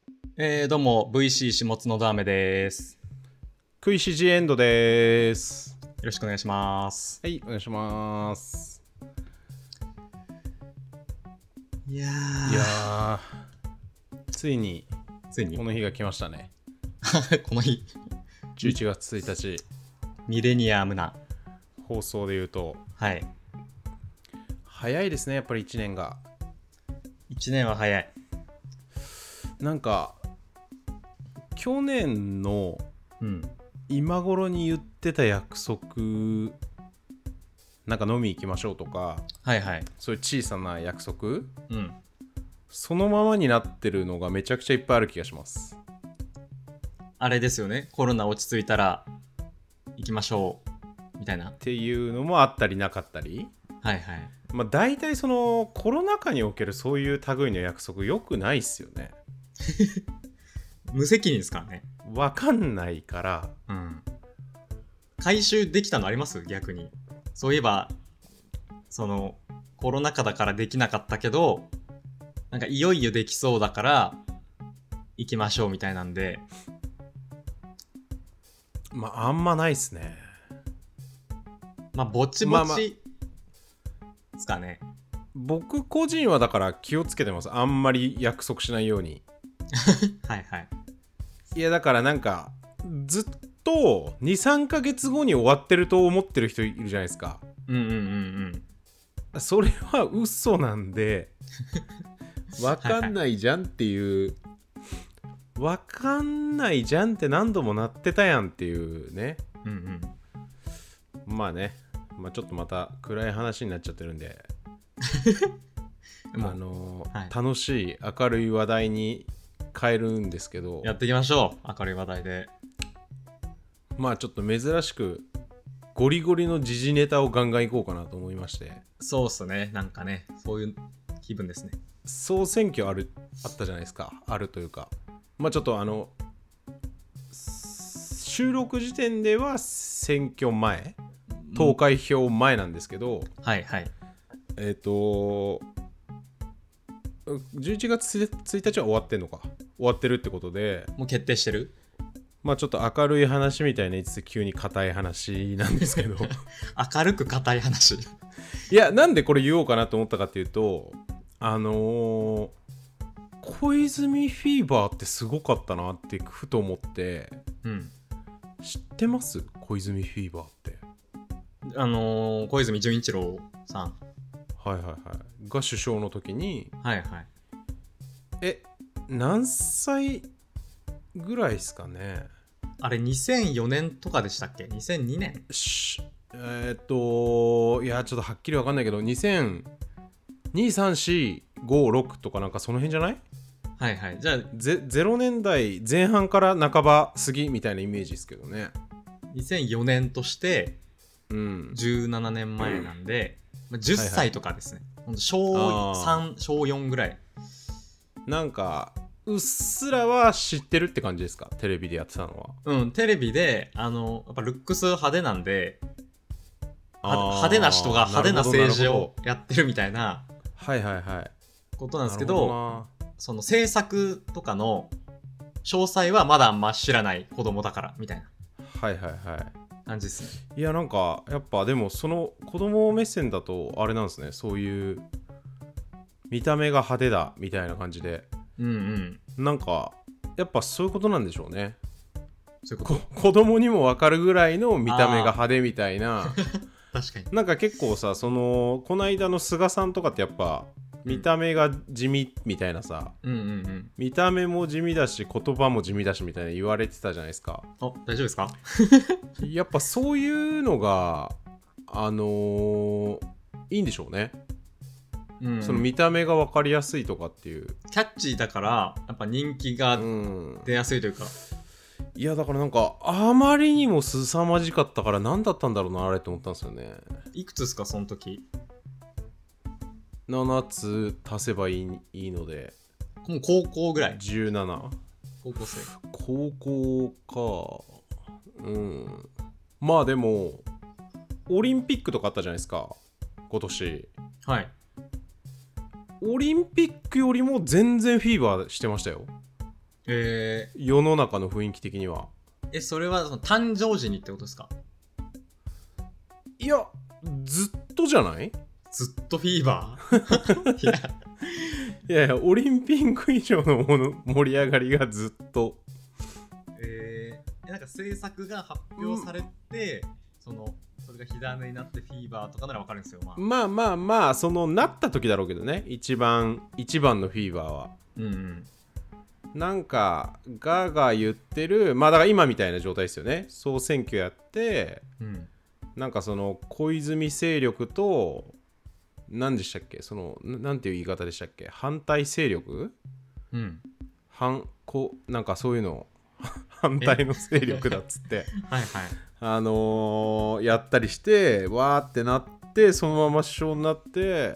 どうも VC 下津のダーメです。 クイシジエンドです。 よろしくお願いします。 はい、お願いします。 いやついにこの日が来ましたね。 この日 11月1日ミレニアムな放送で言うと、 はい、 早いですね。やっぱり1年が 1年は早い。 なんか去年の今頃に言ってた約束、なんか飲み行きましょうとか、 はいはい、 そういう小さな約束、そのままになってるのがめちゃくちゃいっぱいある気がします。 あれですよね、コロナ落ち着いたら行きましょうみたいなっていうのもあったりなかったり、 はいはい。 まあ大体そのコロナ禍におけるそういう類の約束良くないっすよね。 無責任ですからね。 分かんないから、 回収できたのあります？逆にそういえばそのコロナ禍だからできなかったけど、なんかいよいよできそうだから行きましょうみたいなんで。 まああんまないっすね。 まあぼちぼちですかね。 僕個人はだから気をつけてます。あんまり約束しないように。 はいはい。 いやだからなんかずっと 2,3 ヶ月後に終わってると思ってる人いるじゃないですか。それは嘘なんでわかんないじゃんっていう、わかんないじゃんって何度もなってたやんっていうね。まあね、まあちょっとまた暗い話になっちゃってるんで楽しい明るい話題に変えるんですけど、 やっていきましょう。明るい話題で。 まあちょっと珍しくゴリゴリの時事ネタをガンガンいこうかなと思いまして。 そうっすね、なんかね、そういう気分ですね。 総選挙あったじゃないですか。あるというか、まあちょっと収録時点では選挙前、投開票前なんですけど、 はいはい。 11月1日は終わってんのか、終わってるってことで、 もう決定してる。 まあちょっと明るい話みたいな言いつつ急に硬い話なんですけど明るく硬い話いや、なんでこれ言おうかなと思ったかっていうと、小泉フィーバーってすごかったなってふと思って、知ってます？小泉フィーバーって。 小泉純一郎さん、 はいはいはい、が首相の時に、 はいはい。 何歳ぐらいですかね。 あれ2004年とかでしたっけ？ 2002 年。 いやちょっとはっきり分かんないけど、20023456とかなんかその辺じゃない？ はいはい。じゃあ 0年代前半から半ば過ぎみたいなイメージですけどね。 2004年として17年前なんで、10歳とかですね。はいはい、小3小4ぐらい。 なんかうっすらは知ってるって感じですか？テレビでやってたのは。 テレビでやっぱルックス派手なんで、派手な人が派手な政治をやってるみたいなことなんですけど、その政策とかの詳細はまだあんま知らない子供だからみたいな感じですね。 いやなんかやっぱでもその子供目線だとあれなんですね。そういう見た目が派手だみたいな感じで、なんかやっぱそういうことなんでしょうね。そういうこと。子供にも分かるぐらいの見た目が派手みたいな確かに。 なんか結構さ、この間の菅さんとかってやっぱ見た目が地味みたいなさ、見た目も地味だし言葉も地味だしみたいな言われてたじゃないですか。 大丈夫ですか？ やっぱそういうのがいいんでしょうね。その見た目が分かりやすいとかっていう、 キャッチーだからやっぱ人気が出やすいというか、 いやだからなんかあまりにも凄まじかったから何だったんだろうなあれって思ったんですよね。 いくつですかその時 ？7つ足せばいいので、 もう高校ぐらい。 17。 高校生。 高校か。まあでもオリンピックとかあったじゃないですか今年。 はい。 オリンピックよりも全然フィーバーしてましたよ。 世の中の雰囲気的には。 それはその誕生時にってことですか？ いやずっとじゃない？ ずっとフィーバーいやいやオリンピック以上の盛り上がりがずっと。 なんか制作が発表されて、それが火種になってフィーバーとかなら分かるんですよ。 まあそのなった時だろうけどね、一番のフィーバーは。なんかガーガー言ってる、まあだから今みたいな状態ですよね。総選挙やって、なんかその小泉勢力と何でしたっけ、そのなんていう言い方でしたっけ、反対勢力、なんかそういうの反対の勢力だっつってやったりして、わーってなって、そのまま首相になって、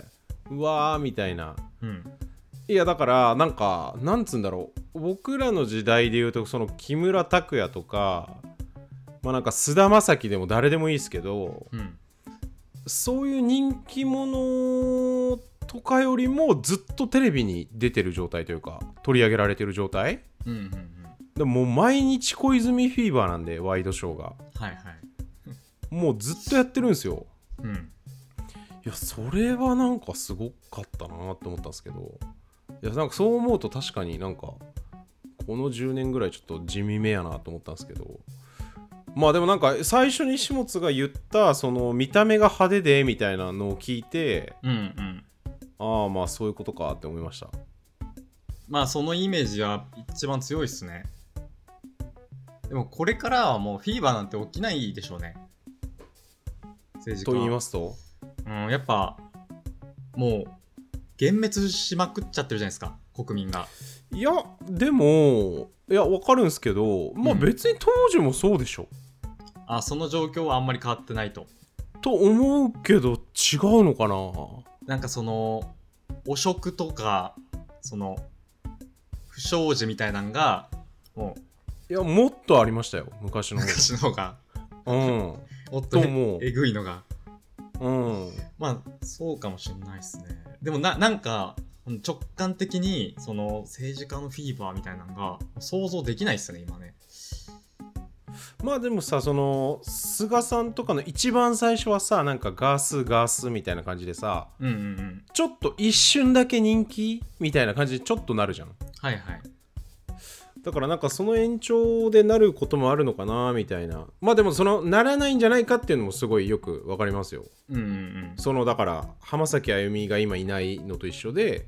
うわーみたいな。いやだからなんかなんつうんだろう、僕らの時代でいうとその木村拓哉とか、まあなんか菅田将暉でも誰でもいいですけど、そういう人気者とかよりもずっとテレビに出てる状態というか、取り上げられてる状態。でももう毎日小泉フィーバーなんで、ワイドショーが。もうずっとやってるんですよ。いやそれはなんかすごかったなって思ったんですけど、いやなんかそう思うと確かになんかこの10年ぐらいちょっと地味めやなと思ったんですけど、まあでもなんか最初に始末が言ったその見た目が派手でみたいなのを聞いて、ああまあそういうことかって思いました。 まあそのイメージは一番強いっすね。でもこれからはもうフィーバーなんて起きないでしょうね、政治家。 と言いますと、 やっぱもう幻滅しまくっちゃってるじゃないですか、国民が。 いやでも分かるんですけど、まあ別に当時もそうでしょ。 その状況はあんまり変わってないと思うけど、違うのかな。 なんかその汚職とかその不祥事みたいなのがもっとありましたよ、昔の方がもっとえぐいのが。まあそうかもしれないですね。でもなんか直感的にその政治家のフィーバーみたいなのが想像できないっすね今ね。 まあでもさ、その菅さんとかの一番最初はさ、なんかガースみたいな感じでさ、ちょっと一瞬だけ人気みたいな感じでちょっとなるじゃん。だからなんかその延長でなることもあるのかなみたいな。まあでもそのならないんじゃないかっていうのもすごいよくわかりますよ。そのだから浜崎あゆみが今いないのと一緒で、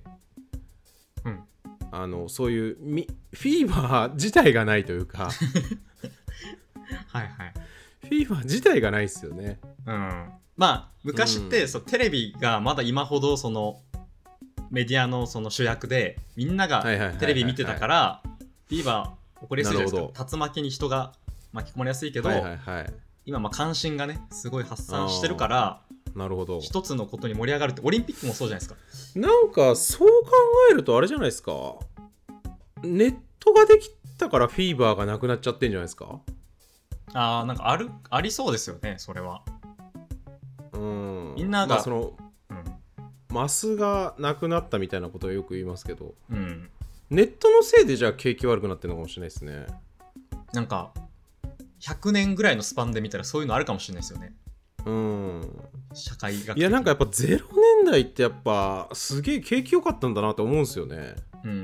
そういうフィーバー自体がないというかフィーバー自体がないっすよね。 まあ昔って、テレビがまだ今ほどそのメディアのその主役でみんながテレビ見てたからフィーバー起こりやすいじゃないですか。竜巻に人が巻き込まれやすいけど、今関心がねすごい発散してるから、 なるほど、 一つのことに盛り上がるって、オリンピックもそうじゃないですか。 なんかそう考えるとあれじゃないですか、ネットができたからフィーバーがなくなっちゃってんじゃないですか。 なんかありそうですよね、それは。みんなが、 その、マスがなくなったみたいなことはよく言いますけど、ネットのせいでじゃあ景気悪くなってるのかもしれないですね。 なんか100年ぐらいのスパンで見たらそういうのあるかもしれないですよね。社会学的。 いやなんかやっぱ0年代ってやっぱすげえ景気良かったんだなって思うんですよね。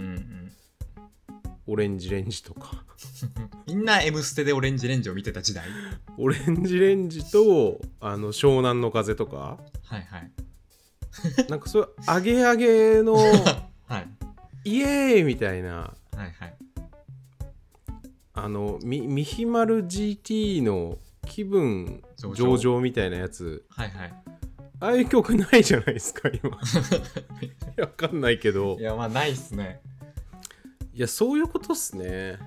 オレンジレンジとかみんな M ステでオレンジレンジを見てた時代。 オレンジレンジと湘南の風とかなんかそういうアゲアゲのイエーイみたいな、ミヒマル GT の気分上々みたいなやつ、ああいう曲ないじゃないですか今わかんないけど。 いやまあないっすね。 いやそういうことっすね。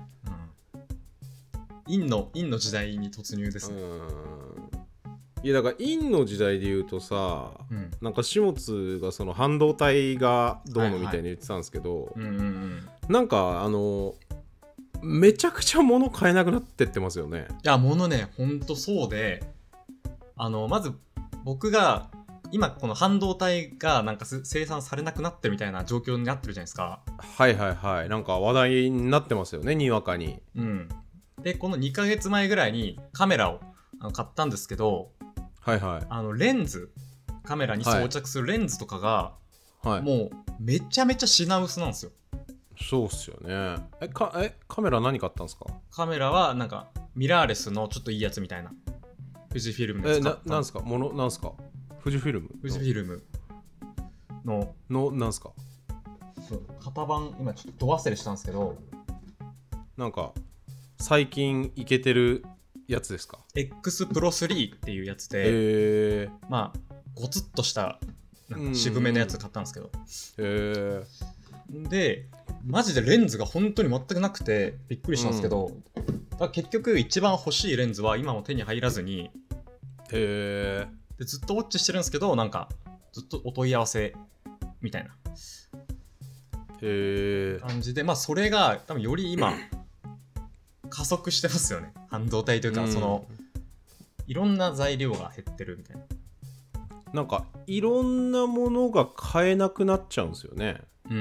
陰の時代に突入ですね。 いやだから陰の時代で言うとさ、なんか始末がその半導体がどうのみたいに言ってたんですけど、なんかめちゃくちゃ物買えなくなってってますよね。 いや物ねほんとそうで、まず僕が今この半導体がなんか生産されなくなってるみたいな状況になってるじゃないですか。 はいはいはい。なんか話題になってますよね、にわかに。 うん。でこの2ヶ月前ぐらいにカメラを買ったんですけど、 はいはい。 レンズ、カメラに装着するレンズとかが、はい、もうめちゃめちゃ品薄なんですよ。 そうっすよね。カメラ何買ったんですか？ カメラはなんかミラーレスのちょっといいやつみたいな、富士フィルムのやつ買った。 なんすか？なんすか？富士フィルムのなんすか？ 型番今ちょっとど忘れしたんですけど、 なんか最近イケてるやつですか？ X Pro 3っていうやつで、まあゴツッとしたなんか渋めのやつ買ったんですけど、でマジでレンズが本当に全くなくてびっくりしたんですけど、だから結局一番欲しいレンズは今も手に入らずに、でずっとウォッチしてるんですけど、なんかずっとお問い合わせみたいな感じで、まあそれが多分より今加速してますよね、半導体というか、そのいろんな材料が減ってるみたいな。 なんかいろんなものが買えなくなっちゃうんですよね。 うん。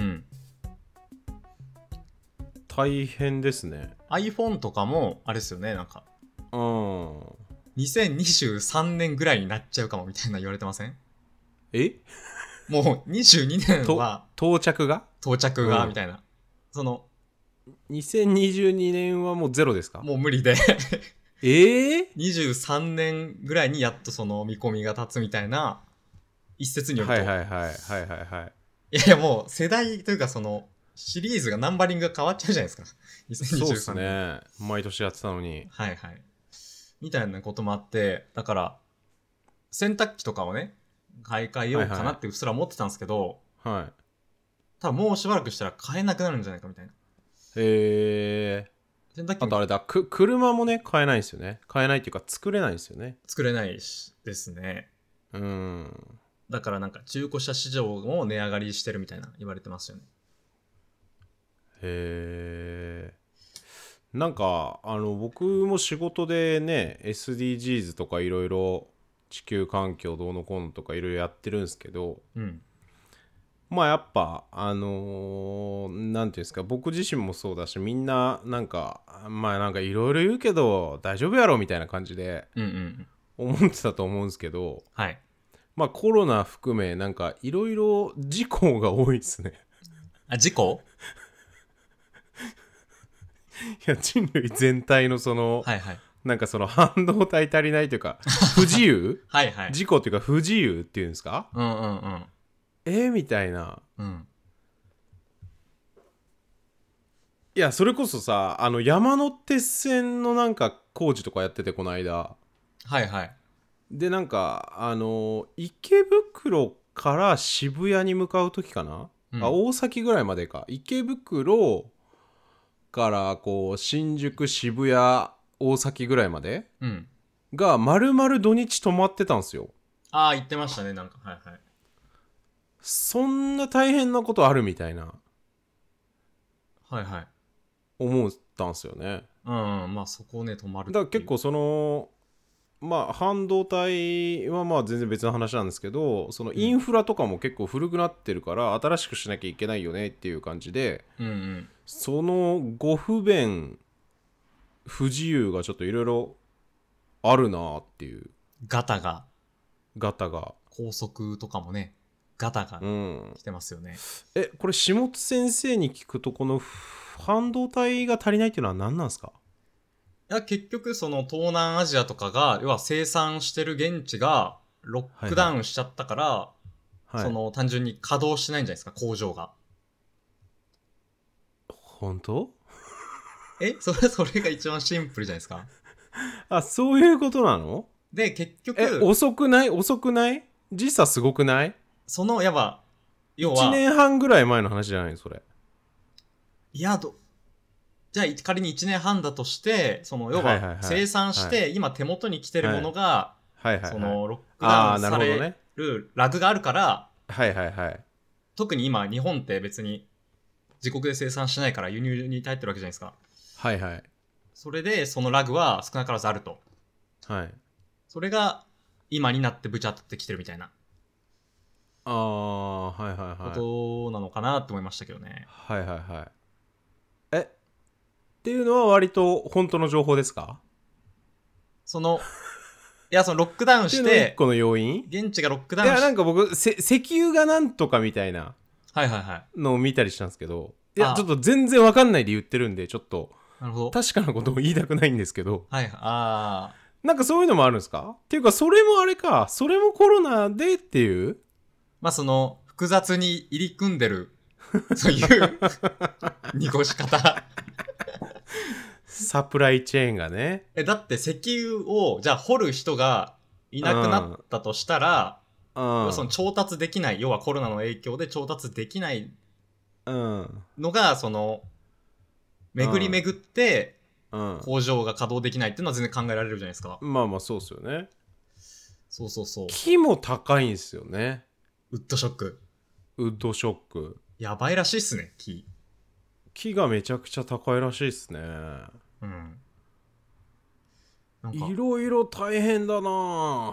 大変ですね。 iPhone とかもあれですよね、なんか2023年ぐらいになっちゃうかもみたいな言われてません？もう22年は到着がみたいな、その 2022年はもうゼロですか？もう無理で23年ぐらいにやっとその見込みが立つみたいな一説によると。いやもう世代というかそのシリーズがナンバリングが変わっちゃうじゃないですか、2023年。 そうですね、毎年やってたのに。 はいはい、みたいなこともあって、だから洗濯機とかをね買い替えようかなってうっすら思ってたんですけど、 はい、 多分もうしばらくしたら買えなくなるんじゃないかみたいな。 洗濯機、あとあれだ、車もね買えないんですよね。買えないっていうか作れないんですよね。 作れないですね。だからなんか中古車市場も値上がりしてるみたいな言われてますよね。 なんか僕も仕事でね SDGs とかいろいろ地球環境どうのこうのとかいろいろやってるんですけど、まあやっぱなんていうんですか、僕自身もそうだし、みんななんかまあなんかいろいろ言うけど大丈夫やろみたいな感じで思ってたと思うんですけど、まあコロナ含めなんかいろいろ事故が多いですね。 事故いや人類全体のその、なんかその半導体足りないというか不自由事故っていうか不自由っていうんですか、みたいな、いやそれこそさ山手線のなんか工事とかやっててこの間、でなんか池袋から渋谷に向かう時かな、大崎ぐらいまでか、池袋からこう新宿渋谷大崎ぐらいまで、が丸々土日泊まってたんですよ。 言ってましたね、なんか。 そんな大変なことあるみたいな思ったんですよね。 まあそこをね泊まる。 だから結構そのまあ半導体はまあ全然別の話なんですけど、そのインフラとかも結構古くなってるから新しくしなきゃいけないよねっていう感じで、そのご不便不自由がちょっといろいろあるなっていう。 ガタが高速とかもねガタが来てますよね。 これ下津先生に聞くと、この半導体が足りないっていうのは何なんですか？ いや結局その東南アジアとかが要は生産してる現地がロックダウンしちゃったから、その単純に稼働してないんじゃないですか、工場が。 本当？ それが一番シンプルじゃないですか。 そういうことなの？ で結局遅くない時差すごくない？ その要は 1年半ぐらい前の話じゃないのそれ。 いやじゃあ仮に1年半だとして、その要は生産して今手元に来てるものがそのロックダウンされるラグがあるから、特に今日本って別に自国で生産しないから輸入に頼ってるわけじゃないですか。それでそのラグは少なからずあると。それが今になってブチャってきてるみたいなああ、はいはいはい。 ことなのかなと思いましたけどね。 はいはいはい。っていうのは割と本当の情報ですか？ いや、ロックダウンっていうのが一して、 個の要因。 現地がロックいや、なんダウンし、 か僕、石油がなんとかみたいなはいはいはい。 のを見たりしたんですけど、いや、ちょっあ、 と全然わかんないで言ってるんで、ちょっとなるほど。 確かなことを言いたくないんですけど、 はいはい。ああ。 なんかそういうのもあるんですか？っていうか、それもあれか、それもコロナでっていう。 まあ複雑に入り組んでる、そういう濁し方。 サプライチェーンがね。 だって石油を、じゃあ掘る人がいなくなったとしたら、要は調達できない、要はコロナの影響で調達できないのが、巡り巡って、工場が稼働できないっていうのは全然考えられるじゃないですか。 まあまあそうっすよね。 そうそうそう。 木も高いんすよね。 ウッドショック。 ウッドショック。 やばいらしいっすね、木。 木がめちゃくちゃ高いらしいっすね。 うん。 いろいろ大変だな。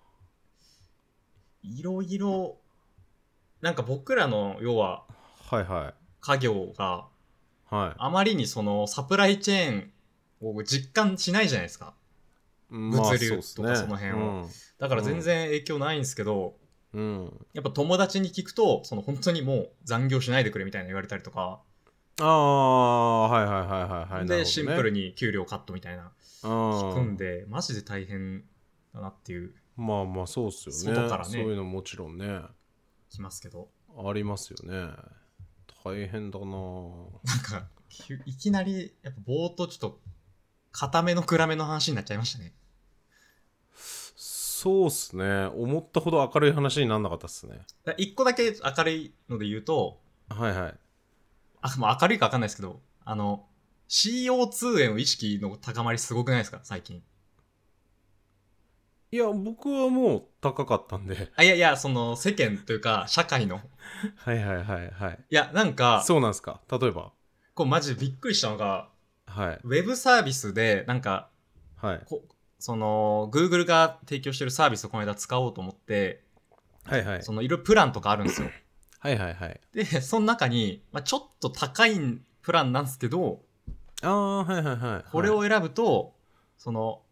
いろいろ、なんか僕らの、要は、 はいはい。 家業が、 はい。 あまりにサプライチェーンを実感しないじゃないですか。物流とかその辺を。だから全然影響ないんですけど、やっぱ友達に聞くと、本当にもう残業しないでくれみたいな言われたりとか。 ああ、はいはいはいはいはい。 で、シンプルに給料カットみたいな。聞くんで、マジで大変だなっていう。 まあまあそうっすよね。外からね。そういうのもちろんね。 来ますけど。 ありますよね。大変だな。 なんか、いきなり、やっぱ冒頭ちょっと、固めの暗めの話になっちゃいましたね。 そうっすね。思ったほど明るい話にならなかったっすね。 一個だけ明るいので言うと、 はいはい。 もう明るいか分かんないですけど、CO2 への意識の高まりすごくないですか最近。 いや、僕はもう高かったんで。 いやいや、世間というか、社会の。 はいはいはいはい。 いや、なんか、 そうなんすか。例えば。 マジでびっくりしたのが、 はい。 ウェブサービスで、なんか、 はい。 Google が提供してるサービスをこの間使おうと思って、 はいはい。 いろいろプランとかあるんですよ。 はいはいはい。 で、その中に、ちょっと高いプランなんですけど、 はいはいはい。 これを選ぶと、その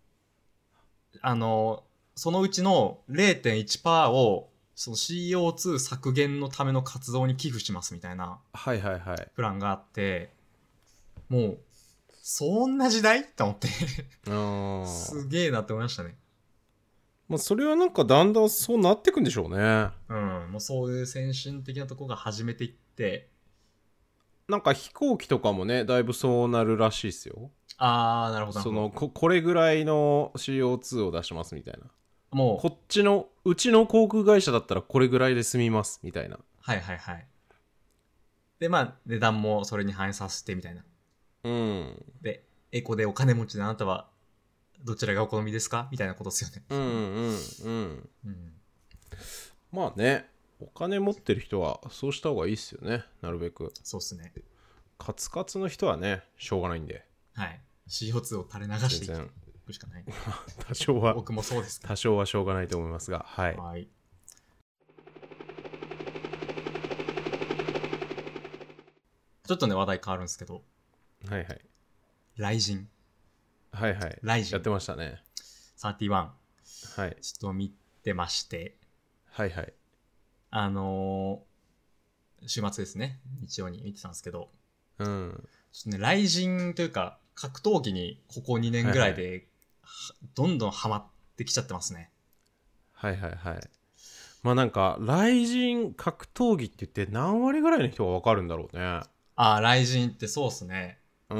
うちの 0.1% を、CO2 削減のための活動に寄付しますみたいな、 はいはいはい。 プランがあって、もう、そんな時代って思ってすげえなって思いましたね。 まあそれはなんかだんだんそうなってくんでしょうね。 もうそういう先進的なところが始めていって、 なんか飛行機とかもね、だいぶそうなるらしいですよ。 なるほど。 これぐらいの CO2 を出しますみたいな。 もううちの航空会社だったらこれぐらいで済みますみたいな。 はいはいはい。で、値段もそれに反映させてみたいな。で、エコでお金持ちであなたはどちらがお好みですかみたいなことですよね。 まあね、お金持ってる人はそうした方がいいっすよね。なるべく。 そうっすね。 カツカツの人はね、しょうがないんで。 はい。CO2 を垂れ流していくしかない。 多少は。 僕もそうです。 多少はしょうがないと思いますが、はい。 はい。ちょっとね、話題変わるんですけど。 はいはい。 雷神。 はいはい。 雷神。 やってましたね。 31。 はい。 ちょっと見てまして。 はいはい。 週末ですね。日曜に見てたんですけど。 ちょっとね、雷神というか、格闘技にここ2年ぐらいで、どんどんハマってきちゃってますね。 はいはいはい。まあなんか、雷神格闘技って言って何割ぐらいの人がわかるんだろうね。 雷神ってそうっすね。 ま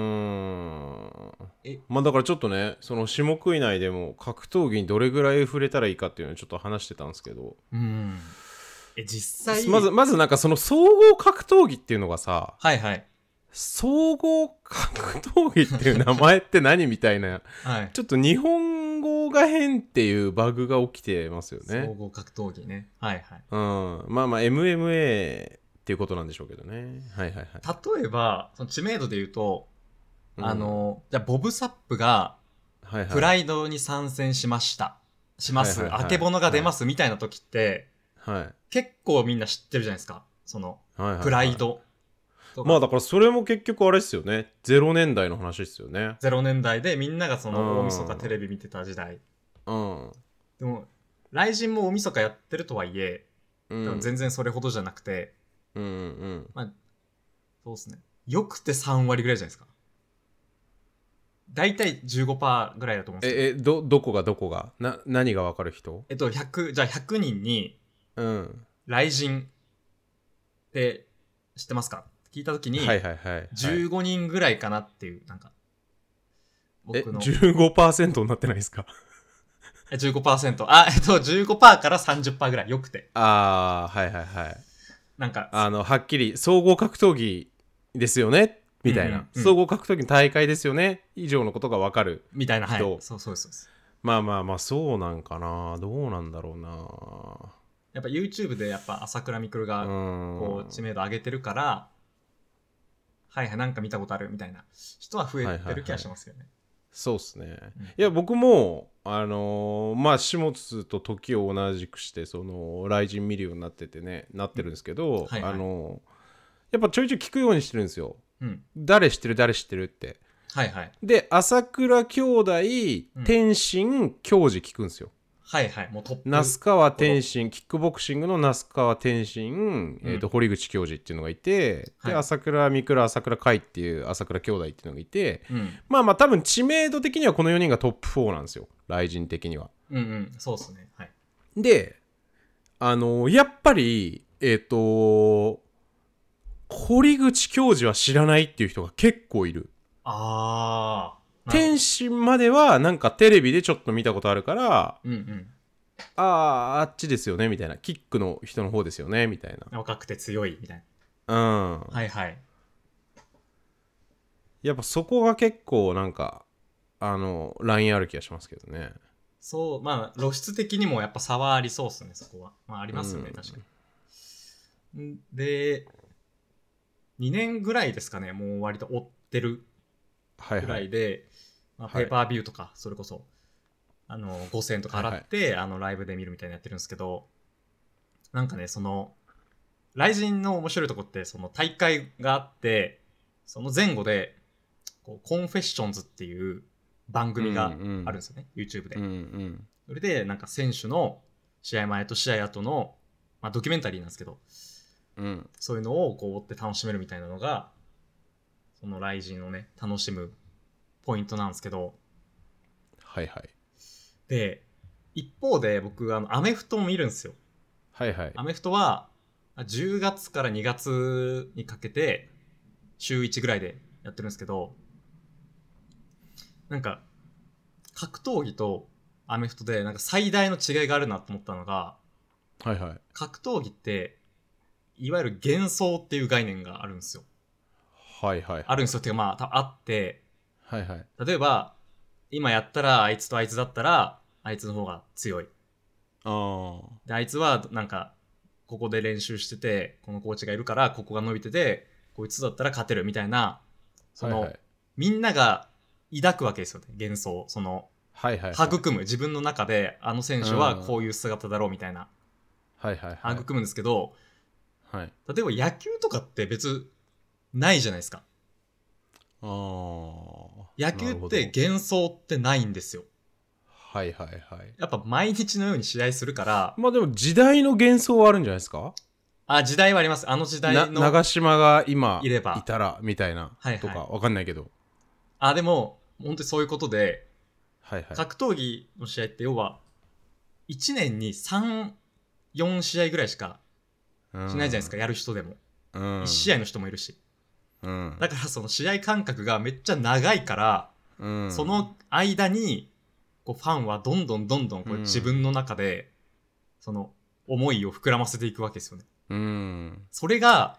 あだからちょっとね、その種目以内でも格闘技にどれぐらい触れたらいいかっていうのをちょっと話してたんですけど。 実際。 まずなんかその総合格闘技っていうのがさ。 はいはい。 総合格闘技っていう名前って何みたいな、 はい、 ちょっと日本語が変っていうバグが起きてますよね。 総合格闘技ね。はいはい。 まあまあ MMA っていうことなんでしょうけどね。はいはいはい。 例えばその知名度で言うと、じゃあボブサップがプライドに参戦しました。あけぼのが出ますみたいな時って、 結構みんな知ってるじゃないですか。その、はいはいはい、プライド。 まあだからそれも結局あれですよね。0年代の話ですよね。 0年代でみんながその大晦日テレビ見てた時代。 うん。 でも、雷神も大晦日やってるとはいえ、全然それほどじゃなくて、 うんうん。 まあ、そうですね。よくて3割ぐらいじゃないですか。だいたい 15% ぐらいだと思うんですけど。どこが何が分かる人じゃあ100人に、雷神って知ってますか聞いたときに、 はいはいはい、 15人ぐらいかなっていう、なんか、 僕の。15% になってないですか 15%。15% から 30% ぐらい。よくて。 はいはいはい。 なんか、 はっきり、総合格闘技ですよねみたいな、総合格闘技の大会ですよね以上のことが分かるみたいな、はい。そうです。 まあ、そうなんかな。どうなんだろうな。 やっぱ YouTube でやっぱ朝倉未来がこう知名度上げてるから、はいなんか見たことあるみたいな人は増えてる気がしますよね。はいはいはい、 そうっすね。いや僕もまあ始末と時を同じくしてその雷神見るようになってるんですけど、はいはい、やっぱちょいちょい聞くようにしてるんですよ。誰知ってるって。 はいはい。 で朝倉兄弟、天心教授聞くんですよ。 はいはい。もうトップ。 那須川天心、キックボクシングの那須川天心、堀口教授っていうのがいて、で朝倉未来、朝倉海っていう朝倉兄弟っていうのがいて、まあ多分知名度的にはこの4人がトップ4なんですよ。雷神的には。 そうですね。はい。 で、やっぱり堀口教授は知らないっていう人が結構いる。天心まではなんかテレビでちょっと見たことあるから、あっちですよねみたいな、キックの人の方ですよねみたいな、 若くて強いみたいな。 はいはい。 やっぱそこが結構なんかラインある気がしますけどね。 そう、まあ露出的にもやっぱ差はありそうっすね、そこは。まあありますよね、確かに。で2年ぐらいですかね、もう割と追ってるぐらいで、ペーパービューとか、それこそ5000円とか払って、ライブで見るみたいなやってるんですけど、なんかね、その雷神の面白いとこって、その大会があって、その前後でこうコンフェッションズっていう番組があるんですよね、YouTube で。それでなんか選手の試合前と試合後の、まあ、ドキュメンタリーなんですけど、そういうのをこう追って楽しめるみたいなのが、その雷神をね楽しむポイントなんですけど、 はいはい。 で一方で僕アメフトも見るんですよ。 はいはい。 アメフトは10月から2月にかけて週1ぐらいでやってるんですけど、なんか格闘技とアメフトでなんか最大の違いがあるなと思ったのが、 はいはい。 格闘技っていわゆる幻想っていう概念があるんですよ。 はいはい、はい。 あるんですよっていうか、まああって、 はいはい。 例えば今やったらあいつとあいつだったらあいつの方が強い。であいつはなんかここで練習しててこのコーチがいるからここが伸びててこいつだったら勝てるみたいな、その、はいはい、みんなが抱くわけですよね、幻想。その、 はいはいはい、 育む、自分の中であの選手はこういう姿だろうみたいな、 はいはいはい、 育むんですけど、 はい、 例えば野球とかって別ないじゃないですか。野球って幻想ってないんですよ。 はいはいはい。 やっぱ毎日のように試合するから。 まあでも時代の幻想はあるんじゃないですか。 時代はあります。あの時代の長嶋が今いたらみたいなとかわかんないけど、 でも本当にそういうことで、 はいはい、 格闘技の試合って要は1年に 3,4 試合ぐらいしかしないじゃないですか、やる人でも、1試合の人もいるし、だからその試合間隔がめっちゃ長いから、その間にこうファンはどんどんこう自分の中でその思いを膨らませていくわけですよね。それが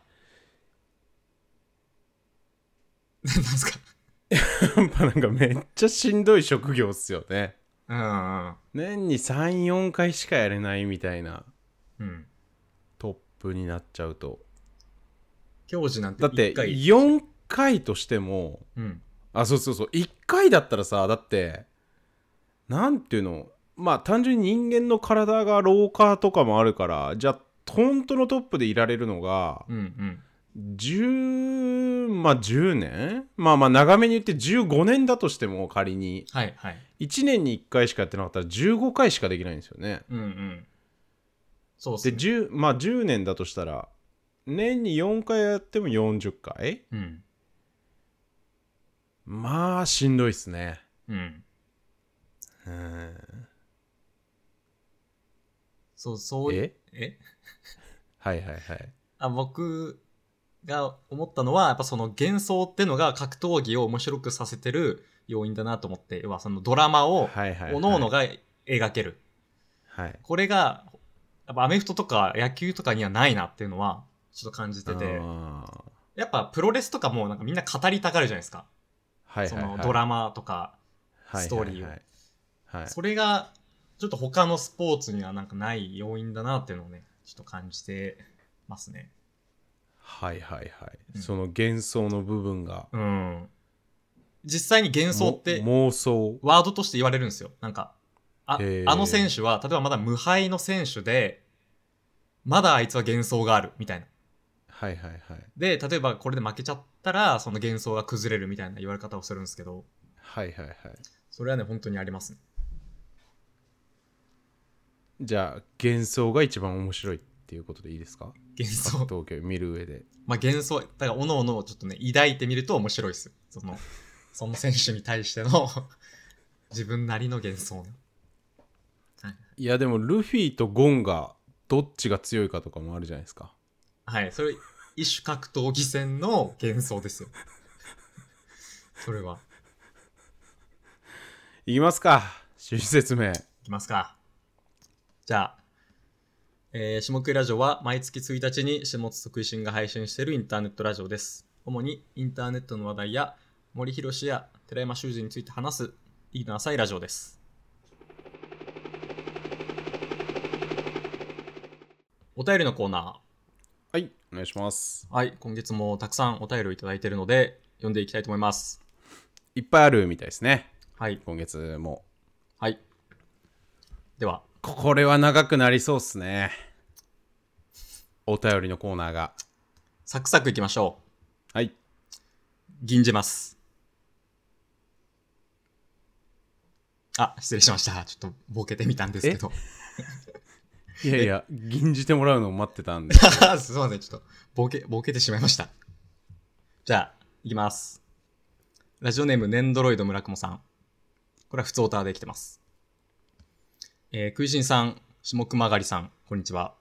何ですかやっぱなんかめっちゃしんどい職業っすよね。年に 3,4 回しかやれないみたいな、トップになっちゃうと。 教授なんてだって4回としても、そう1回だったらさ、だってなんていうの、まあ単純に人間の体が老化とかもあるから、じゃあ本当のトップでいられるのが、10年、まあ長めに言って15年だとしても、仮に、1年に1回しかやってなかったら15回しかできないんですよね。 そうですね。 で10年だとしたら年に4回やっても40回、まあしんどいっすね。 そうはい僕が思ったのは、やっぱその幻想ってのが格闘技を面白くさせてる要因だなと思って、要はそのドラマを各々が描ける。これがやっぱアメフトとか野球とかにはないなっていうのはちょっと感じてて、やっぱプロレスとかもなんかみんな語りたがるじゃないですか。そのドラマとかストーリーを。それがちょっと他のスポーツにはなんかない要因だなっていうのをね、ちょっと感じてますね。 その幻想の部分が、 実際に幻想って妄想ワードとして言われるんですよ。なんかあの選手は例えばまだ無敗の選手でまだあいつは幻想があるみたいな。で例えばこれで負けちゃったらその幻想が崩れるみたいな言われ方をするんですけど、それはね本当にありますね。 じゃあ幻想が一番面白いっていうことでいいですか？ 幻想東京見る上で、 幻想だからおのおのちょっとね抱いてみると面白いです。その選手に対しての自分なりの幻想ね。 いやでもルフィとゴンがどっちが強いかとかもあるじゃないですか。 それ一種格闘技戦の幻想ですよ。それは。 いきますか。趣旨説明。いきますか。じゃあ、下食いラジオは毎月1日に下津と食いしんが配信しているインターネットラジオです。主にインターネットの話題や森博や寺山修司について話すいいな浅いラジオです。お便りのコーナー。はい、お願いします。 はい、今月もたくさんお便りをいただいているので読んでいきたいと思います。 いっぱいあるみたいですね。 はい、 今月も。 はい。では、 これは長くなりそうっすね。お便りのコーナーが。 サクサクいきましょう。はい。 吟じます。失礼しました。ちょっとボケてみたんですけど。 いや吟じてもらうのを待ってたんで。 すいません、ちょっとボケてしまいました。じゃあいきます。ラジオネームネンドロイド村雲さん。これは普通オターで来てます。食いしんさん、下熊狩さん、こんにちは。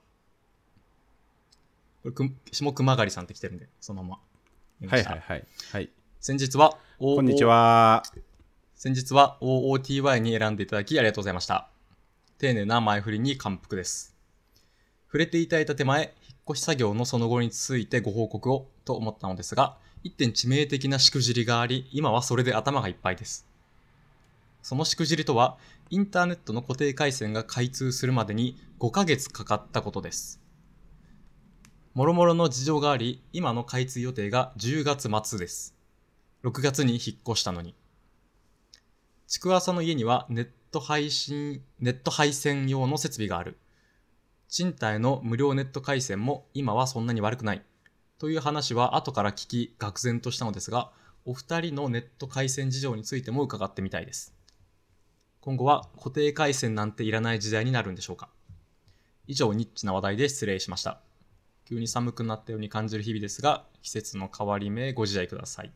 これ下熊狩さんって来てるんでそのまま。 はい。 先日はこんにちは。 先日は OOTY に選んでいただきありがとうございました。丁寧な前振りに感服です。触れていただいた手前、引っ越し作業のその後についてご報告をと思ったのですが、一点致命的なしくじりがあり、今はそれで頭がいっぱいです。そのしくじりとは、インターネットの固定回線が開通するまでに5ヶ月かかったことです。もろもろの事情があり、今の開通予定が10月末です。6月に引っ越したのに。築浅の家にはネット配線用の設備がある。賃貸の無料ネット回線も今はそんなに悪くない。という話は後から聞き、愕然としたのですが、お二人のネット回線事情についても伺ってみたいです。今後は固定回線なんていらない時代になるんでしょうか。以上、ニッチな話題で失礼しました。急に寒くなったように感じる日々ですが、季節の変わり目ご自愛ください。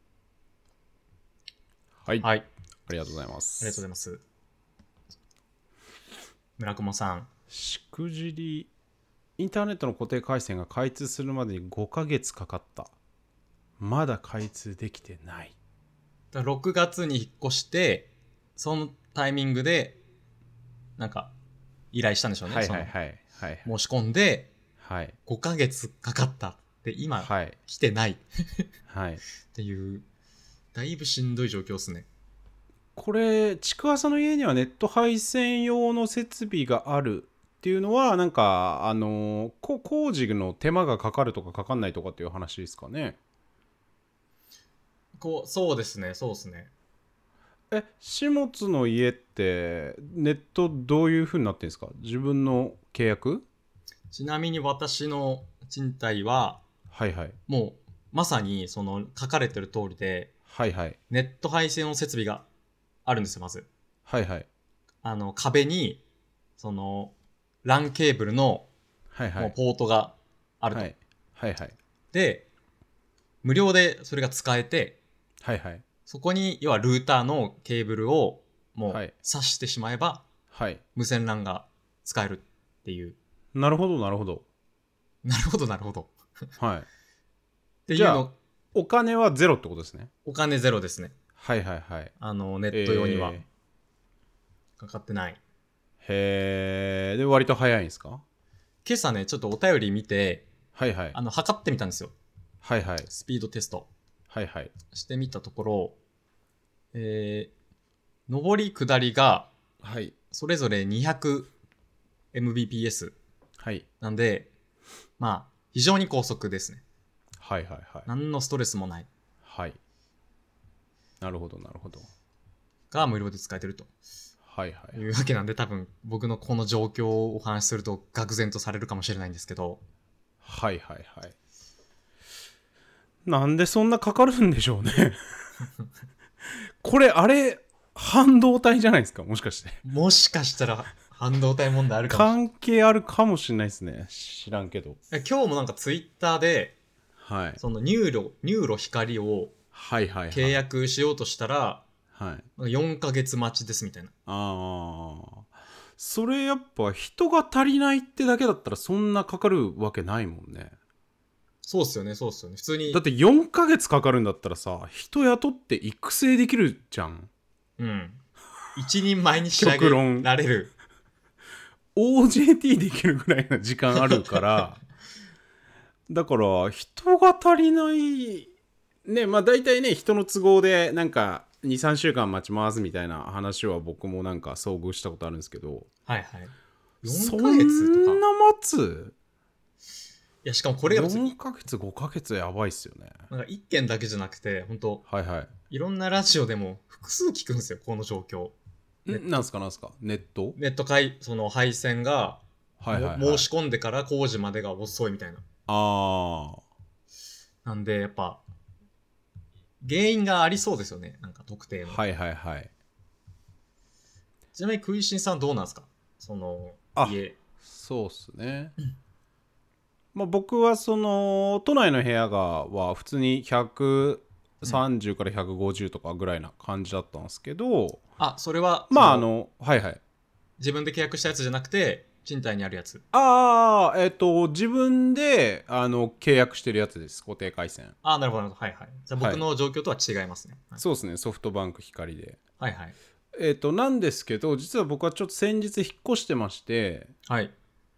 はい。ありがとうございます。 ありがとうございます。村雲さん。 しくじり、インターネットの固定回線が開通するまでに5ヶ月かかった。まだ開通できてない。 6月に引っ越して、そのタイミングで、なんか、依頼したんでしょうね。申し込んで、5ヶ月かかった。で、今、来てない。っていう、だいぶしんどい状況ですね。 これ、築浅の家にはネット配線用の設備があるっていうのは、なんか、工事の手間がかかるとかかかんないとかっていう話ですかね。 そうですね。 下津の家ってネットどういう風になってるんですか？自分の契約？ ちなみに私の賃貸は、 はいはい。 もうまさにその書かれてる通りで、 はいはい。 ネット配線の設備があるんですよ、まず。 はいはい。 壁に、その、LAN ケーブルの、 はいはい。 もうポートがあると。 はいはいはい。 で、無料でそれが使えて、 はいはい。 そこに、要はルーターのケーブルをもうはい挿してしまえば、 はい。 無線 LAN が使えるっていう。 なるほどなるほど。 なるほど、なるほど。 はい。 っていうの、 お金はゼロってことですね。 お金ゼロですね。 はいはいはい。 ネット用には。かかってない。 へー。で、割と早いんですか？ 今朝ね、ちょっとお便り見て、 はいはい。 測ってみたんですよ。 はいはい。 スピードテスト。 はいはい。 してみたところ、上り下りが、 はい。 それぞれ 200Mbps。 はい。 なんで、まあ、非常に高速ですね。 はいはいはい。 何のストレスもない。 はい。なるほどなるほど。 が無料で使えてると。 はいはい。 いうわけなんで、多分僕のこの状況をお話しすると愕然とされるかもしれないんですけど。 はいはいはい。なんでそんなかかるんでしょうね。これあれ半導体じゃないですか、もしかして。 もしかしたら半導体問題あるかもしれない。 関係あるかもしれないですね。知らんけど。 今日もなんかツイッターで、 はい。 そのニューロ光を契約しようとしたら、 はい。 4ヶ月待ちですみたいな。 ああ。それやっぱ人が足りないってだけだったらそんなかかるわけないもんね。 そうっすよね、そうっすよね。普通に。 だって4ヶ月かかるんだったらさ、人雇って育成できるじゃん。 うん。一人前に仕上げられる。 OJT できるぐらいの時間あるから、だから人が足りないね。まあ大体ね、人の都合でなんか 2,3 週間待ちますみたいな話は僕もなんか遭遇したことあるんですけど、 はいはい。4ヶ月とか。 そんな待つ？ いや、しかもこれが 4ヶ月5ヶ月やばいっすよね。 なんか1件だけじゃなくて、本当はいはい。 いろんなラジオでも複数聞くんですよ、この状況。 なんすかネットその配線が、 はいはいはい、 申し込んでから工事までが遅いみたいな。 ああ。 なんで、やっぱ、原因がありそうですよね、なんか特定の。 はいはいはい。 ちなみに、食いしんさんどうなんですか？その、家。 そうっすね。まあ僕はその、都内の部屋は普通に130から150とかぐらいな感じだったんですけど、 それは、 まあはいはい。 自分で契約したやつじゃなくて、賃貸にあるやつ。 自分で契約してるやつです。固定回線。 なるほどなるほど。はいはい。じゃあ僕の状況とは違いますね。 はい、そうですね。ソフトバンク光で。 はいはい。 なんですけど、実は僕はちょっと先日引っ越してまして、 はい。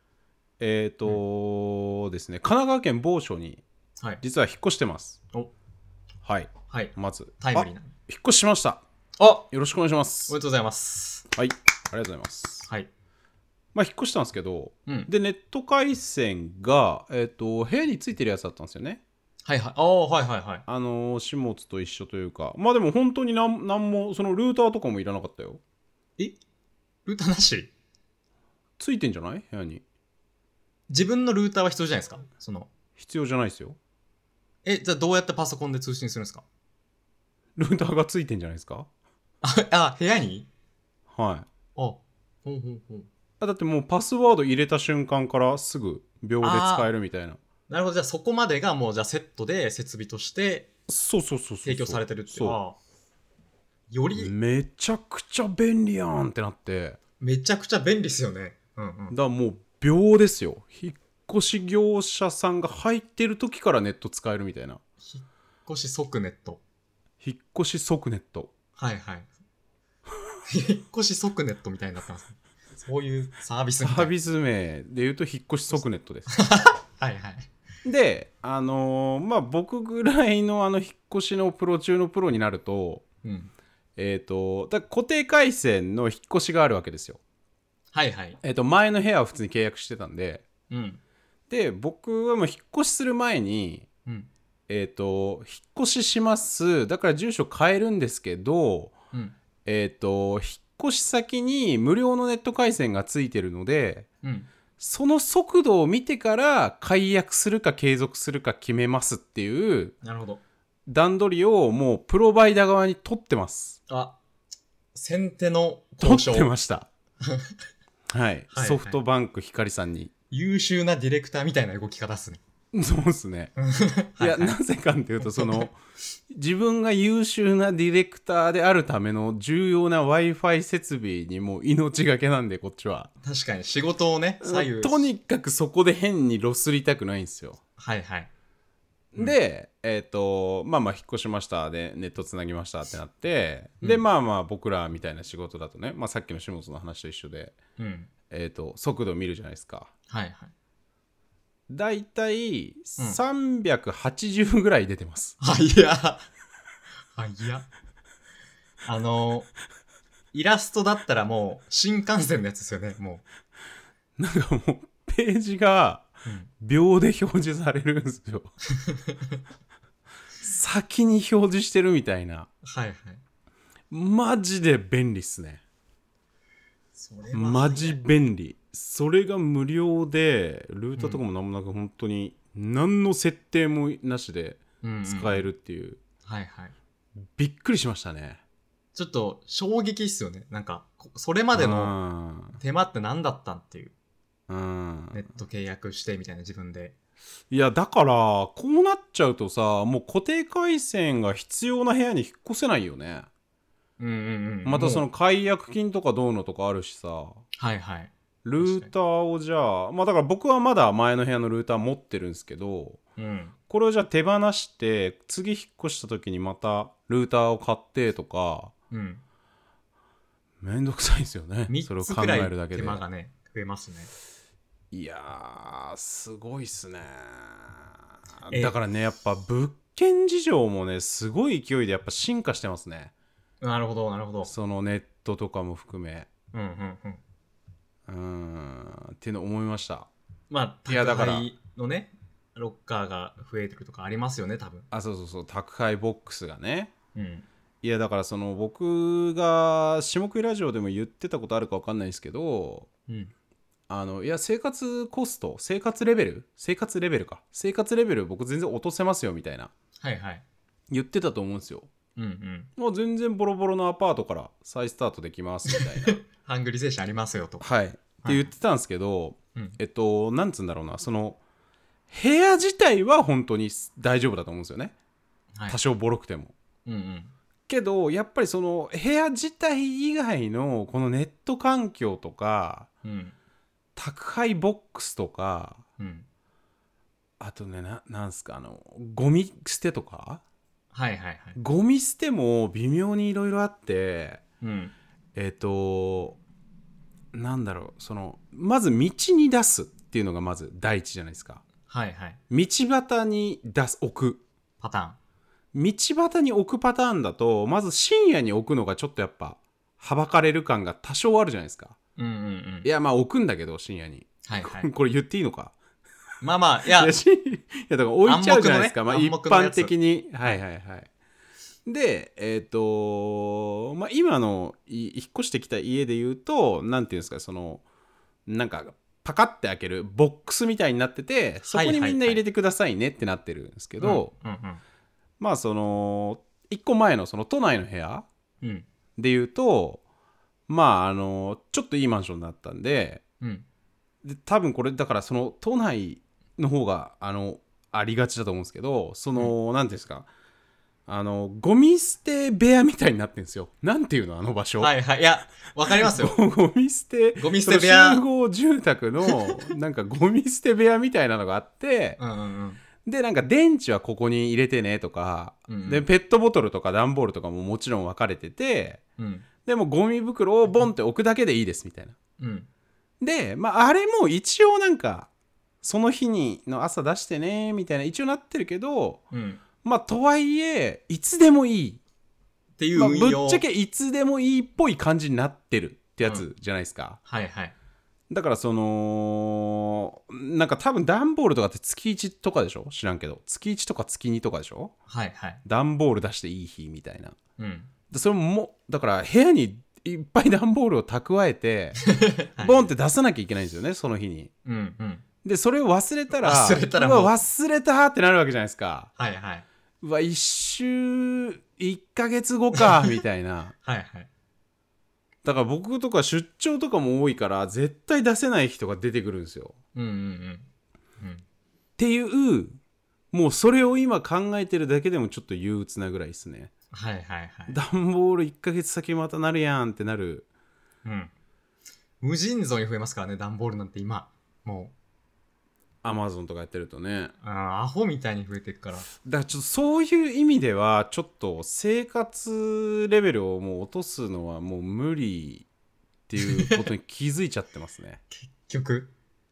ですね、神奈川県某所に実は引っ越してます。はい。 はい。 まずタイムリーな。 引っ越ししました。よろしくお願いします。 おめでとうございます。 はい。ありがとうございます。 はい。 まあ引っ越したんですけど、でネット回線が部屋についてるやつだったんですよね。 はいはい。はいはいはい。 始末と一緒というか、まあでも本当になんもそのルーターとかもいらなかったよ。 ルーターなし？ ついてんじゃない？部屋に。 自分のルーターは必要じゃないですか？ 必要じゃないですよ。 じゃあどうやってパソコンで通信するんですか？ ルーターがついてんじゃないですか？ 部屋に？ はい。 ほん。 だってもうパスワード入れた瞬間からすぐ秒で使えるみたいな。 なるほど。じゃあそこまでがもうじゃあセットで設備としてそう提供されてるっていう。 よりめちゃくちゃ便利やんってなって。 めちゃくちゃ便利ですよね。 だからもう秒ですよ。引っ越し業者さんが入ってる時からネット使えるみたいな。 引っ越し即ネット。 引っ越し即ネット。 はいはい。引っ越し即ネットみたいになってます。そういうサービスみたいな。 サービス名で言うと引っ越し即ネットです。 はいはい。 で、まあ僕ぐらいの引っ越しのプロ中のプロになると、だ固定回線の引っ越しがあるわけですよ。 はいはい。 前の部屋は普通に契約してたんで、 で僕はもう引っ越しする前に、引っ越しします。だから住所変えるんですけど、引っ越し先に無料のネット回線がついてるので、 その速度を見てから解約するか継続するか決めますっていうなるほど段取りをもうプロバイダー側に取ってます。 先手の交渉取ってましたはい、はい、ソフトバンク光さんに優秀なディレクターみたいな動き方っすね。 そうですねいや、なぜかっていうと自分が優秀なディレクターであるための重要な Wi-Fi 設備にもう命がけなんで、こっちは確かに仕事をね左右とにかくそこで変にロスりたくないんですよ。 はいはい、 でまあ引っ越しましたでネットつなぎましたってなって、でまあ僕らみたいな仕事だとね、さっきの下津の話と一緒で、速度見るじゃないですか。 はいはい。 だいたい380ぐらい出てます。 いやイラストだったらもう新幹線のやつですよね。もうなんかもうページが秒で表示されるんですよ先に表示してるみたいな。 はいはい。 マジで便利っすね。マジ便利。それが無料でルーターとかもなんもなく、本当に何の設定もなしで使えるっていう、 はいはい。 びっくりしましたね。 ちょっと衝撃っすよね。なんかそれまでの手間って何だったんっていう。ネット契約してみたいな自分で。 いやだからこうなっちゃうとさ、もう固定回線が必要な部屋に引っ越せないよね。またその解約金とかどうのとかあるしさ。 はいはい。 ルーターをじゃあだから僕はまだ前の部屋のルーター持ってるんですけど、これをじゃあ手放して次引っ越した時にまたルーターを買ってとか、めんどくさいですよね。それを考えるだけで手間がね増えますね。 いやーすごいっすね。だからねやっぱ物件事情もねすごい勢いでやっぱ進化してますね。 なるほどなるほど。 そのネットとかも含めっていうの思いました。 宅配のねロッカーが増えてるとかありますよね多分。 そう宅配ボックスがね、いやだからその僕が下食いラジオでも言ってたことあるか分かんないですけど、いや生活コスト生活レベル僕全然落とせますよみたいな、言ってたと思うんですよ。もう全然ボロボロのアパートから再スタートできますみたいなハングリー精神ありますよとって言ってたんですけど、なんつうんだろうな、その部屋自体は本当に大丈夫だと思うんですよね、多少ボロくても。けどやっぱりその部屋自体以外のこのネット環境とか、宅配ボックスとか、あとねなんすかゴミ捨てとか、ゴミ捨ても微妙にいろいろあって、なんだろう、そのまず道に出すっていうのがまず第一じゃないですか。道端に置くパターン。 道端に置くパターンだとまず深夜に置くのがちょっとやっぱはばかれる感が多少あるじゃないですか。いや置くんだけど深夜に、これ言っていいのかいやだから置いちゃうじゃないですか、一般的に。で今の引っ越してきた家で言うとなんていうんですか、そのなんかパカッて開けるボックスみたいになってて、そこにみんな入れてくださいねってなってるんですけど、その1個前のその都内の部屋で言うと、ちょっといいマンションだったんで、で多分これだからその都内の方がありがちだと思うんですけど、そのなんていうんですか、ゴミ捨て部屋みたいになってるんですよ。なんていうのあの場所。 いやわかりますよゴミ捨て部屋、集合住宅のなんかゴミ捨て部屋みたいなのがあってでなんか電池はここに入れてねとか、でペットボトルとか段ボールとかももちろん分かれてて、でもゴミ袋をボンって置くだけでいいですみたいな、であれも一応なんかその日の朝出してねみたいな一応なってるけど、とはいえいつでもいいっていう運用、 ぶっちゃけいつでもいいっぽい感じになってるってやつじゃないですか。だからそのなんか多分段ボールとかって月1とかでしょ、知らんけど月1とか月2とかでしょ。段ボール出していい日みたいな、それもだから部屋にいっぱい段ボールを蓄えてボンって出さなきゃいけないんですよね、その日に。 うんうん。 でそれを忘れたらもう忘れたってなるわけじゃないですか。 はいはい。 うわ1ヶ月後かみたいなはいはい。 だから僕とか出張とかも多いから絶対出せない人が出てくるんですよ。 うんうんうん。うん、 っていうもうそれを今考えてるだけでもちょっと憂鬱なぐらいですね。 はいはいはい。 段ボール1ヶ月先またなるやんってなる。 うん。無尽蔵に増えますからね、段ボールなんて今。もう。 アマゾンとかやってるとね。 アホみたいに増えていくから。 だからちょっとそういう意味ではちょっと生活レベルをもう落とすのはもう無理っていうことに気づいちゃってますね。 結局。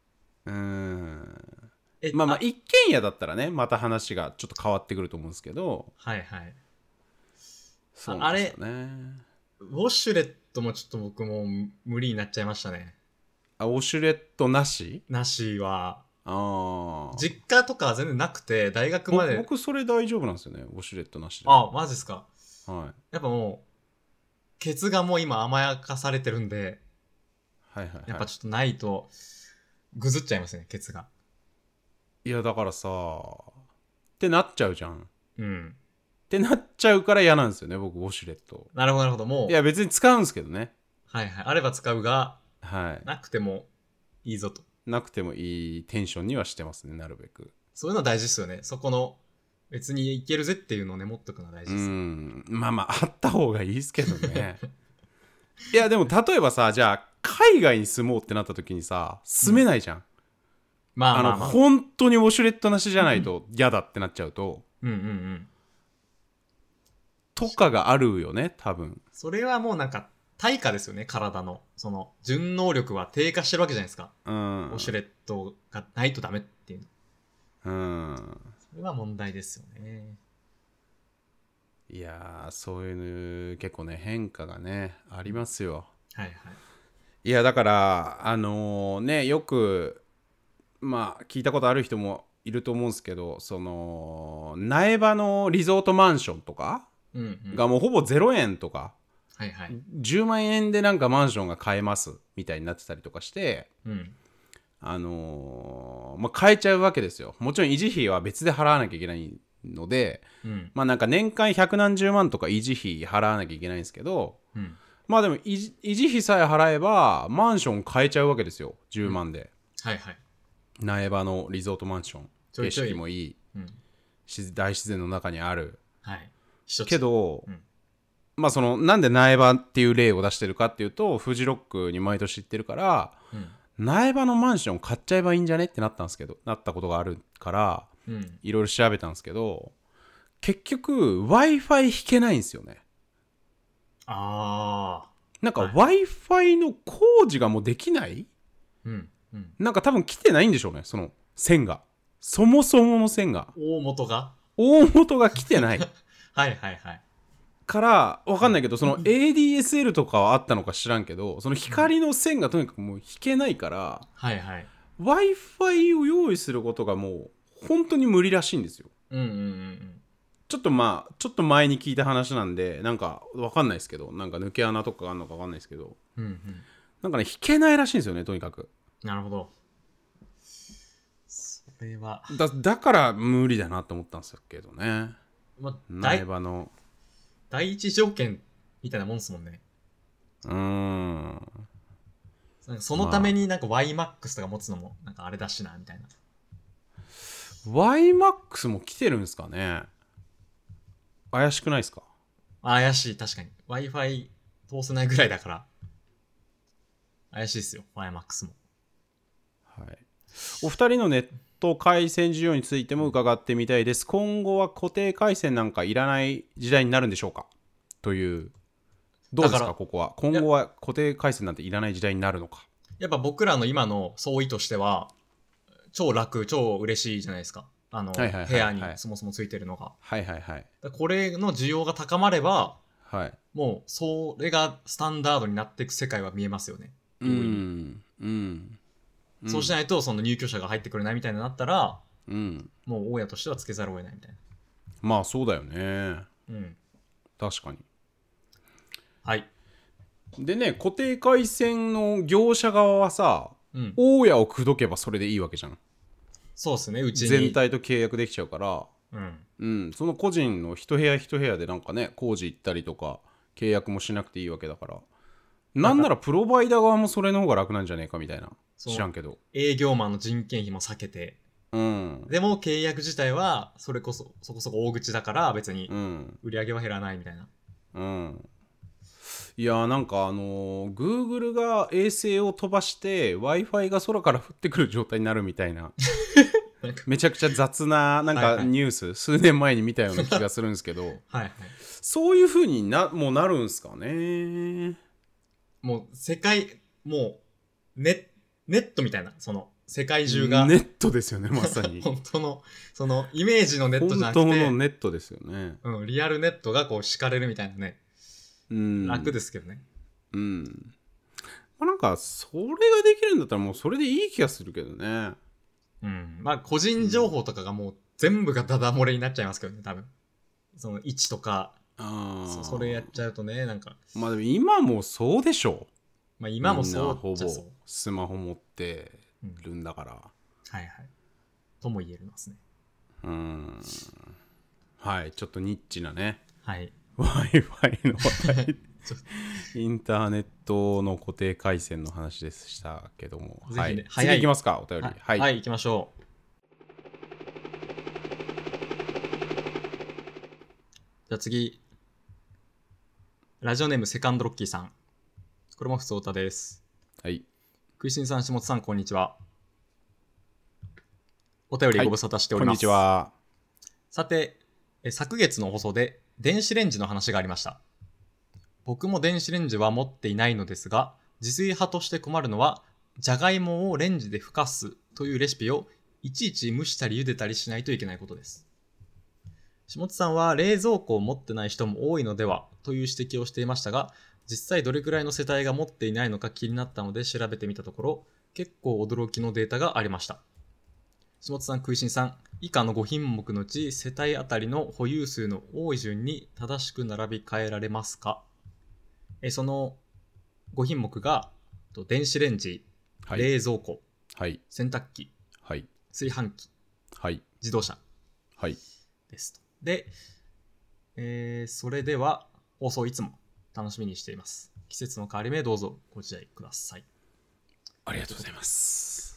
まあまあ一軒家だったらねまた話がちょっと変わってくると思うんですけど。 はいはい。 そうなんですよね。 ウォシュレットもちょっと僕も無理になっちゃいましたね。 ウォシュレットなしは実家とかは全然なくて大学まで僕それ大丈夫なんですよね、ウォシュレットなしで。 マジっすか。 はい。 やっぱもうケツがもう今甘やかされてるんで、 はいはい、はい、 やっぱちょっとないとぐずっちゃいますね、ケツが。 いやだからさってなっちゃうじゃん。ってなっちゃうから嫌なんですよね僕ウォシュレット。 なるほどなるほど。もういや別に使うんですけどね。 はいはい、あれば使うが、 はい、 なくてもいいぞと。 なくてもいいテンションにはしてますね、なるべく。 そういうの大事ですよね。そこの別にいけるぜっていうのをね持っとくのは大事です。 まあまああった方がいいですけどね。いやでも例えばさ、じゃあ海外に住もうってなった時にさ住めないじゃん。まあ本当にウォシュレットなしじゃないと嫌だってなっちゃうと、とかがあるよね多分。 それはもうなんか対価ですよね、体のその順応力は低下してるわけじゃないですか。ウォシュレットがないとダメっていう。それは問題ですよね。 いやそういうの結構ね変化がねありますよ。 はいはい。 いやだからねよくまあ聞いたことある人もいると思うんですけど、その苗場のリゾートマンションとかがもうほぼ0円とか、 はいはい、 10万円でなんかマンションが買えますみたいになってたりとかして、まあ、買えちゃうわけですよ。もちろん維持費は別で払わなきゃいけないので、まあなんか年間100何十万とか維持費払わなきゃいけないんですけど、まあでも維持費さえ払えばマンション買えちゃうわけですよ、10万で。 はいはい。 苗場のリゾートマンション、景色もいい、大自然の中にある、けど、まあそのなんで苗場っていう例を出してるかっていうと、フジロックに毎年行ってるから、苗場のマンション買っちゃえばいいんじゃねってなったことがあるから、いろいろ調べたんですけど、結局 Wi-Fi 引けないんですよね。なんか Wi-Fi の工事がもうできない、なんか多分来てないんでしょうね、その線が。そもそもの線が。大元が来てない。 はいはいはい。 から分かんないけど、その ADSL とかはあったのか知らんけど、その光の線がとにかくもう引けないから、Wi-Fi を用意することがもう本当に無理らしいんですよ。ちょっと前に聞いた話なんでなんか分かんないですけど、なんか抜け穴とかあるのか分かんないですけど、なんかね引けないらしいんですよね、とにかく。 なるほど。それはだから無理だなと思ったんですけどね。苗場の第一条件みたいなもんですもんね。なんかそのためになんか YMAX とか持つのもなんかあれだしなみたいな。 YMAX も来てるんですかね。怪しくないですか。 怪しい、確かに Wi-Fi 通せないぐらいだから怪しいですよ YMAX も。 はい。お二人のネット回線需要についても伺ってみたいです。今後は固定回線なんかいらない時代になるんでしょうか、という。どうですか、ここは。今後は固定回線なんていらない時代になるのか。 やっぱ僕らの今の総意としては超楽、超嬉しいじゃないですか。部屋にそもそもついてるのが。これの需要が高まれば、もうそれがスタンダードになっていく世界は見えますよね。そうしないとその入居者が入ってくれないみたいになったら、もう大家としてはつけざるを得ないみたいな。 まあそうだよね。確かに。 はい。 でね、固定回線の業者側はさ、大家を口説けばそれでいいわけじゃん。 そうですね、うちに全体と契約できちゃうから、その個人の一部屋一部屋でなんかね、工事行ったりとか契約もしなくていいわけだから、なんならプロバイダー側もそれの方が楽なんじゃねえかみたいな。知らんけど、 営業マンの人件費も避けて、でも契約自体はそこそこ大口だから別に売り上げは減らないみたいな。 いやなんかGoogle が衛星を飛ばして Wi-Fi が空から降ってくる状態になるみたいなめちゃくちゃ雑ななんかニュース、数年前に見たような気がするんですけどそういう風にもうなるんすかね。 もう世界もうネットみたいな、その世界中がネットですよね、まさに本当のそのイメージのネットじゃなくて本当のネットですよね。 リアルネットがこう敷かれるみたいなね。楽ですけどね。 なんかそれができるんだったらもうそれでいい気がするけどね。 まあ個人情報とかがもう全部がダダ漏れになっちゃいますけどね、多分。その位置とかそれやっちゃうとね、なんかまあでも今もそうでしょ。 まあ今もそうほぼスマホ持ってるんだから、 とも言えるんですね。 はい、ちょっとニッチなね、 Wi-Fi の話題インターネットの固定回線の話でしたけども、次いきますか、お便り。 行きましょう。じゃあ次、ラジオネームセカンドロッキーさん。これもふつおたです。食いしんさん、下津さん、こんにちは。お便りご無沙汰しております。 こんにちは。 さて、昨月の放送で電子レンジの話がありました。僕も電子レンジは持っていないのですが、自炊派として困るのは、じゃがいもをレンジでふかすというレシピをいちいち蒸したり茹でたりしないといけないことです。下津さんは冷蔵庫を持ってない人も多いのではという指摘をしていましたが、実際どれくらいの世帯が持っていないのか気になったので調べてみたところ、結構驚きのデータがありました。下津さん、食いしんさん、以下の5品目のうち世帯あたりの保有数の多い順に正しく並び替えられますか？その5品目が電子レンジ、冷蔵庫、洗濯機、炊飯器、自動車です。で、それでは放送いつも楽しみにしています。季節の変わり目どうぞご自愛ください。 ありがとうございます。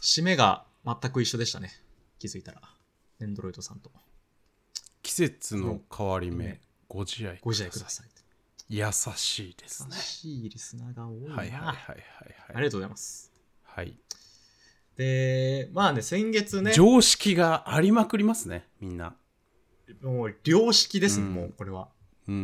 締めが全く一緒でしたね。気づいたらエンドロイドさんと。 季節の変わり目ご自愛ください。優しいですね。 優しいリスナーが多いな。 ありがとうございます。 で、 まあね、先月ね、 常識がありまくりますね、みんな。 もう良識ですね、もうこれは。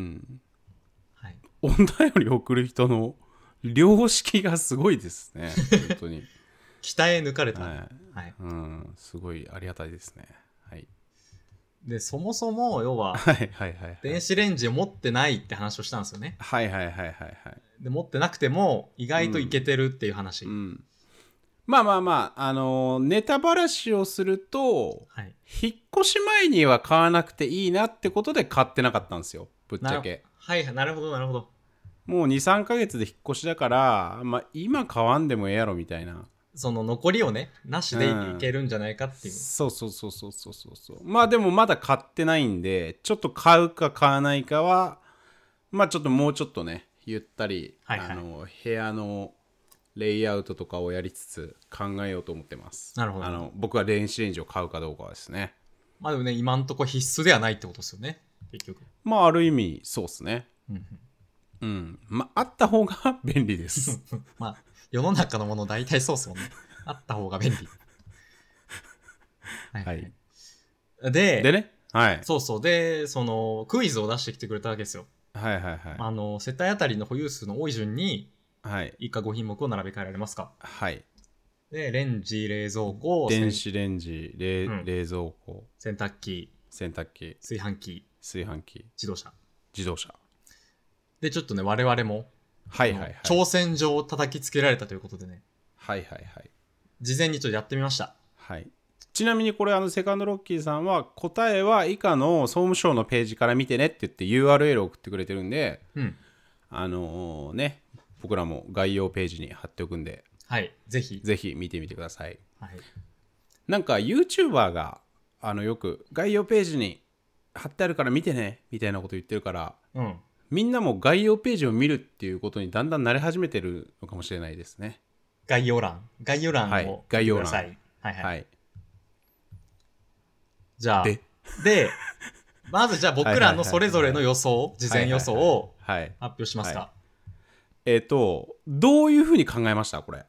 お便り送る人の良識がすごいですね、本当に。 鍛え抜かれた。 すごいありがたいですね。 で、そもそも要は電子レンジを持ってないって話をしたんですよね。で、持ってなくても意外といけてるっていう話。 まあネタばらしをすると、引っ越し前には買わなくていいなってことで買ってなかったんですよ、ぶっちゃけ。 なるほど。 もう 2,3 ヶ月で引っ越しだから、今買わんでもええやろみたいな。 その残りをね、なしでいけるんじゃないかっていう。 そう。まあでもまだ買ってないんで、ちょっと買うか買わないかは、ちょっともうちょっとね、ゆったり、部屋のレイアウトとかをやりつつ考えようと思ってます。 なるほど。 僕は電子レンジを買うかどうかはですね。 でもね、今んとこ必須ではないってことですよね、結局。 ある意味そうですね。あった方が便利です。 世の中のもの大体そうですもんね。あった方が便利。でね、 そうで、そのクイズを出してきてくれたわけですよ。世帯あたりの保有数の多い順に以下5品目を並べ替えられますか？で、レンジ、冷蔵庫、 電子レンジ、冷蔵庫、 洗濯機、炊飯器、自動車で、ちょっとね、我々も挑戦状を叩きつけられたということでね、事前にちょっとやってみました。 ちなみにこれセカンドロッキーさんは答えは以下の総務省のページから見てねって言って URL を送ってくれてるんで、ね、 僕らも概要ページに貼っておくんで、 はい、ぜひ見てみてください。 はい、 なんか YouTuber がよく概要ページに貼ってあるから見てねみたいなこと言ってるから、 うん、 みんなも概要ページを見るっていうことにだんだん慣れ始めてるのかもしれないですね。 概要欄を見てください。はいはい。じゃあでまずじゃあ僕らのそれぞれの予想、事前予想を発表しますか。 どういうふうに考えましたこれ。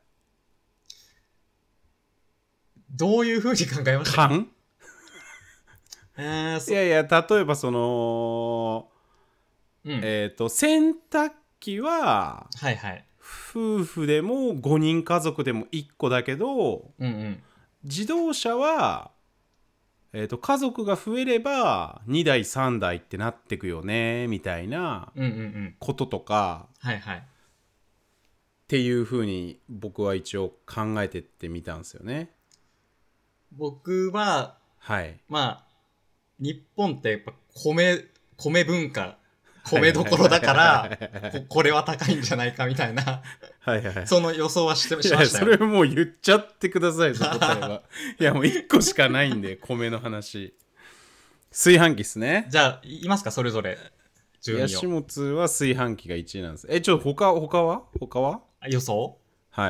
どういうふうに考えましたか。 いやいや、例えばその、洗濯機は、 はいはい、 夫婦でも5人家族でも1個だけど、 うんうん、 自動車は、家族が増えれば2台3台ってなってくよねみたいなこととか、 はいはい、 っていうふうに僕は一応考えてってみたんですよね。 僕は、 はい、 まあ日本ってやっぱ米文化、米どころだからこれは高いんじゃないかみたいなはいはい、はい、 その予想はしましたよ。 いやそれもう言っちゃってください、その答えは。いやもう1個しかないんで米の話。炊飯器っすね。 じゃあ言いますか、それぞれ順位を。吉本は炊飯器が1位なんです。ちょっと他は予想。 はい。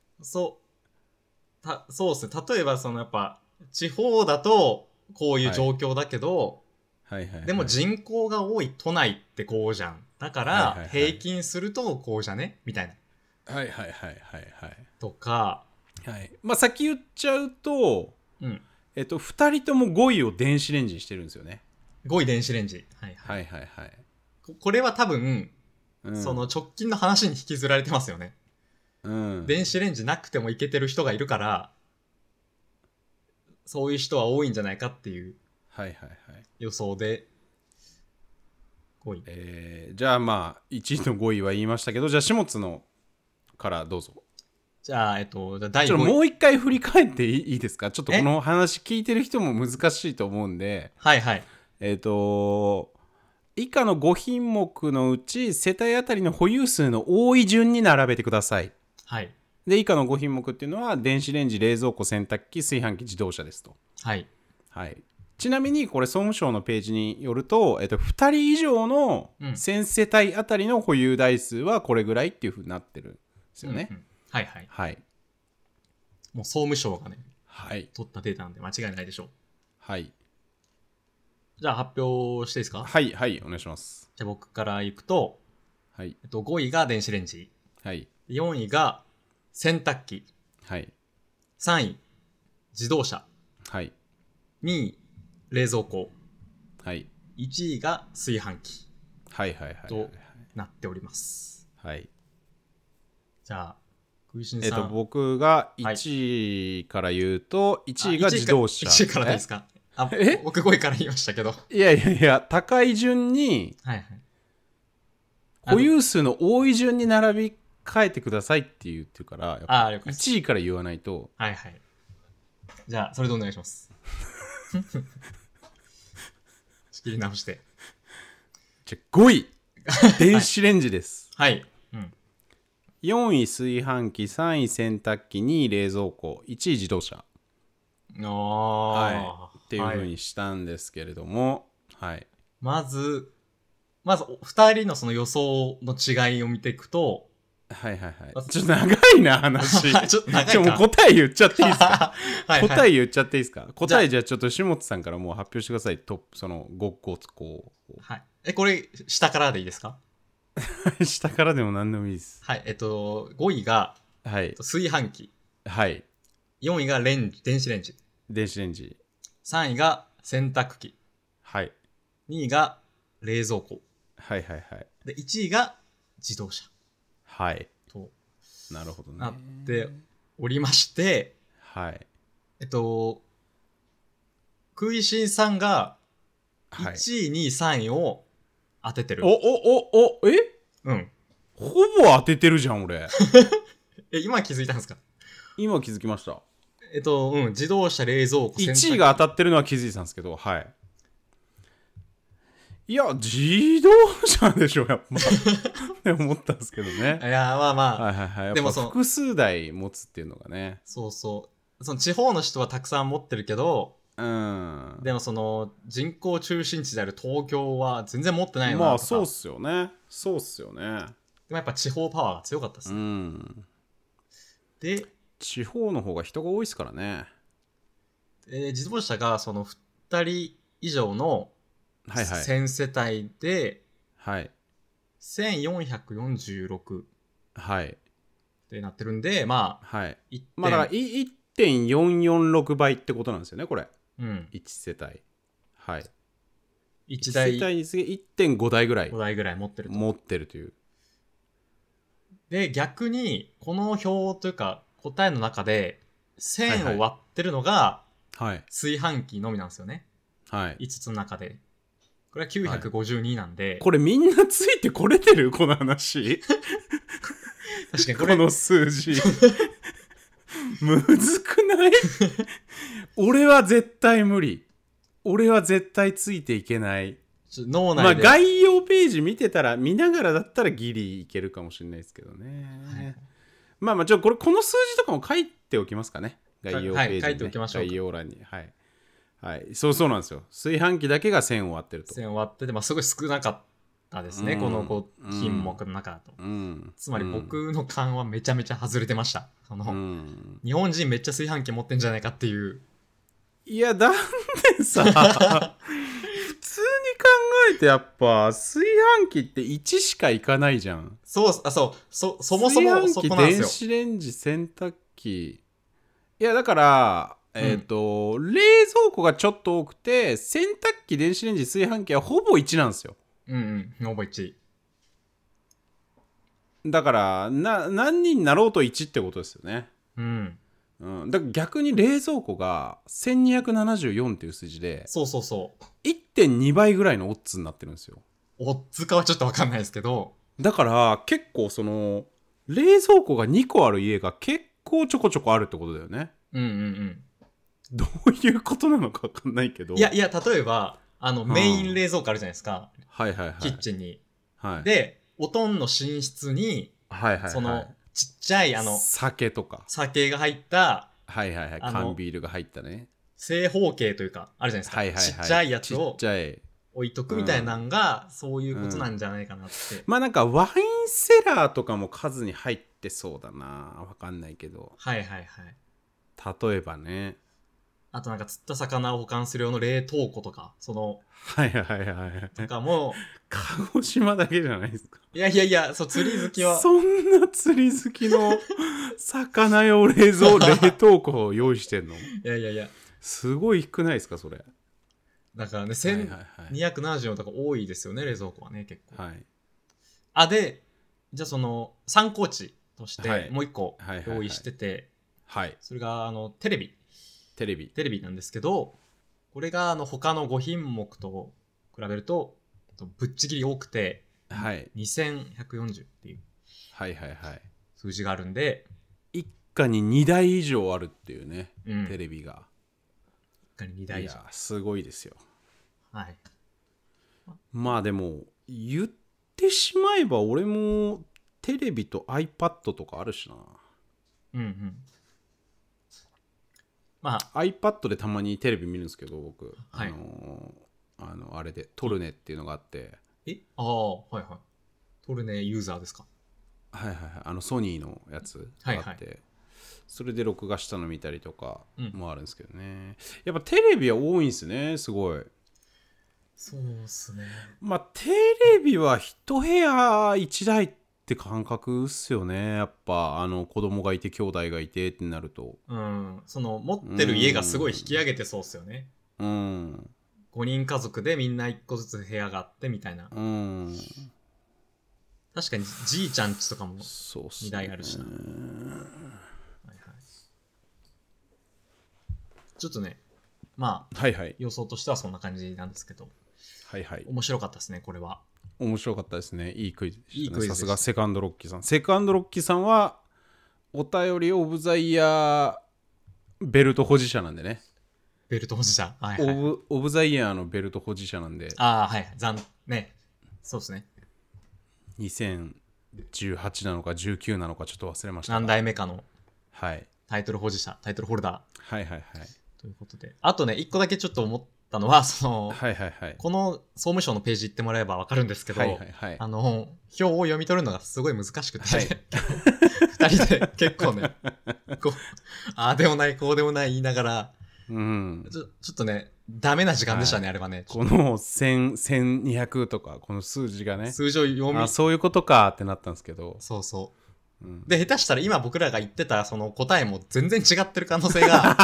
そうですね。例えばそのやっぱ地方だとこういう状況だけど、でも人口が多い都内ってこうじゃん。だから平均するとこうじゃねみたいな。 はいはいはいはいはい。 とか、 はい。まあ先言っちゃうと、2人とも5位を電子レンジにしてるんですよね。 5位電子レンジ。はいはいはいはい。これは多分、その直近の話に引きずられてますよね。電子レンジなくてもいけてる人がいるから、そういう人は多いんじゃないかっていう予想で5位。 じゃあまあ1位と5位は言いましたけど、じゃあ下津のからどうぞ。 じゃあ第5位。 ちょっともう一回振り返っていいですか。ちょっとこの話聞いてる人も難しいと思うんで。 はいはい。 以下の5品目のうち世帯あたりの保有数の多い順に並べてください。 はい。 で以下の5品目っていうのは電子レンジ、冷蔵庫、洗濯機、炊飯器、自動車ですと。 はいはい。ちなみにこれ総務省のページによると、2人以上の1000世帯あたりの保有台数はこれぐらいっていう風になってるんですよね。 はいはいはい。 もう総務省がね、 はい、 取ったデータなんで間違いないでしょう。 はい。 じゃあ発表していいですか。 はいはいお願いします。 じゃあ僕からいくと、 はい。 5位が電子レンジ。 はい。 4位が洗濯機。 はい。 3位自動車。 はい。 2位冷蔵庫。 はい。 1位が炊飯器。 はいはいはい、 となっております。 はい。 じゃあ食いしんさん、 僕が1位から言うと、1位が自動車。 1位からでいいですか。僕5位から言いましたけど。 いやいやいや、高い順に、 はいはい、 保有数の多い順に並び替えてくださいって言ってるから、やっぱ1位から言わないと。 はいはい。じゃあそれでお願いします。仕切り直して。 じゃあ5位電子レンジです。 はい。 4位炊飯器、3位洗濯機、2位冷蔵庫、1位自動車。はい。っていう風にしたんですけれども、はい。 まず2人のその予想の違いを見ていくと、 はいはいはい。ちょっと長いな話。 ちょっと長いか。 もう答え言っちゃっていいですか。はい、はい、答え言っちゃっていいですか。答えじゃあちょっと下本さんからもう発表してください。トップその5個こう。 はい。これ下からでいいですか。 下からでも何でもいいです。 はい。5位が、 はい、 炊飯器。 はい。 4位が電子レンジ。 電子レンジ。 3位が洗濯機。 はい。 2位が冷蔵庫。 はいはいはい。 で、1位が自動車。 はい。 と。 なるほどね。 なっておりまして、 はい。 食いしんさんが、1位、2位、3位を当ててる。 うん。ほぼ当ててるじゃん、俺。 今気づいたんですか。 今気づきました。 自動車、冷蔵庫、 1位が当たってるのは気づいたんですけど、はい。 いや自動車でしょやっぱって思ったんですけどね。 いやまあまあ、 はいはいはい、やっぱ複数台持つっていうのがね。 そうそう、その地方の人はたくさん持ってるけど、 うん、 でもその人口中心地である東京は全然持ってないよなとか。 まあそうっすよね、そうっすよね。でもやっぱ地方パワーが強かったですね。 うん、 で地方の方が人が多いですからね。 自動車がその2人以上の1000世帯で、 はい、 1446 はいってなってるんで、まあ、 はい、まあだから 1.446 倍ってことなんですよねこれ、 うん、 1世帯、はい、 1台世帯につき 1.5 台ぐらい 5台ぐらい持ってるという。 で逆にこの表というか答えの中で1000を割ってるのが炊飯器のみなんですよね、はい、5つの中で。これは952なんで、はい、 これみんなついてこれてるこの話確かにこの数字むずくない俺は絶対無理。俺は絶対ついていけない。 脳内で、 まあ概要ページ見てたら見ながらだったらギリいけるかもしれないですけどね、はい、まあまあこの数字とかも書いておきますかね、概要ページに、ね、 はい、書いておきましょう。 概要欄に、はいはい、そうなんですよ。炊飯器だけが1000を割ってると。 1000を割ってて、まあ、すごい少なかったですね、この品目の中だと、つまり僕の勘はめちゃめちゃ外れてました。日本人めっちゃ炊飯器持ってんじゃないかっていう。 いやだってさ普通に考えてやっぱ炊飯器って1しかいかないじゃん。 そもそもそもそこなんですよ。 電子レンジ、洗濯機、いやだから冷蔵庫がちょっと多くて、洗濯機、電子レンジ、炊飯器はほぼ1なんですよ。 ほぼ1。 だから何人になろうと1ってことですよね。だから逆に冷蔵庫が1274っていう数字で、 そう 1.2 倍ぐらいのオッズになってるんですよ。 オッズかはちょっと分かんないですけど、 だから結構その冷蔵庫が2個ある家が結構ちょこちょこあるってことだよね。どういうことなのか分かんないけど、 いや例えばメイン冷蔵庫あるじゃないですか、 はいはいはい、 キッチンに、 はい、 でおとんの寝室に、 はいはいはい、 そのちっちゃい酒とか酒が入った、 はいはいはい、缶ビールが入ったね正方形というかあるじゃないですか、はいはいはい、ちっちゃいやつを置いとくみたいなのが、そういうことなんじゃないかなって、 まあなんかワインセラーとかも数に入ってそうだな、分かんないけど、 はいはいはい、 例えばね、 あとなんか釣った魚を保管する用の冷凍庫とか、 はいはいはいはいとかも鹿児島だけじゃないですか。 いや釣り好きはそんな釣り好きの魚用冷凍庫を用意してんの？ いやすごい低くないですかそれ。 だからね、1274とか多いですよね、冷蔵庫はね結構。 はい。 でじゃあその参考値としてもう一個用意してて、 はい、 それがテレビなんですけど、これが他の5品目と比べるとぶっちぎり多くて、 はい、 2140っていう数字があるんで、 一家に2台以上あるっていうね、テレビが一家に2台以上。 いやすごいですよ。 はい。 まあでも言ってしまえば俺もテレビと iPad とかあるしな。まあ iPad でたまにテレビ見るんですけど僕、はい、あれでトルネっていうのがあって、 はいはい、トルネユーザーですか？ はいはいはい、ソニーのやつがあって、はいはい、それで録画したの見たりとかもあるんですけどね、やっぱテレビは多いんですね、すごい。 そうっすね。 まあテレビは一部屋1台って感覚っすよね、やっぱ子供がいて兄弟がいてってなると、 その持ってる家がすごい引き上げてそうっすよね。5人家族でみんな1個ずつ部屋があってみたいな。確かにじいちゃんちとかも2台あるしな。はいはい、ちょっとね、まあ、 はいはい、 予想としてはそんな感じなんですけど、 はいはい、 面白かったですね、これは。 面白かったですね。いいクイズでしたね。さすがセカンドロッキーさん。セカンドロッキーさんはお便りオブザイヤーベルト保持者なんでね。 ベルト保持者、はいはい、 オブザイヤーのベルト保持者なんで。 はい、 ね、そうですね。 2018なのか19なのかちょっと忘れました。 何代目かのはいタイトル保持者、タイトルホルダー。 はいはいはい。 ということで。あとね、一個だけちょっと思ったのは、 はいはいはい。 この総務省のページ行ってもらえばわかるんですけど、 はいはいはい、 表を読み取るのがすごい難しくて、 はい、 二人で結構ね、こう、ああでもない、こうでもない言いながら、 うん、 ちょっとね、ダメな時間でしたね、 はい、 あれはね。 この1200とか、この数字がね、 数字を読み、 そういうことかってなったんですけど、 そうそう。 うん、 で、下手したら今僕らが言ってたその答えも全然違ってる可能性が、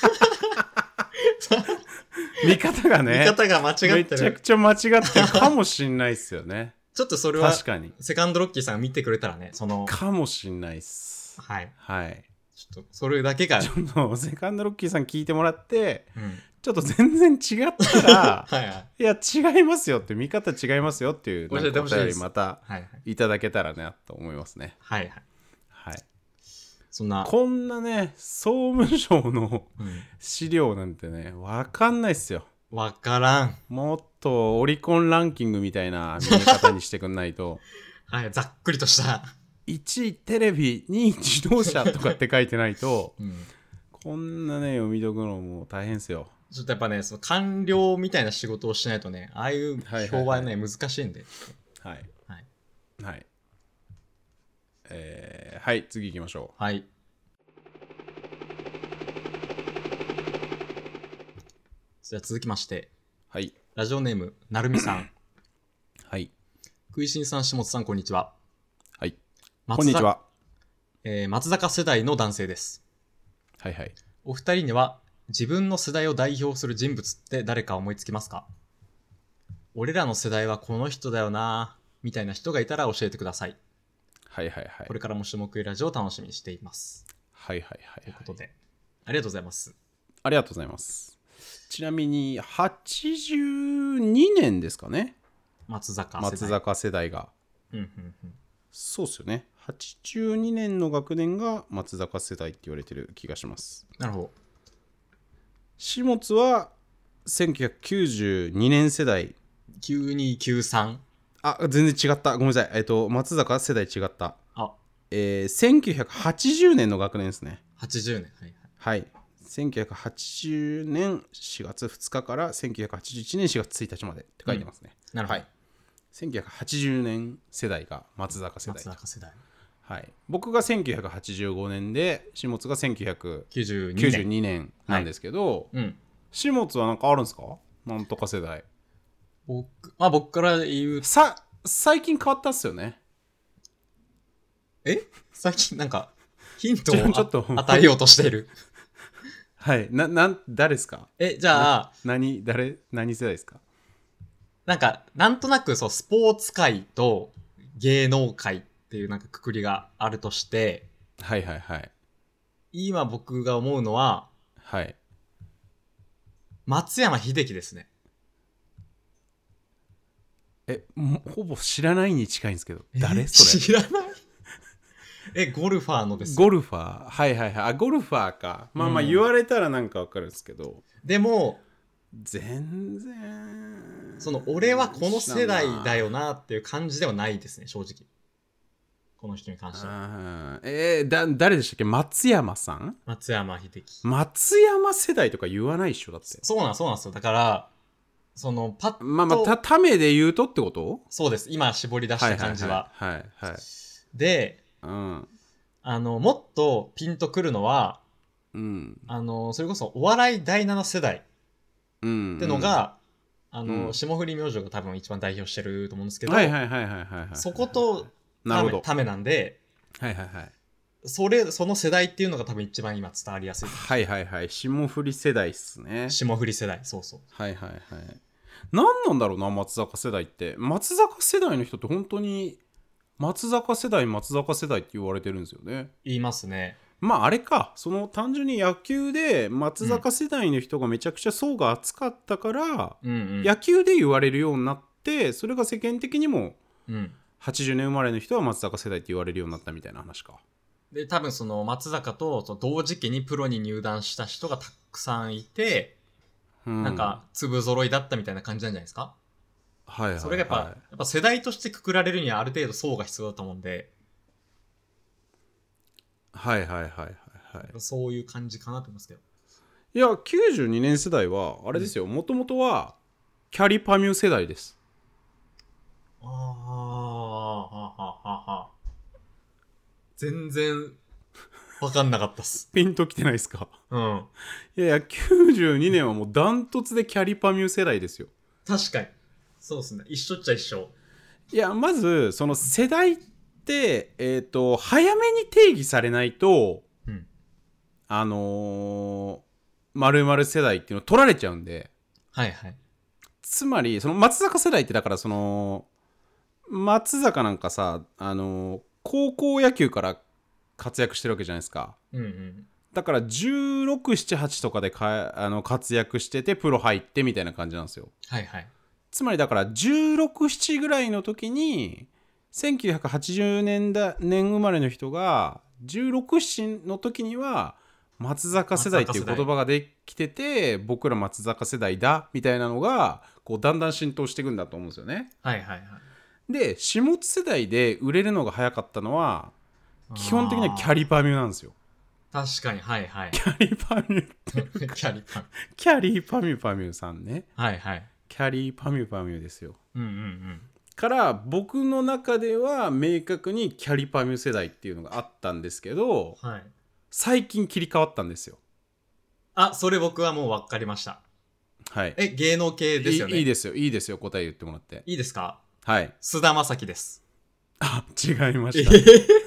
見方がね、 見方が間違ってる。 めちゃくちゃ間違ってるかもしんないっすよね。 ちょっとそれは、 確かに。 セカンドロッキーさんが見てくれたらね、 かもしんないっす。 はい。 はい。 ちょっと、それだけが。 ちょっと、セカンドロッキーさん聞いてもらって、 うん、 ちょっと全然違ったら、 はいはい、 いや、違いますよって、見方違いますよっていう、お便りまたいただけたらなと思いますね。 はいはい。 はい。 そんな。 こんなね、総務省の資料なんてね、わかんないっすよ。 わからん。 もっとオリコンランキングみたいな見え方にしてくんないと。 はい、ざっくりとした。 1位テレビ、2位自動車とかって書いてないと、 うん、 こんなね、読み解くのも大変っすよ。 ちょっとやっぱね、その官僚みたいな仕事をしないとね、ああいう表はね、難しいんで。 はい。 はい。 はい。はい、次行きましょう。はい。じゃあ続きまして。 はい。 ラジオネーム、なるみさん。 はい。 食いしんさん、下津さん、こんにちは。 はい。こんにちは。 松坂世代の男性です。 はいはい。 お二人には、自分の世代を代表する人物って誰か思いつきますか？俺らの世代はこの人だよなみたいな人がいたら教えてください。 はいはいはい。 これからも下食いラジオを楽しみにしています。 はいはいはい。 ということで、ありがとうございます。 ありがとうございます。ちなみに、82年ですかね。 松坂世代が。そうっすよね。82年の学年が松坂世代って言われてる気がします。 なるほど。 下津は1992年世代。 9293。 あ、全然違った。ごめんなさい。松坂世代違った。 あ、 1980年の学年ですね。 80年。はいはい。1980年4月2日から1981年4月1日までって書いてますね。 なるほど。 はい。1980年世代が松坂世代。 松坂世代。 はい。僕が1985年で、下津が1992年なんですけど、 はい、 下津はなんかあるんですか？なんとか世代。 僕から言う。 最近変わったっすよね。 最近なんか、ヒントを与えようとしている。 はい。誰ですか？ じゃあ、 何世代ですか？ なんとなくスポーツ界と芸能界っていうなんかくくりがあるとして、 はいはいはい。 今僕が思うのは、 はい。 松山英樹ですね。 ほぼ知らないに近いんですけど、誰それ？ 知らないゴルファーのです。 ゴルファー、はいはいはい。ゴルファーか。まあまあ言われたらなんかわかるんですけど。 でも、 全然。 俺はこの世代だよなっていう感じではないですね、正直。この人に関しては。 誰でしたっけ？松山さん？ 松山英樹。 松山世代とか言わないっしょ、だって。 そうなんですよ。だから、パッと。 まあ、ためで言うとってこと？ そうです。今絞り出した感じは。 はいはいはい。 で、もっとピンとくるのは、それこそお笑い第7世代ってのが、霜降り明星が多分一番代表してると思うんですけど、そことためなんで、 はいはいはい。 その世代っていうのが多分一番今伝わりやすい。 はいはいはい。霜降り世代っすね。 霜降り世代、そうそう。 はいはいはい。何なんだろうな、松坂世代って。松坂世代の人って本当に松坂世代って言われてるんですよね。 言いますね。 まああれか、単純に野球で松坂世代の人がめちゃくちゃ層が厚かったから、野球で言われるようになって、それが世間的にも、80年生まれの人は松坂世代って言われるようになったみたいな話か。 で、多分松坂と同時期にプロに入団した人がたくさんいて、なんか粒揃いだったみたいな感じなんじゃないですか？ はいはいはい、 それがやっぱ世代としてくくられるにはある程度層が必要だと思うんで、 はいはいはいはいはい。 そういう感じかなと思いますけど。 いや、92年世代はあれですよ、もともとはキャリパミュ世代です。 ああ、はははは。全然分かんなかったっす。 ピンときてないですか？ うん。 いやいや、92年はもうダントツでキャリパミュ世代ですよ。 確かに。そうですね。一緒っちゃ一緒。 いや、まずその世代って早めに定義されないと、 うん、 〇〇世代っていうの取られちゃうんで。 はいはい。 つまりその松坂世代ってだからその松坂なんかさ高校野球から活躍してるわけじゃないですか。 うんうん。 だから16、7、8とかで活躍しててプロ入ってみたいな感じなんですよ。 はいはい。 つまりだから16、7ぐらいの時に1980年生まれの人が16、7の時には松坂世代っていう言葉ができてて、僕ら松坂世代だみたいなのがこうだんだん浸透していくんだと思うんですよね。 はいはいはい。 で下津世代で売れるのが早かったのは基本的にはキャリパミュなんですよ。 確かに、はいはい。 キャリパミュキャリパミュ。 キャリーパミュパミュさんね。 はいはい。 キャリーパミュパミュですよ。 うんうんうん。 から僕の中では明確にキャリパミュ世代っていうのがあったんですけど、 はい。 最近切り替わったんですよ。 あ、それ僕はもう分かりました。 はい。 芸能系ですよね。 いいですよ、いいですよ、答え言ってもらって。 いいですか？ はい。 菅田将暉です。 あ、違いました。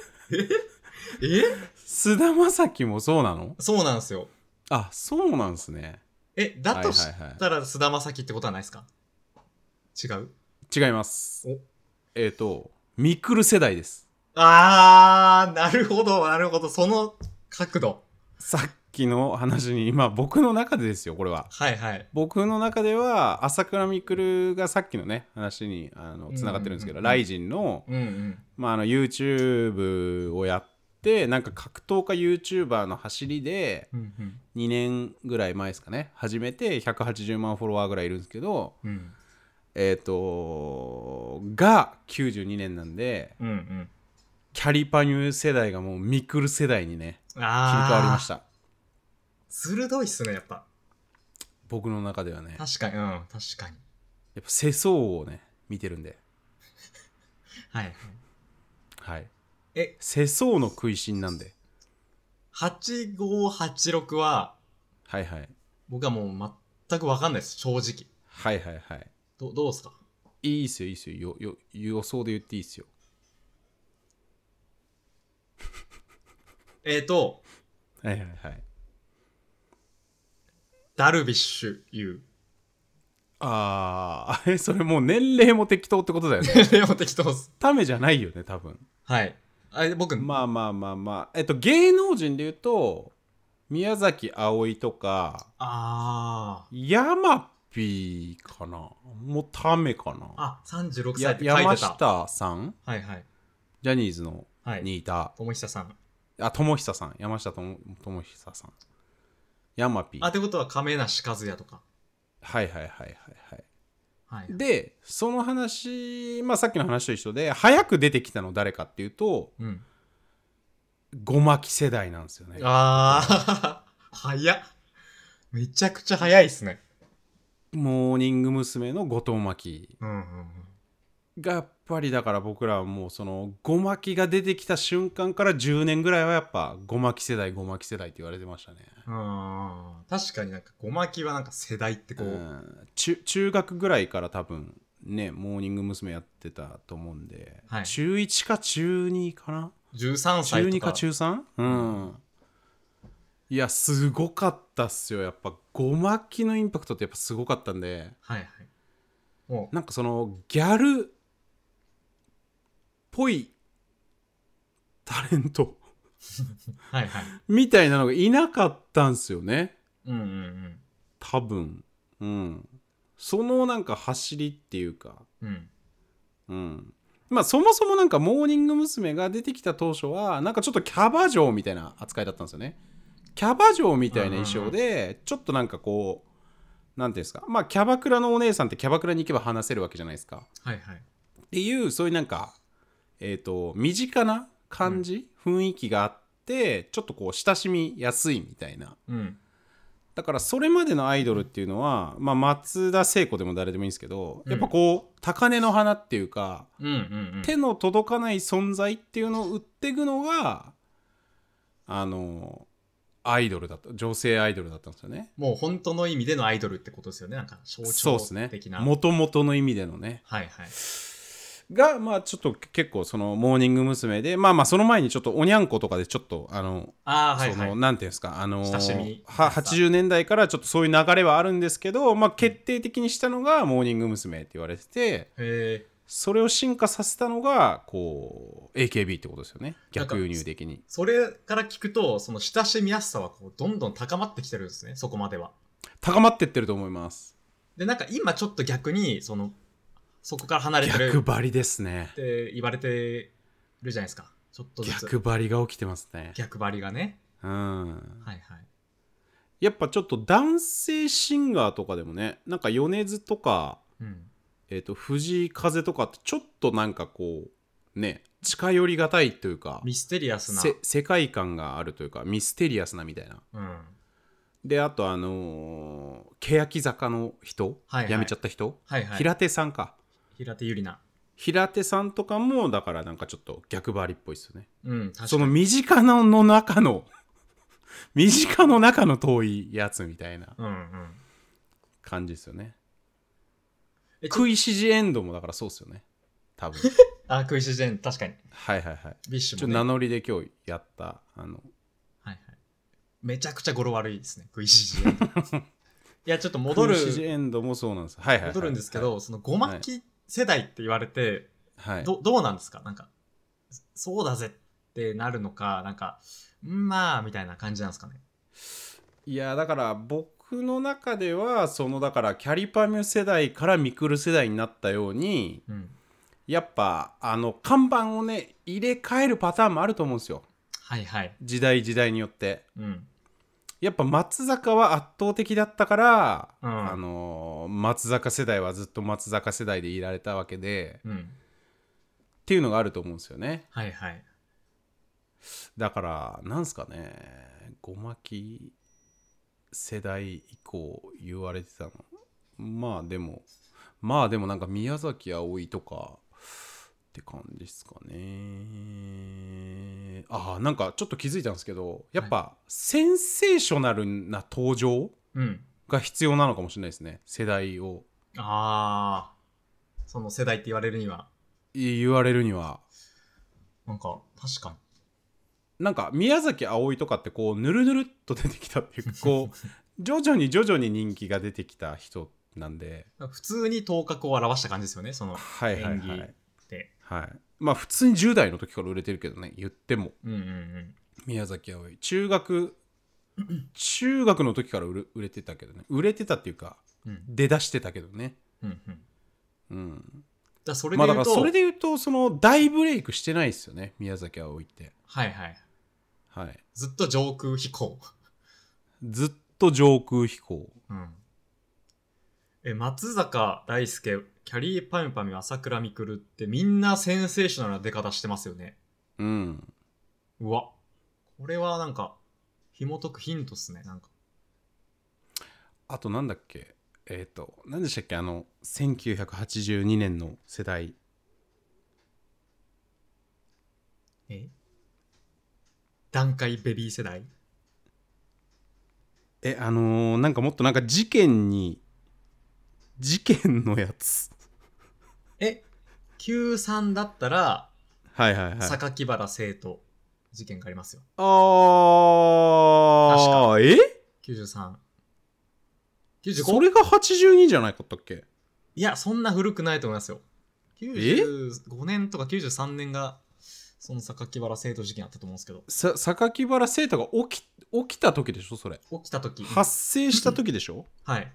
菅田将暉もそうなの？ そうなんですよ。 あ、そうなんですね。 だとしたら菅田将暉ってことはないですか？違う？ 違います。ミクル世代です。 なるほどなるほど、その角度。 さっきの話に今僕の中でですよ、これは。 はいはい。 僕の中では朝倉未来がさっきのね話につながってるんですけど、ライジンの、YouTube をやってなんか格闘家 YouTuber の走りで2年ぐらい前ですかね始めて180万フォロワーぐらいいるんですけど、が92年なんで、キャリパニュ世代がもうミクル世代にね切り替わりました。 鋭いっすね、やっぱ僕の中ではね。 確かに、確かに。 やっぱ世相をね見てるんではいはい。世相の食いしんなんで。 8586ははいはい。 僕はもう全く分かんないです、正直。 はいはいはい。 どうっすか？ いいっすよいいっすよ。予想で言っていいっすよ。はいはいはい。 ダルビッシュ有。 それもう年齢も適当ってことだよね。 年齢も適当っす。 ためじゃないよね多分。 はい。僕まあ芸能人で言うと宮崎あおいとかヤマピーかな、もうためかな。 36歳って書いてた。 山下さん、 はいはい。 ジャニーズのにいた友久さん。 友久さん、山下智久さん、ヤマピー。 ってことは亀梨和也とか。 はいはいはいはいはい。でその話、さっきの話と一緒で早く出てきたの誰かっていうと、ごまき世代なんですよね。早っ。めちゃくちゃ早いっすね。 モーニング娘。の後藤真希がやっぱりだから僕らはもうそのごまきが出てきた瞬間から10年ぐらいはやっぱごまき世代って言われてましたね。 確かになんかごまきはなんか世代ってこう、 中学ぐらいから多分ねモーニング娘。やってたと思うんで、中1か中2かな、 13歳とか中2か中 3？ いやすごかったっすよ。やっぱごまきのインパクトってやっぱすごかったんで、なんかそのギャルっぽいタレントみたいなのがいなかったんすよね。多分そのなんか走りっていうか、そもそもなんかモーニング娘。が出てきた当初はなんかちょっとキャバ嬢みたいな扱いだったんですよね。キャバ嬢みたいな衣装でちょっとなんかこうなんていうんですか、まあキャバクラのお姉さんってキャバクラに行けば話せるわけじゃないですか。 はいはい。 っていうそういうなんか身近な感じ、雰囲気があってちょっとこう親しみやすいみたいな。だからそれまでのアイドルっていうのは、まあ、松田聖子でも誰でもいいんですけど、やっぱこう高嶺の花っていうか、手の届かない存在っていうのを売っていくのがアイドルだった、女性アイドルだったんですよね。 もう本当の意味でのアイドルってことですよね。なんか象徴的な。そうですね。 元々の意味でのね。 はいはい。 がまあちょっと結構そのモーニング娘。でまあその前にちょっとおにゃんことかでちょっとはいはい、 そのなんていうんですか親しみ 80年代からちょっとそういう流れはあるんですけど、まあ決定的にしたのがモーニング娘。って言われてて、それを進化させたのがこう AKB ってことですよね。逆輸入的に。 それから聞くとその親しみやすさはこうどんどん高まってきてるんですね。そこまでは高まってってると思います。 でなんか今ちょっと逆にそこから離れてる逆張りですねって言われてるじゃないですか。ちょっとずつ逆張りが起きてますね。 逆張りがね。 はいはい。 やっぱちょっと男性シンガーとかでもね、なんか米津とか、藤井風とかってちょっとなんかこうね近寄りがたいというかミステリアスな世界観があるというかミステリアスなみたいな。であと欅坂の人、辞めちゃった人、平手さんか。 平手友梨奈。 平手さんとかもだからなんかちょっと逆張りっぽいですよね。 確かに。 その身近の中の身近の中の遠いやつみたいな感じですよね。食いしじエンドもだからそうですよね多分。 食いしじエンド確かに。 はいビッシュもね。 ちょっと名乗りで今日やっためちゃくちゃ語呂悪いですね食いしじエンド。いやちょっと戻る。 食いしじエンドもそうなんです。 戻るんですけど、そのごまき世代って言われて、どうなんですか。なんかそうだぜってなるのか、なんかまあみたいな感じなんですかね。 いやだから僕の中ではだからキャリパミュ世代からミクル世代になったように、やっぱ看板をね入れ替えるパターンもあると思うんですよ。時代によって、やっぱ松坂は圧倒的だったから、松坂世代はずっと松坂世代でいられたわけで、っていうのがあると思うんですよね。だからなんすかね、ごまき世代以降言われてたの、まあでもなんか宮崎あおいとかって感じですかね。なんかちょっと気づいたんですけど、やっぱセンセーショナルな登場が必要なのかもしれないですね、世代を。 その世代って言われるにはなんか確かになんか宮崎あおいとかってこうぬるぬるっと出てきたっていうかこう徐々に人気が出てきた人なんで、 普通に頭角を現した感じですよね、その演技って。 まあ普通に10代の時から売れてるけどね、言っても。宮崎あおい中学の時から売れてたけどね、売れてたっていうか、出だしてたけどね。 だからそれで言うとその大ブレイクしてないですよね、宮崎あおいって。ずっと上空飛行。松坂大輔、キャリーパミュパミュ、朝倉未来ってみんなセンセーショナルな出方してますよね。うわ、これはなんか紐解くヒントっすね。なんかあとなんだっけ、何でしたっけ、1982年の世代。 段階ベビー世代。 なんかもっとなんか事件のやつ。 93だったら榊原生徒事件がありますよ。確か93、95？ それが82じゃないかったっけ。 いやそんな古くないと思いますよ。95年とか93年がその榊原生徒事件あったと思うんですけど、 榊原生徒が起きた時でしょ。それ起きた時、 発生した時でしょ。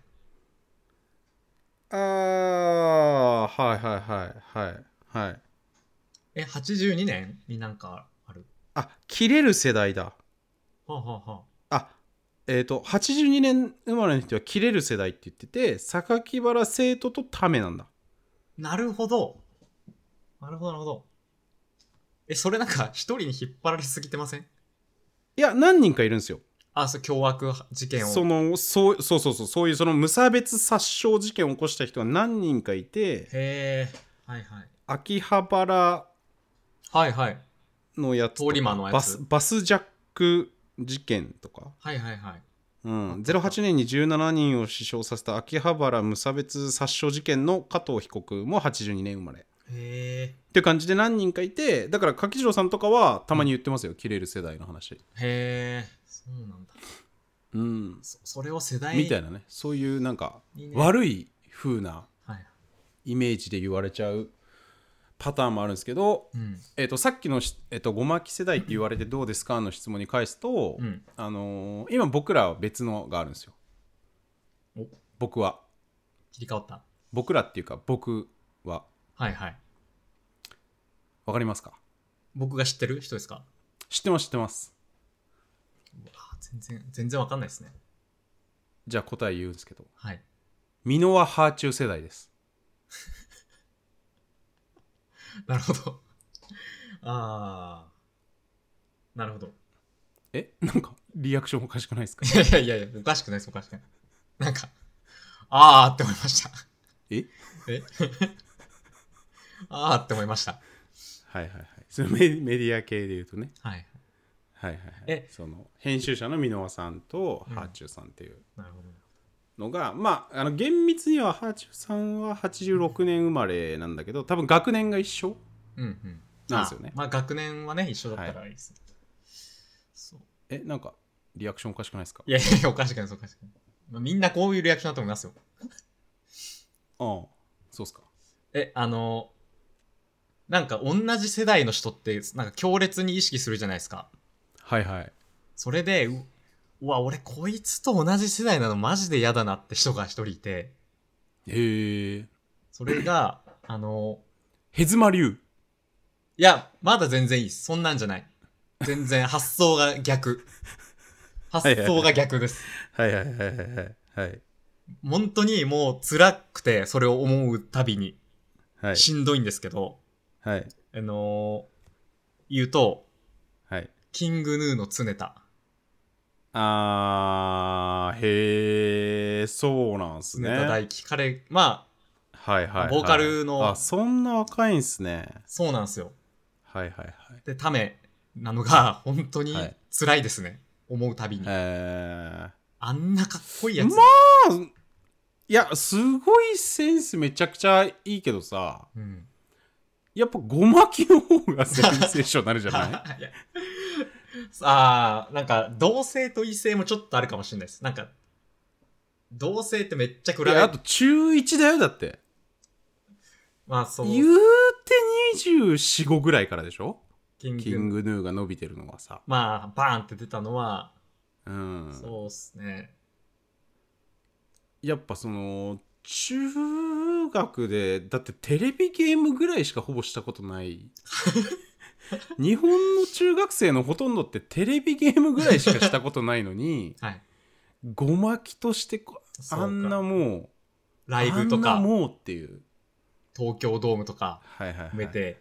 82年になんかある。 切れる世代だ。 82年生まれの人は切れる世代って言ってて、榊原生徒とためなんだ。 なるほど。なるほど、なるほど。それなんか一人に引っ張られすぎてません？ いや、何人かいるんですよ。 そう、凶悪事件を。 そういうその無差別殺傷事件を起こした人が何人かいて、 へー。はいはい。 秋葉原はいはい。 のやつとか、 通り魔のやつ。 バスジャック事件とか。 はいはいはい。 08年に17人を死傷させた秋葉原無差別殺傷事件の加藤被告も82年生まれ。 へー。 っていう感じで何人かいて、だから柿次郎さんとかはたまに言ってますよ、切れる世代の話。 へー。そうなんだ。 うん。 それを世代みたいなね、そういうなんか悪い風なイメージで言われちゃうパターンもあるんですけど、さっきの、ごまき世代って言われてどうですかの質問に返すと、今僕らは別のがあるんですよ。僕は切り替わった。 僕らっていうか僕は。 はいはい。 わかりますか？ 僕が知ってる人ですか？ 知ってます。 全然わかんないですね。 じゃあ答え言うんですけど、 はい。 箕輪ハーチュー世代です。 なるほど。なるほど。 なんかリアクションおかしくないですか？ いやおかしくないです、おかしくない。なんかって思いました。って思いました。 はいそれメディア系で言うとね。はい。その編集者の箕輪さんとハーチューさんっていうのが、まあ厳密にはハーチューさんは86年生まれなんだけど、多分学年が一緒なんですよね。 まあ学年はね一緒だったらいいです。 そう。なんかリアクションおかしくないですか？ いやおかしくないです、おかしくない。みんなこういうリアクションだと思いますよ。 そうっすか。 なんか同じ世代の人ってなんか強烈に意識するじゃないですか。 はいはい。 それで俺こいつと同じ世代なのマジで嫌だなって人が一人いて。 へえ。 それがヘズマ流。 いやまだ全然いいです。そんなんじゃない。全然発想が逆。発想が逆です。 はい。 本当にもう辛くてそれを思うたびに、しんどいんですけど、言うと、キングヌーの常田。 へえ、そうなんすね。 常田大輝、彼、まあ、 ボーカルの。 そんな若いんすね。 そうなんですよ。 はい。 で、ためなのが本当に辛いですね。思うたびに。あんなかっこいいやつ。 いや、すごいセンスめちゃくちゃいいけどさ、やっぱごまきの方がセンセーショナルじゃない？ なんか同性と異性もちょっとあるかもしれないです。なんか同性ってめっちゃ暗い。 あと中1だよ、だって。 そう。 言うて24、5ぐらいからでしょ？キングヌーが伸びてるのはさ。 バーンって出たのは、そうっすね。 やっぱその中学でだってテレビゲームぐらいしかほぼしたことない日本の中学生のほとんどってテレビゲームぐらいしかしたことないのに、ごまきとしてあんなもうライブとかあんなもうっていう東京ドームとか埋めて、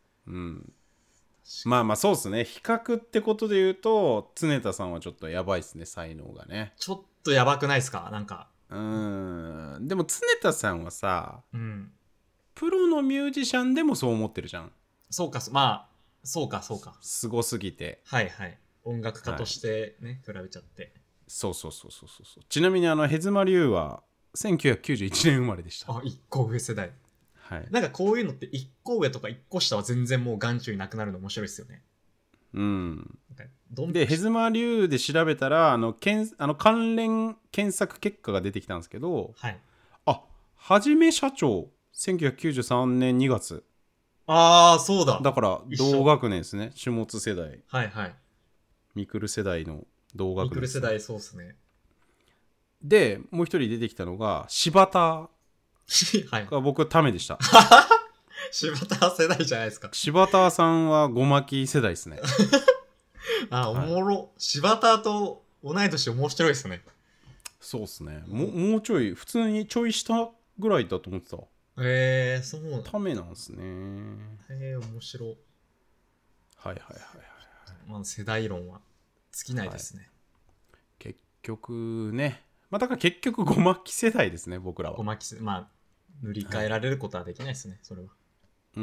まあそうですね。比較ってことで言うと常田さんはちょっとやばいですね、才能がね。 ちょっとやばくないですか？なんかでも常田さんはさ、プロのミュージシャンでもそう思ってるじゃん。 そうか。 すごすぎて。 音楽家としてね、比べちゃって。 そう。ちなみにヘズマリュウは1991年生まれでした。 1個上世代。なんかこういうのって1個上とか1個下は全然もう眼中になくなるの面白いですよね。 でヘズマリュウで調べたら関連検索結果が出てきたんですけど、はじめ社長1993年2月。 そうだ。 だから同学年ですね。下津世代。ミクル世代の同学年、 ミクル世代、そうですね。 でもう一人出てきたのが柴田が僕ためでした。 柴田世代じゃないですか。 柴田さんはごまき世代ですね。 おもろ。柴田と同い年面白いですね。 そうっすね。もうちょい普通にちょい下ぐらいだと思ってた。 そうなんためなんですね。 面白い。 はいはいはいはい。 まあ世代論は尽きないですね。はい、 結局ね、まあだから結局ごまき世代ですね、僕らは。 ごまき世代、まあ塗り替えられることはできないですね、はい、それは。 うん。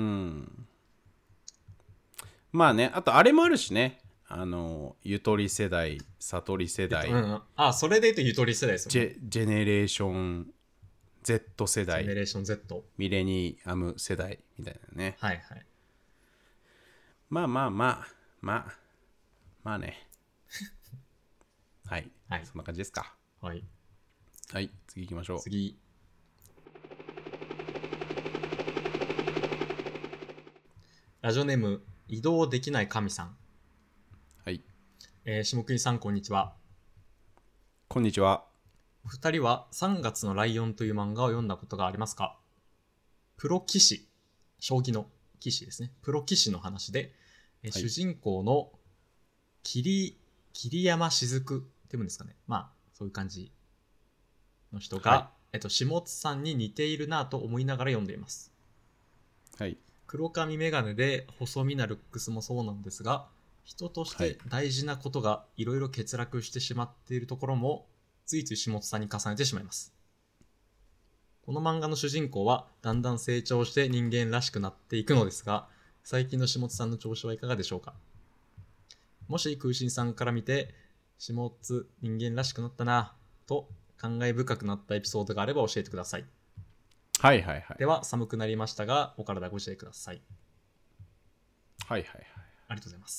まあね、あとあれもあるしね。ゆとり世代、悟り世代。 それで言うとゆとり世代ですよね。 ジェネレーション Z 世代。 ジェネレーション Z。 ミレニアム世代みたいなね。 はいはい。 まあね。はい。はい。そんな感じですか。 はい。 はい。次行きましょう。 次。ラジオネーム、移動できない神さん。 はい。 下國さん、こんにちは。 こんにちは。 お二人は3月のライオンという漫画を読んだことがありますか？プロ棋士、将棋の棋士ですね。プロ棋士の話で、主人公の桐山雫って言うんですかね。まあ、そういう感じの人が、下津さんに似ているなと思いながら読んでいます。 はい。 黒髪眼鏡で細身なルックスもそうなんですが、人として大事なことがいろいろ欠落してしまっているところも、ついつい下津さんに重ねてしまいます。この漫画の主人公はだんだん成長して人間らしくなっていくのですが、最近の下津さんの調子はいかがでしょうか？もし空心さんから見て、下津人間らしくなったなと感慨深くなったエピソードがあれば教えてください。 はいはいはい。 では寒くなりましたが、お体ご自愛ください。 はいはいはい。 ありがとうございます。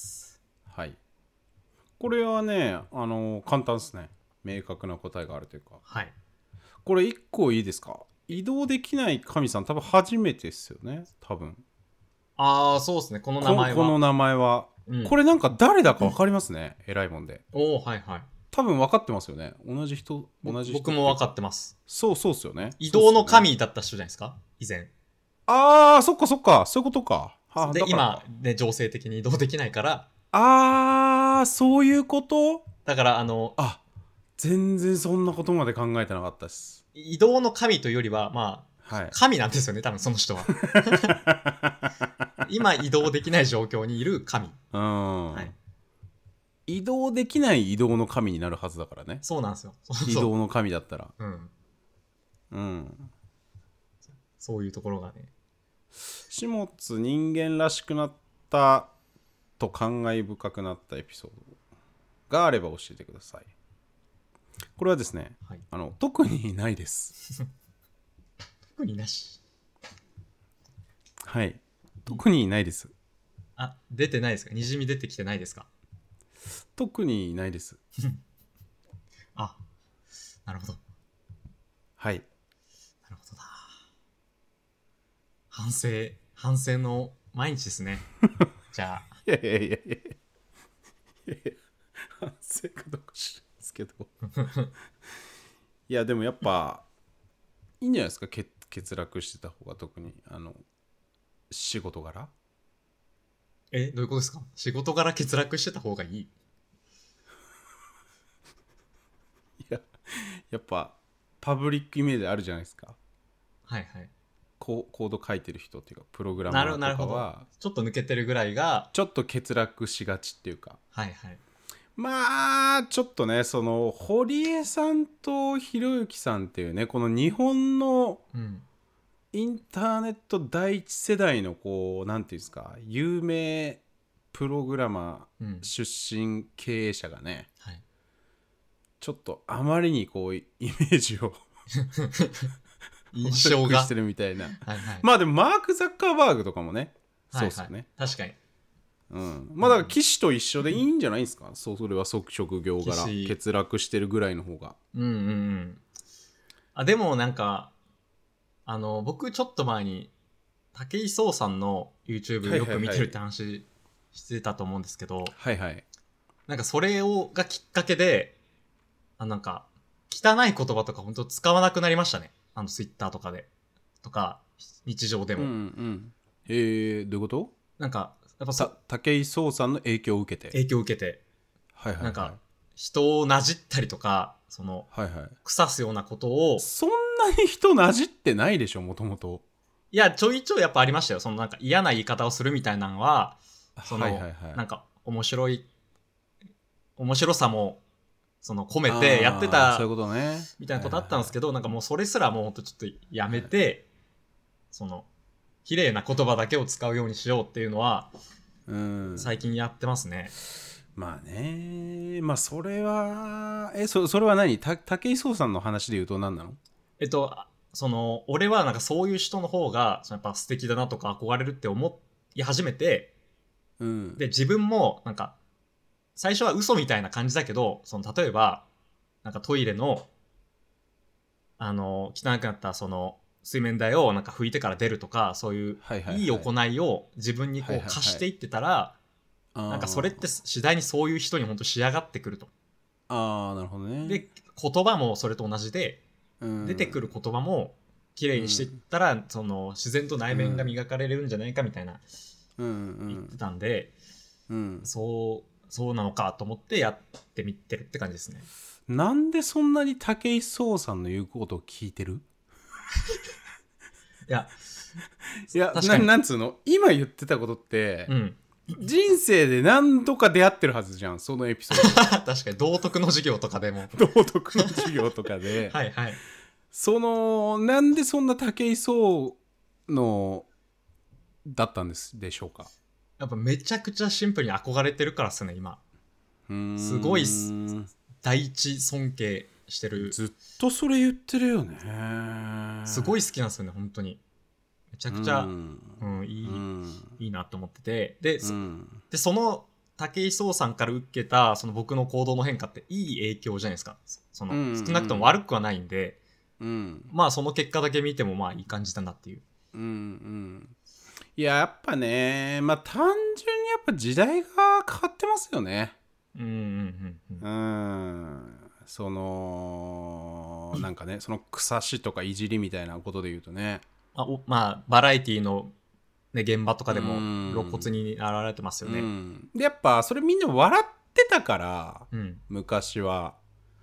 はい。これはね、簡単ですね。明確な答えがあるというか。 はい。 これ1個いいですか？移動できない神さん、多分初めてですよね。多分。 そうですね。この名前は。 この名前は。これなんか誰だか分かりますね。偉いもんで。 はいはい。 多分分かってますよね。同じ人。 僕も分かってます。 そうっすよね。 移動の神だった人じゃないですか、以前。 そっかそっか。そういうことか。 で、今、ね、情勢的に移動できないから。 そういうこと？ だから全然そんなことまで考えてなかったです。 移動の神というよりは、まあ、はい、神なんですよね、多分その人は。今移動できない状況にいる神。 はい、移動できない移動の神になるはずだからね。 そうなんですよ。 移動の神だったら。 そういうところがね。 下津人間らしくなったと感慨深くなったエピソードがあれば教えてください。これはですね、はい、特にないです。 特になし。 はい、特にないです。 出てないですか？にじみ出てきてないですか？ 特にないです。 なるほど。 はい。 なるほどな。反省の毎日ですね。じゃあ。 いや反省かどうか知らんですけど。いやでもやっぱいいんじゃないですか。欠落してた方が、特に仕事柄。 どういうことですか？仕事柄欠落してた方がいい？ いややっぱパブリックイメージあるじゃないですか。 はいはい。 コード書いてる人っていうかプログラマーとかはちょっと抜けてるぐらいがちょっと欠落しがちっていうか。 はいはい。 まあちょっとね、その堀江さんとひろゆきさんっていうね、この日本のインターネット第一世代のこうなんていうんですか、有名プログラマー出身経営者がね、はい、ちょっとあまりにこうイメージを印象がしてるみたいな。はいはい、まあでもマーク・ザッカーバーグとかもね、そうっすよね。 はいはい、確かに。 まあだから騎士と一緒でいいんじゃないですか。それは職業柄欠落してるぐらいの方が。 でもなんか僕ちょっと前に武井壮さんの YouTube よく見てるって話してたと思うんですけど、 はいはい、 なんかそれがきっかけでなんか汚い言葉とか本当使わなくなりましたね。Twitter とかでとか日常でも。 どういうこと？ なんかやっぱ武井壮さんの影響を受けて、 はいはいはい、なんか人をなじったりとか、その、 はいはい、 腐すようなことを。 そんなに人なじってないでしょ、もともと。 いや、ちょいちょいやっぱありましたよ。そのなんか嫌な言い方をするみたいなのは、その、なんか面白さも、その込めてやってた、 そういうことね。 みたいなことあったんですけど、なんかもうそれすらもうほんとちょっとやめて、その、綺麗な言葉だけを使うようにしようっていうのは、最近やってますね。 まあね、まあそれは、それは何？武井壮さんの話で言うと何なの？ その、俺はなんかそういう人の方が、やっぱ素敵だなとか憧れるって思い始めて、で、自分もなんか、最初は嘘みたいな感じだけど、その、例えば、なんかトイレの、汚くなったその、水面台をなんか拭いてから出るとか、そういういい行いを自分にこう貸していってたら、なんかそれって次第にそういう人に本当仕上がってくると。 なるほどね。 で、言葉もそれと同じで、出てくる言葉も綺麗にしていったら、その自然と内面が磨かれるんじゃないかみたいな言ってたんで、そうなのかと思ってやってみてるって感じですね。 なんでそんなに武井壮さんの言うことを聞いてる？ いやなんつうの、今言ってたことって、人生で何度か出会ってるはずじゃん、そのエピソード。確かに道徳の授業とかでも道徳の授業とかではいはい、 そのなんでそんな武井壮のだったんでしょうか。 やっぱめちゃくちゃシンプルに憧れてるからっすね今。すごい第一尊敬してる。 ずっとそれ言ってるよね。 すごい好きなんですよね本当に。めちゃくちゃ、いいなと思ってて、でその武井壮さんから受けたその僕の行動の変化っていい影響じゃないですか。その、少なくとも悪くはないんで、まあその結果だけ見てもまあいい感じだなっていう。 いややっぱね、まあ単純にやっぱ時代が変わってますよね。そのなんかね、その草しとかいじりみたいなことで言うとね、 まあバラエティの、ね、現場とかでも露骨になられてますよね。 でやっぱそれみんな笑ってたから、昔は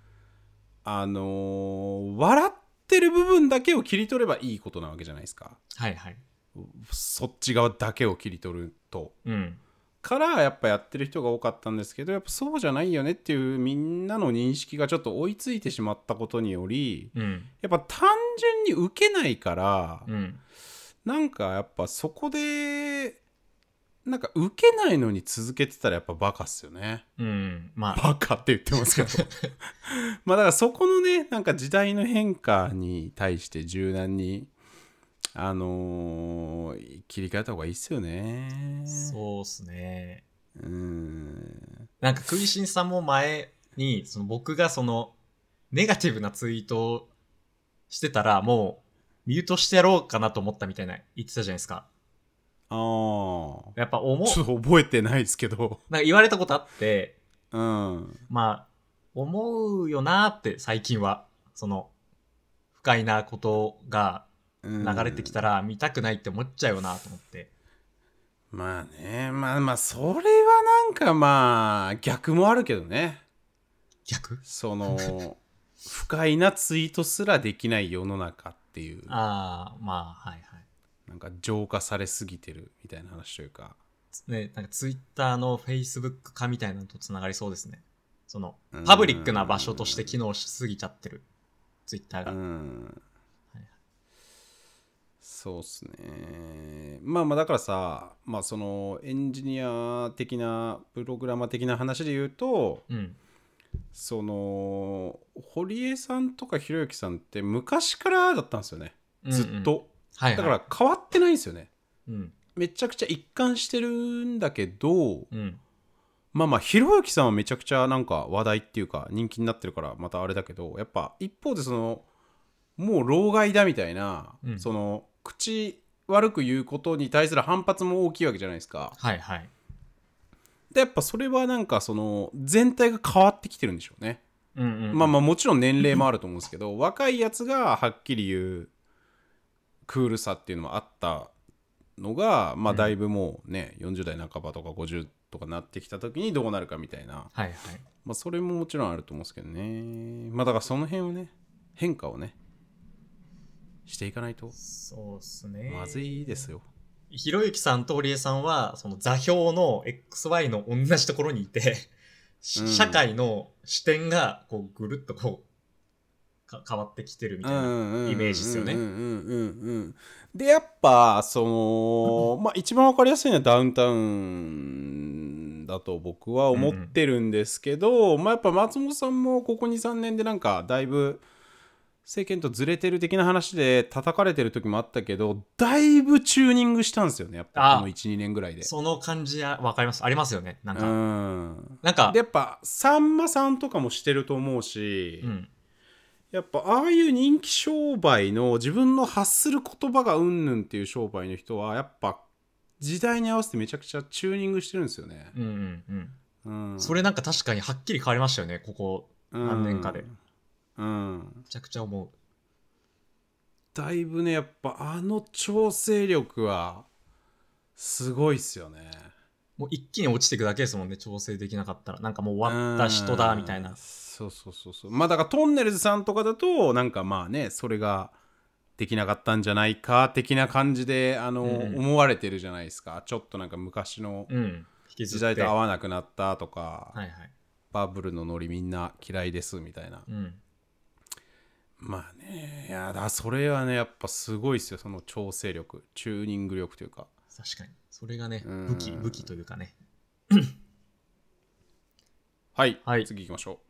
笑ってる部分だけを切り取ればいいことなわけじゃないですか。 はいはい。 そっち側だけを切り取ると、からやっぱやってる人が多かったんですけど、やっぱそうじゃないよねっていうみんなの認識がちょっと追いついてしまったことにより、やっぱ単純に受けないから、なんかやっぱそこでなんか受けないのに続けてたらやっぱバカっすよね。バカって言ってますけどまあだからそこのね、なんか時代の変化に対して柔軟に切り替えた方がいいっすよね。 そうっすね。なんか食いしんさんも前にその僕がそのネガティブなツイートをしてたらもうミュートしてやろうかなと思ったみたいな言ってたじゃないですか。やっぱちょっと覚えてないですけどなんか言われたことあって、まあ思うよなーって最近はその不快なことが流れてきたら見たくないって思っちゃうよなと思って。 まあね、まあそれはなんかまあ逆もあるけどね。 逆？ その不快なツイートすらできない世の中っていう。 まあはいはい。 なんか浄化されすぎてるみたいな話というか。 ね、なんかツイッターのフェイスブック化みたいなのとつながりそうですね。そのパブリックな場所として機能しすぎちゃってるツイッターが。 そうっすね。まあだからさ、まあそのエンジニア的なプログラマー的な話で言うと、その堀江さんとかひろゆきさんって昔からだったんですよね。ずっと。だから変わってないんですよね。めちゃくちゃ一貫してるんだけど、まあひろゆきさんはめちゃくちゃなんか話題っていうか人気になってるからまたあれだけど、やっぱ一方でそのもう老害だみたいな、その口悪く言うことに対する反発も大きいわけじゃないですか。でやっぱそれはなんかその全体が変わってきてるんでしょうね。まあもちろん年齢もあると思うんですけど若いやつがはっきり言うクールさっていうのもあったのが、まあだいぶもうね、40代半ばとか50 とかなってきた時にどうなるかみたいな、 はいはい、 まあ、それももちろんあると思うんですけどね。まあだからその辺をね、変化をねしていかないとそうっすね、 まずいですよ。 ひろゆきさんと堀江さんはその座標の XY の同じところにいて、社会の視点がこうぐるっとこう変わってきてるみたいなイメージですよね。 でやっぱそのまあ一番わかりやすいのはダウンタウンだと僕は思ってるんですけど、まあやっぱ松本さんもここ 2,3 年でなんかだいぶ政権とずれてる的な話で叩かれてる時もあったけど、だいぶチューニングしたんですよね、やっぱこの 1,2 年ぐらいで。 その感じは分かります、ありますよね。なんかでやっぱさんまさんとかもしてると思うし、やっぱああいう人気商売の自分の発する言葉がうんぬんっていう商売の人はやっぱ時代に合わせてめちゃくちゃチューニングしてるんですよね。 それなんか確かにはっきり変わりましたよね、ここ何年かで。めちゃくちゃ思う。 だいぶねやっぱあの調整力はすごいっすよね。 もう一気に落ちていくだけですもんね、調整できなかったら。なんかもう終わった人だみたいな。 そうまあだからトンネルズさんとかだとなんかまあねそれができなかったんじゃないか的な感じで思われてるじゃないですか。ちょっとなんか昔の時代と合わなくなったとか、バブルのノリみんな嫌いですみたいな、まあね、いやだそれはねやっぱすごいですよ、その調整力、チューニング力というか。 確かにそれがね武器というかねはい、次行きましょう。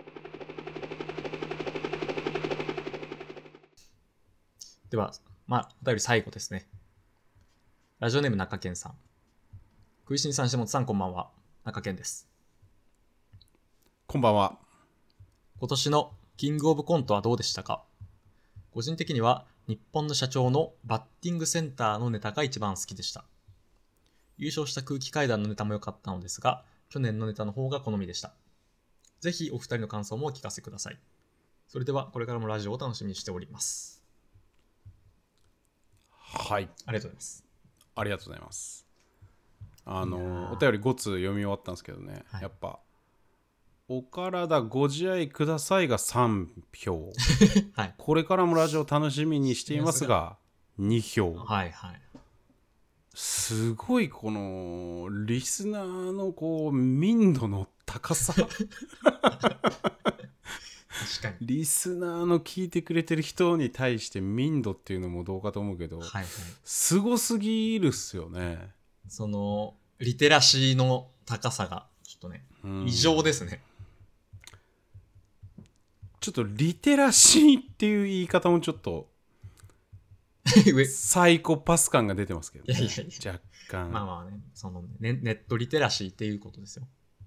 ではお便り最後ですね。ラジオネーム中堅さん。食いしんさん、下本さん、こんばんは。中堅です。 こんばんは。 今年のキングオブコントはどうでしたか？個人的には日本の社長のバッティングセンターのネタが一番好きでした。優勝した空気階段のネタも良かったのですが、去年のネタの方が好みでした。ぜひお二人の感想もお聞かせください。それではこれからもラジオを楽しみにしております。 はい、 ありがとうございます。 ありがとうございます。お便り5通読み終わったんですけどね、やっぱお体ご自愛くださいが3票、これからもラジオ楽しみにしていますが2票、すごいこのリスナーのこう民度の高さ確かにリスナーの聞いてくれてる人に対して民度っていうのもどうかと思うけど、すごすぎるっすよね。 そのリテラシーの高さがちょっとね、異常ですね。 ちょっとリテラシーっていう言い方もちょっとサイコパス感が出てますけど、ね、若干まあね、そのネットリテラシーっていうことですよ。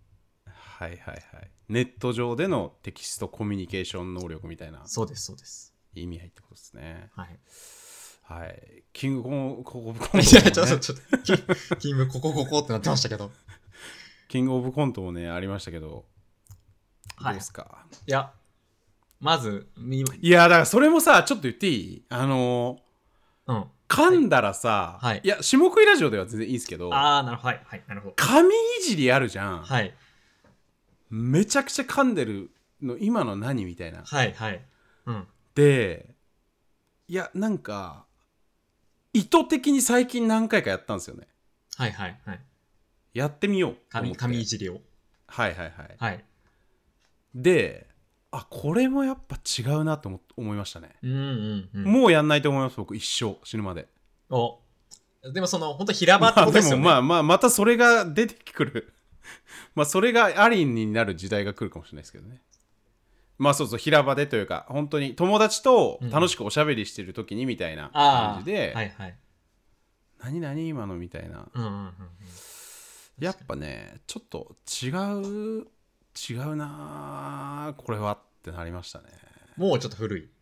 ネット上でのテキストコミュニケーション能力みたいな、 そうです意味入ってことですね。 キングコント、 ね、ちょっとキングここってなってましたけどキングオブコントもねありましたけど、どうですか？ いやまずいやだからそれもさちょっと言っていい？噛んだらさ、いや下食いラジオでは全然いいんですけど、 なるほど、なるほど。 噛みいじりあるじゃん。めちゃくちゃ噛んでるの今の何みたいな。で、いやなんか意図的に最近何回かやったんですよね。やってみようと思って。 噛みいじりを。 で、これもやっぱ違うなと思いましたね。もうやんないと思います、僕一生死ぬまで。 でもその本当平場ってことですよね。 でもまたそれが出てくるそれがありになる時代が来るかもしれないですけどね。そう平場でというか本当に友達と楽しくおしゃべりしてる時にみたいな感じで、何今のみたいな、やっぱねちょっと違うなこれはってなりましたね。 もうちょっと古い。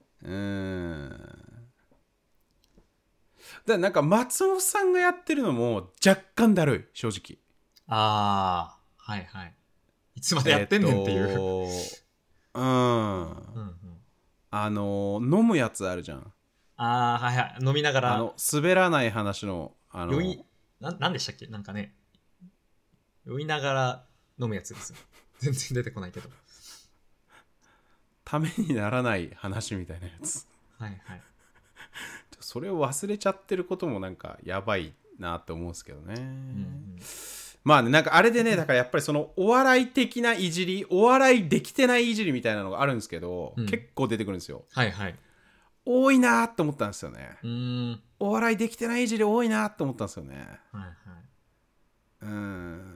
だなんか松本さんがやってるのも若干だるい正直。 いつまでやってんねんっていう、 飲むやつあるじゃん。 飲みながら滑らない話の何でしたっけ？なんかね酔いながら飲むやつですよ。全然出てこないけど。 ためにならない話みたいなやつ。 はいはい。 それを忘れちゃってることもなんかやばいなって思うんですけどね。まあね、なんかあれでね、だからやっぱりそのお笑い的ないじり、お笑いできてないいじりみたいなのがあるんですけど、結構出てくるんですよ。 はいはい。 多いなって思ったんですよね。お笑いできてないいじり多いなって思ったんですよね。はいはい。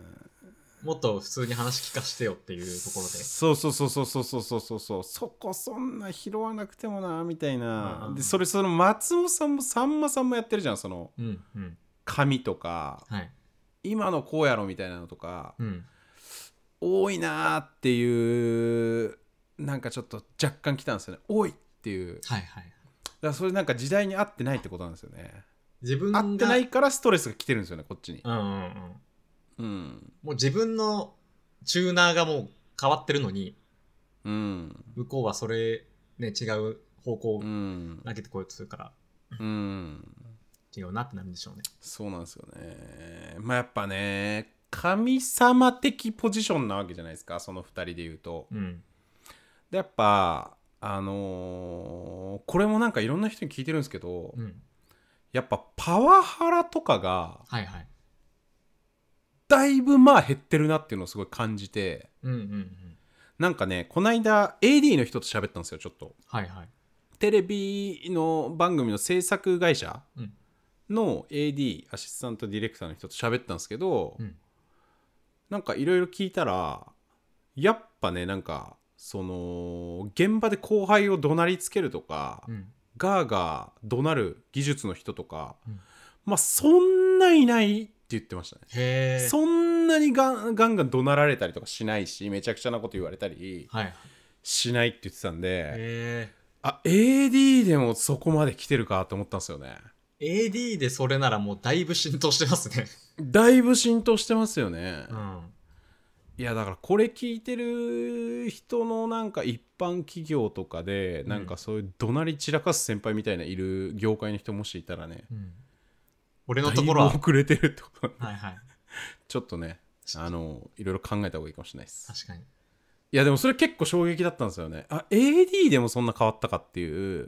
もっと普通に話聞かしてよっていうところで。 そうそこそんな拾わなくてもなみたいな。でその松本さんもさんまさんもやってるじゃん、その、紙とか、はい、今のこうやろみたいなのとか、多いなっていう、なんかちょっと若干来たんですよね。多いっていう。はいはい。だからそれなんか時代に合ってないってことなんですよね。自分が合ってないからストレスが来てるんですよね、こっちに。もう自分のチューナーがもう変わってるのに、向こうはそれね、違う方向を投げてこようとするから、違うなってなるんでしょうね。そうなんですよね。まあやっぱね、神様的ポジションなわけじゃないですか、その2人で言うと。でやっぱこれもなんかいろんな人に聞いてるんですけど、やっぱパワハラとかが、はいはい、だいぶまあ減ってるなっていうのをすごい感じて、なんかね、この間 AD の人と喋ったんですよ、ちょっと。はいはい、テレビの番組の制作会社の AD、アシスタントディレクターの人と喋ったんですけど、なんかいろいろ聞いたら、やっぱね、なんかその現場で後輩を怒鳴りつけるとか、ガーガー怒鳴る技術の人とか、まあそんないないって言ってましたね。へー。そんなにガンガン怒鳴られたりとかしないし、めちゃくちゃなこと言われたりしないって言ってたんで、へー。AD でもそこまで来てるかと思ったんですよね。AD でそれならもうだいぶ浸透してますね。だいぶ浸透してますよね。いやだからこれ聞いてる人のなんか一般企業とかでなんかそういう怒鳴り散らかす先輩みたいないる業界の人もしいたらね、俺のところはだいぶ遅れてるってこと、はいはい、ちょっとねいろいろ考えた方がいいかもしれないです。確かに。いやでもそれ結構衝撃だったんですよね。AD でもそんな変わったかっていう、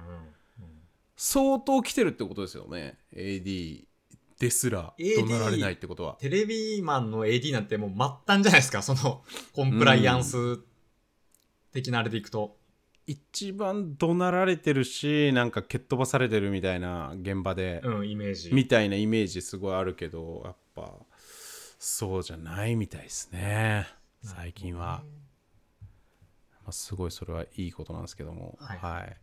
相当来てるってことですよね。AD ですら怒鳴られないってことは。テレビマンの AD なんてもう末端じゃないですか、そのコンプライアンス的なあれでいくと。一番怒鳴られてるし、なんか蹴っ飛ばされてるみたいな現場で、イメージみたいなイメージすごいあるけど、やっぱそうじゃないみたいですね、最近は。まあ、すごいそれはいいことなんですけども、はい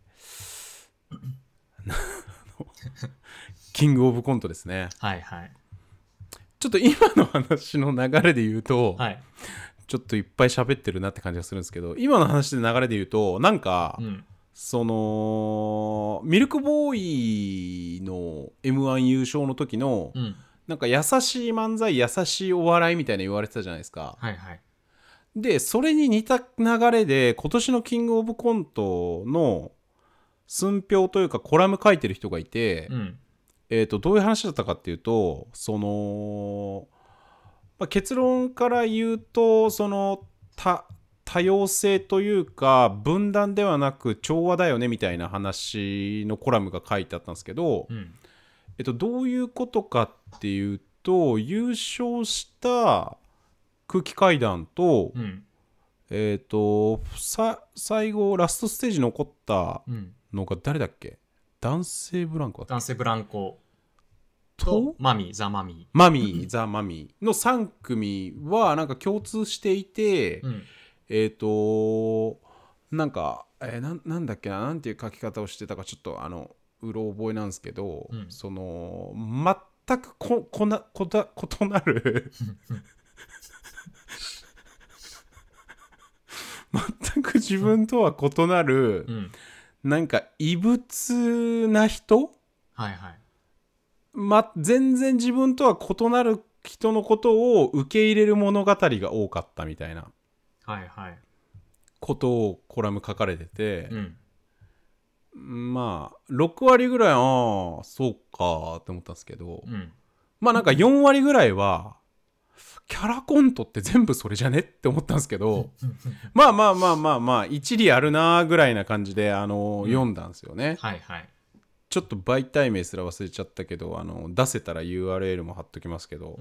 キングオブコントですね。はいはい。ちょっと今の話の流れで言うと、はい、ちょっといっぱい喋ってるなって感じがするんですけど、今の話の流れで言うとなんか、そのミルクボーイの M1 優勝の時の、なんか優しい漫才優しいお笑いみたいな言われてたじゃないですか。はいはい。でそれに似た流れで今年のキングオブコントの寸評というかコラム書いてる人がいて、どういう話だったかっていうと、その、結論から言うと、その多様性というか分断ではなく調和だよねみたいな話のコラムが書いてあったんですけど、どういうことかっていうと、優勝した空気階段と、最後ラストステージ残ったのが誰だっけ、男性ブランコだった。男性ブランコとマミーザ・マミーザ・マミーの3組はなんか共通していて、なんか、なんだっけな、なんていう書き方をしてたかちょっとうろ覚えなんですけど、その全く異なる全く自分とは異なる、なんか異物な人、はいはい、全然自分とは異なる人のことを受け入れる物語が多かったみたいなことをコラム書かれてて、まあ6割ぐらいそうかって思ったんですけど、まあなんか4割ぐらいはキャラコントって全部それじゃねって思ったんですけどまあ一理あるなぐらいな感じで読んだんですよね。 はいはい。 ちょっと媒体名すら忘れちゃったけど出せたら URL も貼っときますけど、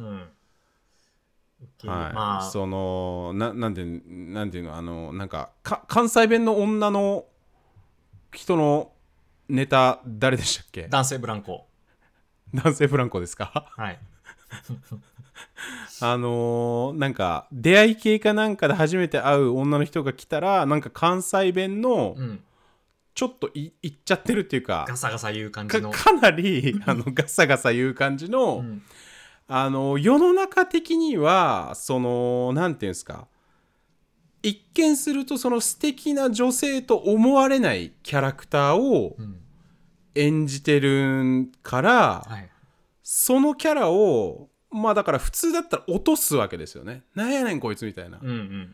はい、まあ、そのなんていうのなんか関西弁の女の人のネタ誰でしたっけ？ 男性ブランコ。 男性ブランコですか？ はいなんか出会い系かなんかで初めて会う女の人が来たらなんか関西弁の、ちょっと言っちゃってるっていうかガサガサ言う感じのかなりガサガサ言う感じの、世の中的にはそのなんていうんですか、一見するとその素敵な女性と思われないキャラクターを演じてるから、そのキャラをまあだから普通だったら落とすわけですよね。なんやねんこいつみたいな、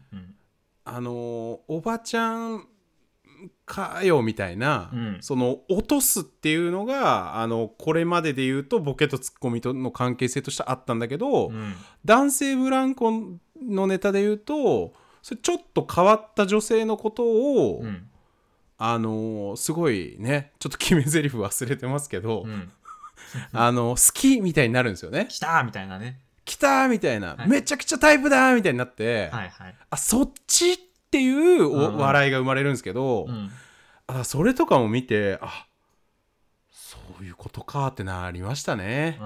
おばちゃんかよみたいな、その落とすっていうのがこれまでで言うとボケとツッコミとの関係性としてあったんだけど、男性ブランコのネタで言うとそれちょっと変わった女性のことを、すごいね、ちょっと決め台詞忘れてますけど、好きみたいになるんですよね。 来たーみたいなね。 来たーみたいな、めちゃくちゃタイプだーみたいになって、あ、そっちっていう笑いが生まれるんですけど、それとかも見て、あ、そういうことかってなりましたね。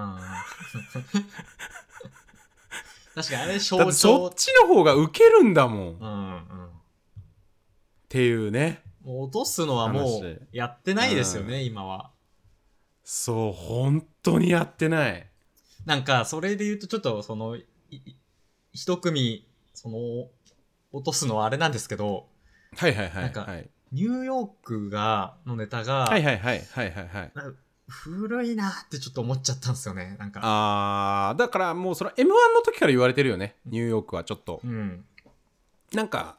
確かにあれ象徴。 そっちの方がウケるんだもん。っていうね。 もう落とすのはもうやってないですよね、今は。 そう、本当にやってない。 なんかそれで言うとちょっとその一組その落とすのはあれなんですけど、なんかニューヨークのネタが古いなってちょっと思っちゃったんですよね。なんかだからもうその M1 の時から言われてるよね、ニューヨークはちょっと、なんか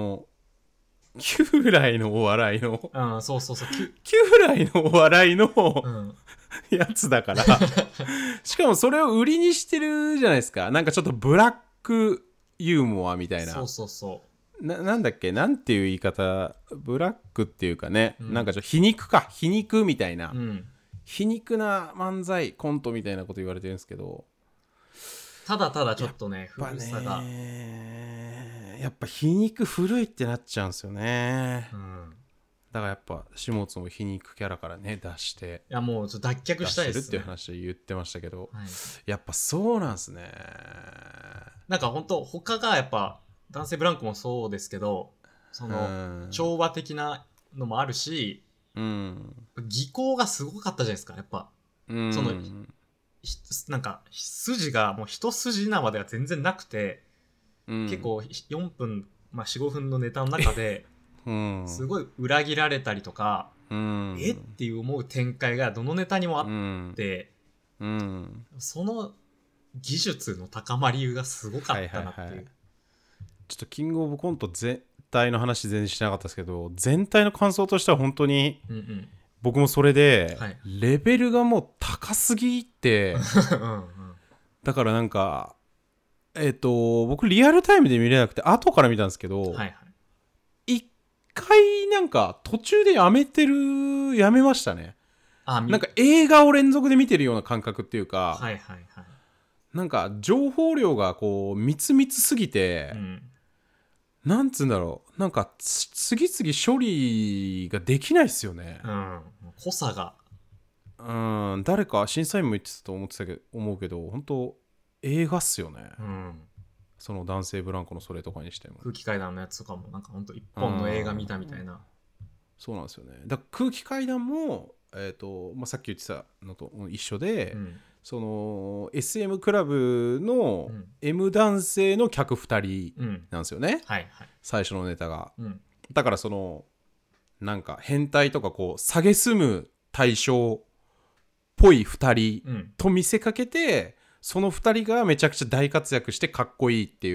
旧来のお笑いの、旧来のお笑いの、やつだからしかもそれを売りにしてるじゃないですか。なんかちょっとブラックユーモアみたいな、なんだっけ、なんていう言い方、ブラックっていうかね、なんかちょっと皮肉みたいな、皮肉な漫才コントみたいなこと言われてるんですけど、 ただただちょっとね古さがやっぱ皮肉古いってなっちゃうんですよね。だからやっぱ下津も皮肉キャラからね出して、 いやもうちょっと脱却したいですねっていう話言ってましたけど、やっぱそうなんですね。 なんか本当他がやっぱ男性ブランコもそうですけど、その調和的なのもあるし、技巧がすごかったじゃないですか。やっぱそのなんか筋がもう一筋縄では全然なくて、結構4分、4、5分のネタの中ですごい裏切られたりとか、えっていう思う展開がどのネタにもあって、その技術の高まりがすごかったなっていう。 ちょっとキングオブコント全体の話全然しなかったですけど、全体の感想としては本当に、僕もそれで、レベルがもう高すぎてだからなんか僕リアルタイムで見れなくて後から見たんですけど、一回なんか途中でやめましたね。なんか映画を連続で見てるような感覚っていうか、なんか情報量がこう密すぎて、なんつうんだろう、なんか次々処理ができないっすよね。 濃さが。 誰か審査員も言ってたと思うけど本当映画っすよね。その男性ブランコのそれとかにしても、 空気階段のやつとかもなんか本当一本の映画見たみたいな。 そうなんですよね。だから空気階段もさっき言ってたのと一緒で、その SM クラブの M 男性の客2人なんですよね、最初のネタが、だからそのなんか変態とかこう蔑む対象っぽい2人と見せかけて、その2人がめちゃくちゃ大活躍してかっこいいっていう、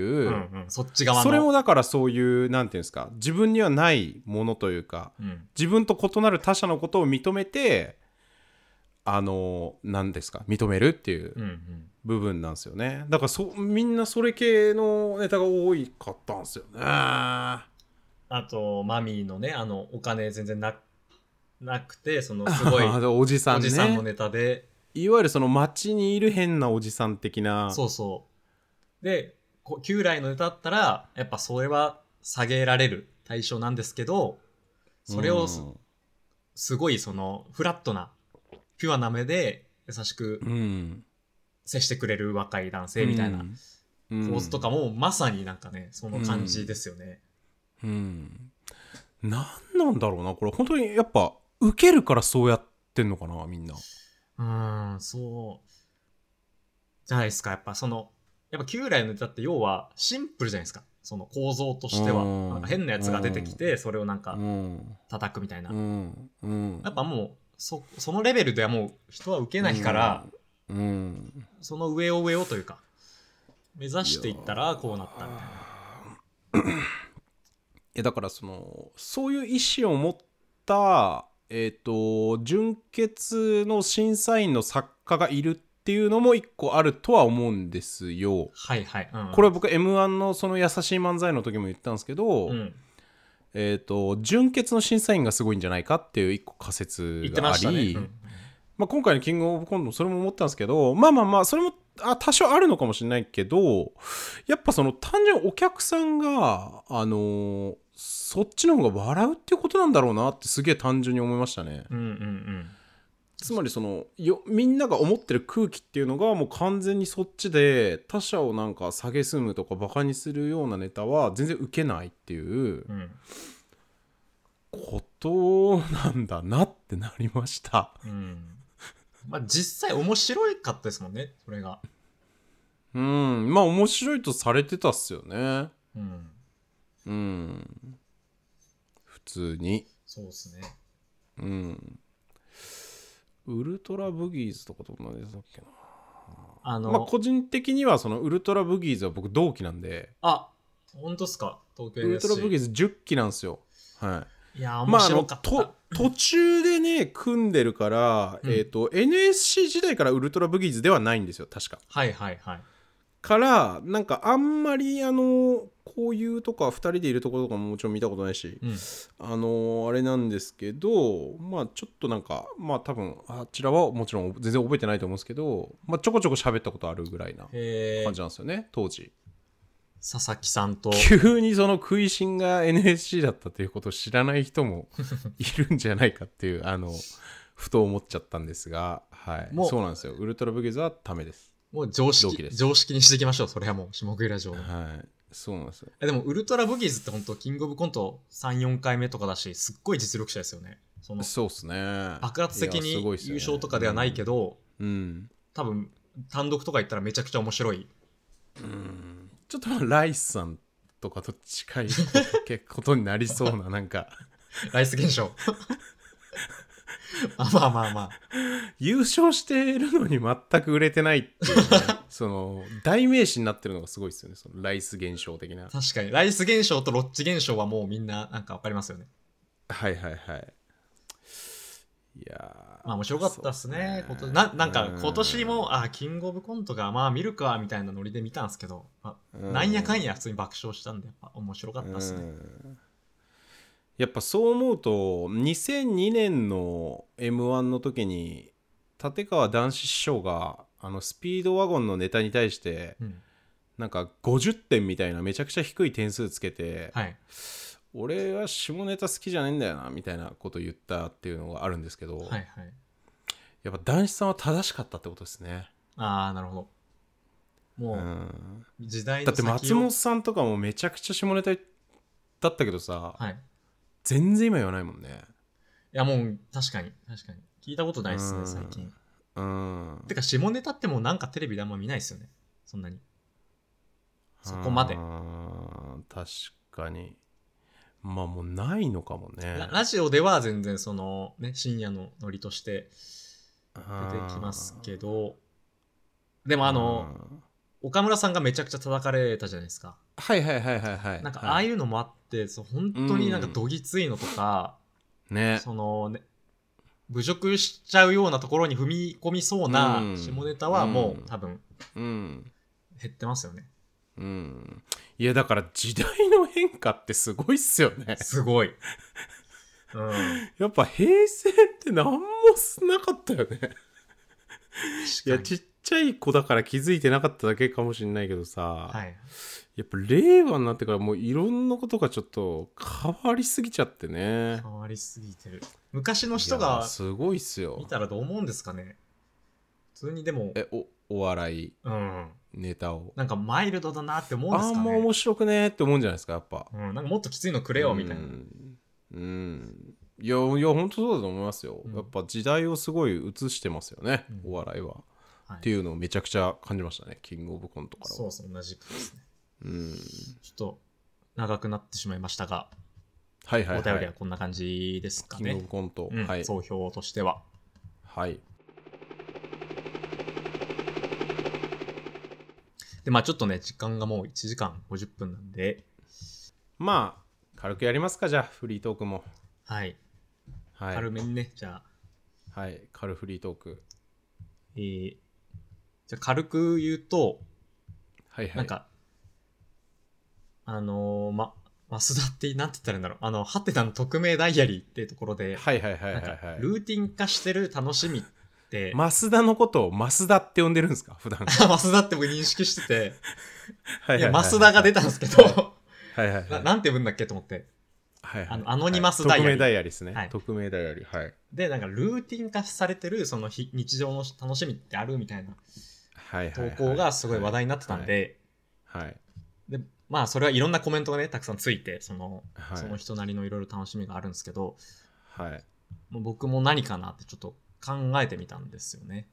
そっち側のそれもだからそういうなんていうんですか、自分にはないものというか、自分と異なる他者のことを認めて何ですか認めるっていう部分なんですよね。だからみんなそれ系のネタが多かったんですよね。 あとマミーのねお金全然なくてそのすごいおじさんね、 おじさんのネタでいわゆるその街にいる変なおじさん的な。 そうそうで旧来のネタだったらやっぱそれは下げられる対象なんですけど、それをすごいそのフラットなピュアな目で優しく接してくれる若い男性みたいな構図とかもまさになんかねその感じですよね。 なんなんだろうなこれ本当にやっぱウケるからそうやってんのかなみんな。 そうじゃないですか。やっぱ旧来のネタって要はシンプルじゃないですか。その構造としてはなんか変なやつが出てきてそれをなんか叩くみたいな、やっぱもうそのレベルではもう人は受けないから、その上をというか目指していったらこうなったみたいな。 だからそういう意思を持った純潔の審査員の作家がいるっていうのも一個あるとは思うんですよ。 はいはい、 これは僕 M1 のその優しい漫才の時も言ったんですけど、純潔の審査員がすごいんじゃないかっていう一個仮説があり、今回のキングオブコントもそれも思ったんですけど、それも多少あるのかもしれないけど、やっぱ単純にお客さんがそっちの方が笑うっていうことなんだろうなってすげえ単純に思いましたね。つまりみんなが思ってる空気っていうのがもう完全にそっちで、他者をなんか蔑むとかバカにするようなネタは全然受けないっていうことなんだなってなりました。 実際面白かったですもんねそれが。 面白いとされてたっすよね。普通にそうですね。 ウルトラブギーズとかどんなやつだっけな。個人的にはそのウルトラブギーズは僕同期なんで。 本当っすか。東京 NSC ウルトラブギーズ10期なんですよ。 いや面白かった。 途中でね組んでるから、NSC 時代からウルトラブギーズではないんですよ確か。からなんかあんまりこういうとか2人でいるところとかももちろん見たことないし、あれなんですけど、ちょっとなんか多分あちらはもちろん全然覚えてないと思うんですけど、ちょこちょこ喋ったことあるぐらいな感じなんですよね当時。 佐々木さんと急にその食いしんが NSC だったということを知らない人もいるんじゃないかっていうふと思っちゃったんですが、そうなんですよ。ウルトラブギーズはためです。 もう常識にしていきましょう。それはもう下食いラジオの。 そうなんですよ。 でもウルトラブギーズって本当キングオブコント 3,4 回目とかだしすっごい実力者ですよね。 そうっすね。 爆発的に優勝とかではないけど、多分単独とか言ったらめちゃくちゃ面白い。 ちょっとライスさんとかと近いことになりそうななんかライス現象優勝しているのに全く売れてないっていうねその代名詞になってるのがすごいですよね。そのライス現象的な。 確かにライス現象とロッチ現象はもうみんななんか分かりますよね。いや面白かったっすね。なんか今年もキングオブコントが見るかみたいなノリで見たんですけど、なんやかんや普通に爆笑したんでやっぱ面白かったっすね。 やっぱそう思うと2002年の M1 の時に立川談志師匠がスピードワゴンのネタに対して、なんか50点みたいなめちゃくちゃ低い点数つけて、俺は下ネタ好きじゃないんだよなみたいなことを言ったっていうのがあるんですけど、やっぱ談志さんは正しかったってことですね。 なるほど。もう、時代の先をだって松本さんとかもめちゃくちゃ下ネタだったけどさ、全然今言わないもんね。 いやもう確かに聞いたことないっすね最近。てか下ネタってもうなんかテレビであんま見ないっすよねそんなに。そこまで。 確かに。もうないのかもね。 ラジオでは全然そのね深夜のノリとして出てきますけど、でも岡村さんがめちゃくちゃ叩かれたじゃないですか。なんかああいうのもあって、本当になんかどぎついのとか、 ね、 侮辱しちゃうようなところに踏み込みそうな下ネタはもう多分減ってますよね。 いやだから時代の変化ってすごいっすよね。 すごい。 やっぱ平成って何もなかったよね。いやちっちゃい子だから気づいてなかっただけかもしれないけどさ、やっぱ令和になってからもういろんなことがちょっと変わりすぎちゃってね。 変わりすぎてる。昔の人がすごいっすよ。 見たらどう思うんですかね。普通にでもお笑いネタをなんかマイルドだなって思うんですかね。 あんま面白くねって思うんじゃないですかやっぱ。 なんかもっときついのくれよみたいな。 いや本当そうだと思いますよ。やっぱ時代をすごい映してますよね、お笑いは、っていうのをめちゃくちゃ感じましたね、キングオブコントからは。 そう同じくですね。ちょっと長くなってしまいましたが、お便りはこんな感じですかね。 キングオブコント、 総評としては。でちょっとね時間がもう1時間50分なんで、 軽くやりますか。じゃあフリートークも軽めにね。じゃあ軽フリートーク。 じゃあ軽く言うと、なんか増田ってなんて言ったらいいんだろう、ハテナの匿名ダイアリーっていうところで、ルーティン化してる楽しみって増田のことを増田って呼んでるんですか普段。 増田って僕認識してて増田が出たんですけどなんて呼ぶんだっけと思って、アノニマスダイアリー、 匿名ダイアリーですね、匿名ダイアリー。 でなんかルーティン化されてるその日常の楽しみってあるみたいな投稿がすごい話題になってたんで、でそれはいろんなコメントがねたくさんついて、その人なりのいろいろ楽しみがあるんですけど、もう僕も何かなってちょっと考えてみたんですよね。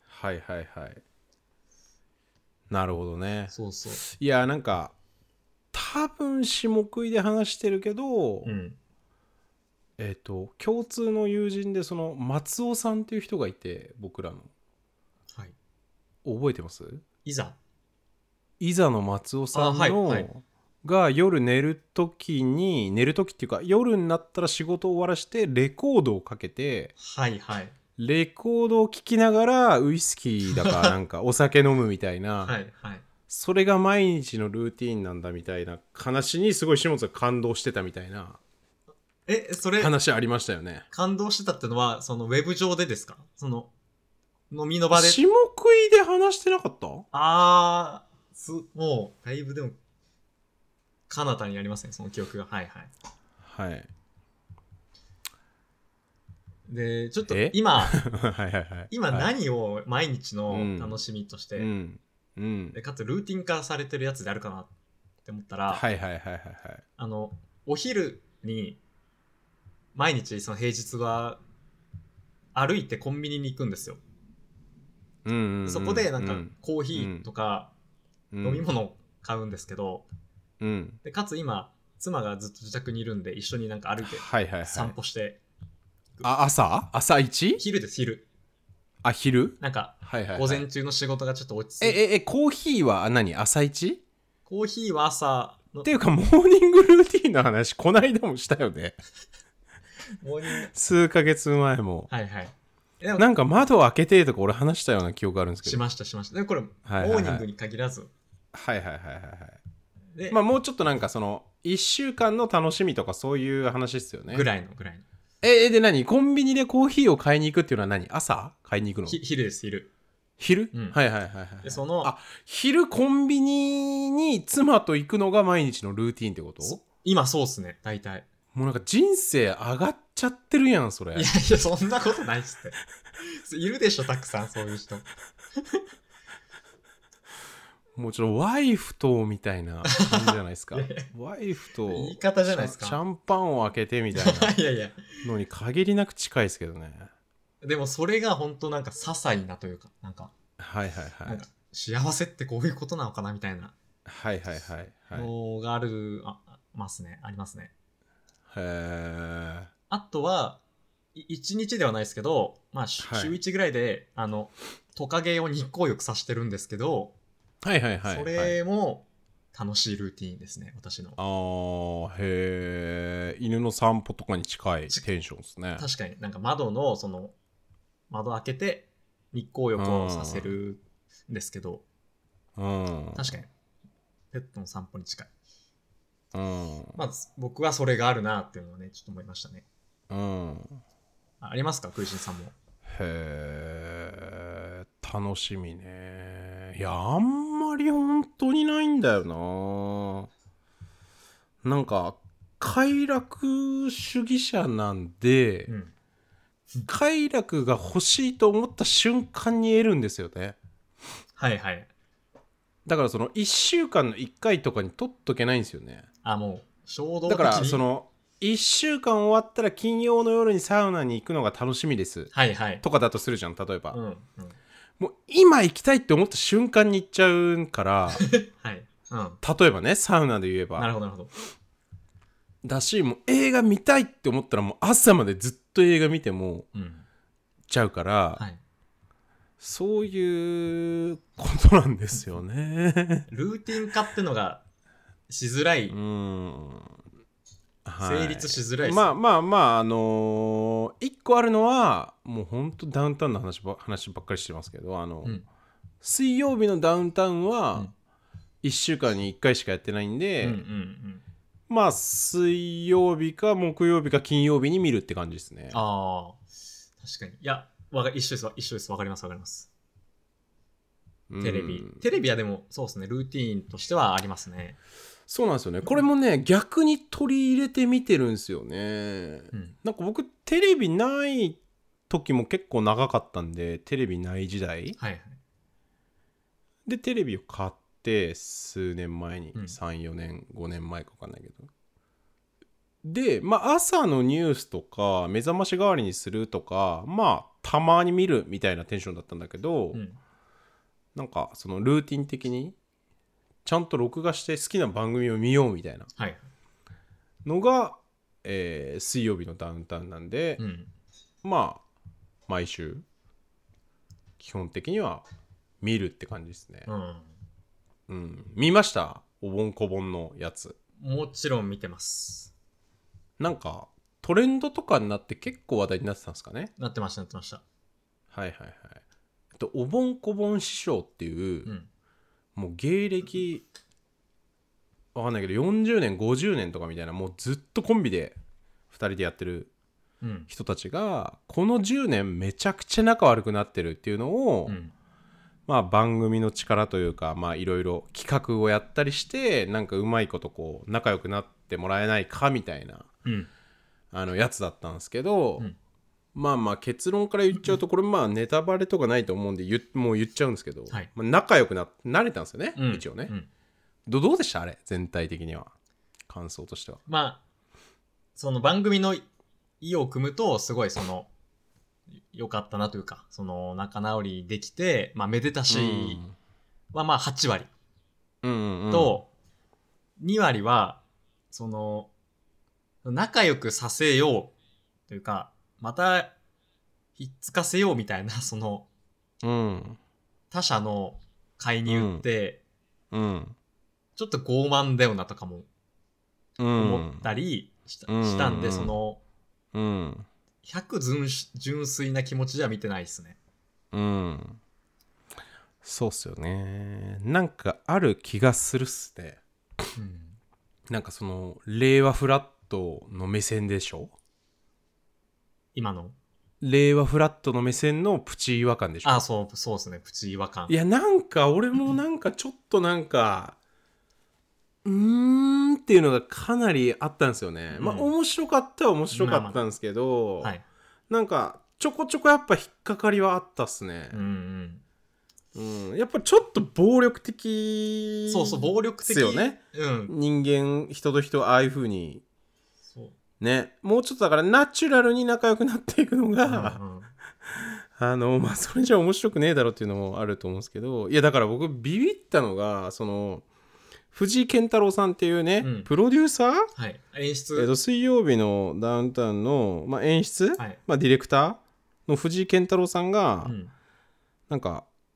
なるほどね。 そういやなんか多分下食いで話してるけど、共通の友人でその松尾さんっていう人がいて、僕らの、覚えてます？いざの松尾さんのが夜寝る時っていうか夜になったら仕事を終わらしてレコードをかけて、レコードを聴きながらウイスキーだかなんかお酒飲むみたいなそれが毎日のルーティーンなんだみたいな話にすごい下津が感動してたみたいなそれ話ありましたよね。 感動してたってのはそのウェブ上でですか？その飲みの場で下食いで話してなかった？ もうだいぶでも彼方にありますねその記憶が。でちょっと今今何を毎日の楽しみとして、でかつルーティン化されてるやつであるかなって思ったら、お昼に毎日その平日は歩いてコンビニに行くんですよ。そこでなんかコーヒーとか飲み物を買うんですけど、でかつ今妻がずっと自宅にいるんで一緒になんか歩いて散歩して、 朝 1？ 昼です。昼なんか午前中の仕事がちょっと落ち着いて、 コーヒーは何？朝一？ コーヒーは朝のっていうかモーニングルーティンの話こないだもしたよね数ヶ月前も。なんか窓を開けてとか俺話したような記憶あるんですけど。 しましたでこれ、モーニングに限らずもうちょっとなんかその1週間の楽しみとかそういう話ですよね。 ぐらいので何？コンビニでコーヒーを買いに行くっていうのは何？朝買いに行くの？ 昼です。 昼？でその昼コンビニに妻と行くのが毎日のルーティーンってこと？ 今そうっすね大体。 もうなんか人生上がっちゃってるやんそれ。 いやそんなことないっすっているでしょたくさんそういう人もうちょっとワイフとみたいな感じじゃないですかワイフと言い方じゃないですか。 シャンパンを開けてみたいなのに限りなく近いですけどねでもそれが本当なんか些細なというかなんかなんか幸せってこういうことなのかなみたいなのがありますね。あとは1日ではないですけど、週1ぐらいでトカゲを日光浴させてるんですけど、それも楽しいルーティーンですね、私の。 へえ、犬の散歩とかに近いテンションですね。 確かになんか窓開けて日光浴をさせるんですけど、確かにペットの散歩に近い。まず僕はそれがあるなっていうのはね、ちょっと思いましたね。ありますか、クイシンさんも。 楽しみね。いや、あんまり本当にないんだよな。なんか快楽主義者なんで、快楽が欲しいと思った瞬間に得るんですよね。 はいはい。 だからその1週間の1回とかに取っとけないんですよね。 もう衝動的に。 だからその1週間終わったら金曜の夜にサウナに行くのが楽しみです、 はいはい、 とかだとするじゃん、例えば、もう今行きたいって思った瞬間に行っちゃうから、はい、例えばね、サウナで言えば、 なるほどなるほど。 だし、もう映画見たいって思ったらもう朝までずっと映画見てもちゃうから、はい、そういうことなんですよね。 ルーティン化ってのがしづらい。成立しづらいです、ね。 まあ一個あるのはもうほんとダウンタウンの話ばっかりしてますけど、水曜日のダウンタウンは1週間に1回しかやってないんで、まあ水曜日か木曜日か金曜日に見るって感じですね。 確かに。いや一緒です。わかります。テレビはでもそうですね、ルーティーンとしてはありますね。 そうなんですよね。これもね、逆に取り入れてみてるんですよね。なんか僕テレビない時も結構長かったんで、テレビない時代、はいはい、でテレビを買って数年前に、3、4年5年前か分かんないけど、で朝のニュースとか目覚まし代わりにするとか、たまに見るみたいなテンションだったんだけど、なんかそのルーティン的にちゃんと録画して好きな番組を見ようみたいなのが、水曜日のダウンタウンなんで、毎週基本的には見るって感じですね。見ました？おぼんこぼんのやつ。 もちろん見てます。 なんかトレンドとかになって結構話題になってたんですかね。 なってました。 はいおぼんこぼん師匠っていう、もう芸歴わかんないけど40年50年とかみたいな、もうずっとコンビで2人でやってる人たちが、この10年めちゃくちゃ仲悪くなってるっていうのを、番組の力というか、いろいろ企画をやったりして、なんかうまいことこう仲良くなってもらえないかみたいな、やつだったんですけど、結論から言っちゃうと、これネタバレとかないと思うんでもう言っちゃうんですけど、仲良くなれたんですよね、一応ね。どうでしたあれ、全体的には感想としては。 その番組の意を組むとすごい良かったなというか、その仲直りできて、めでたしは8割、と2割はその仲良くさせようというか、またひっつかせようみたいな、その、他者の介入って、ちょっと傲慢だよなとかも思ったりしたんで、その、純粋な気持ちでは見てないですね。 そうっすよね。なんかある気がするっすね。なんかその令和フラットの目線でしょ、 今の令和フラットの目線のプチ違和感でしょ。 そうですね、プチ違和感。 いや、なんか俺もなんかちょっとなんかっていうのがかなりあったんですよね。面白かったは面白かったんですけど、なんかちょこちょこやっぱ引っかかりはあったっすね。やっぱちょっと暴力的暴力的ですよね。人間人と人ああいう風にね、もうちょっとだからナチュラルに仲良くなっていくのが、それじゃ面白くねえだろっていうのもあると思うんですけど、いやだから僕ビビったのが、その藤井健太郎さんっていうね、プロデューサー、 演出、 水曜日のダウンタウンの、演出、ディレクターの藤井健太郎さんが、なんか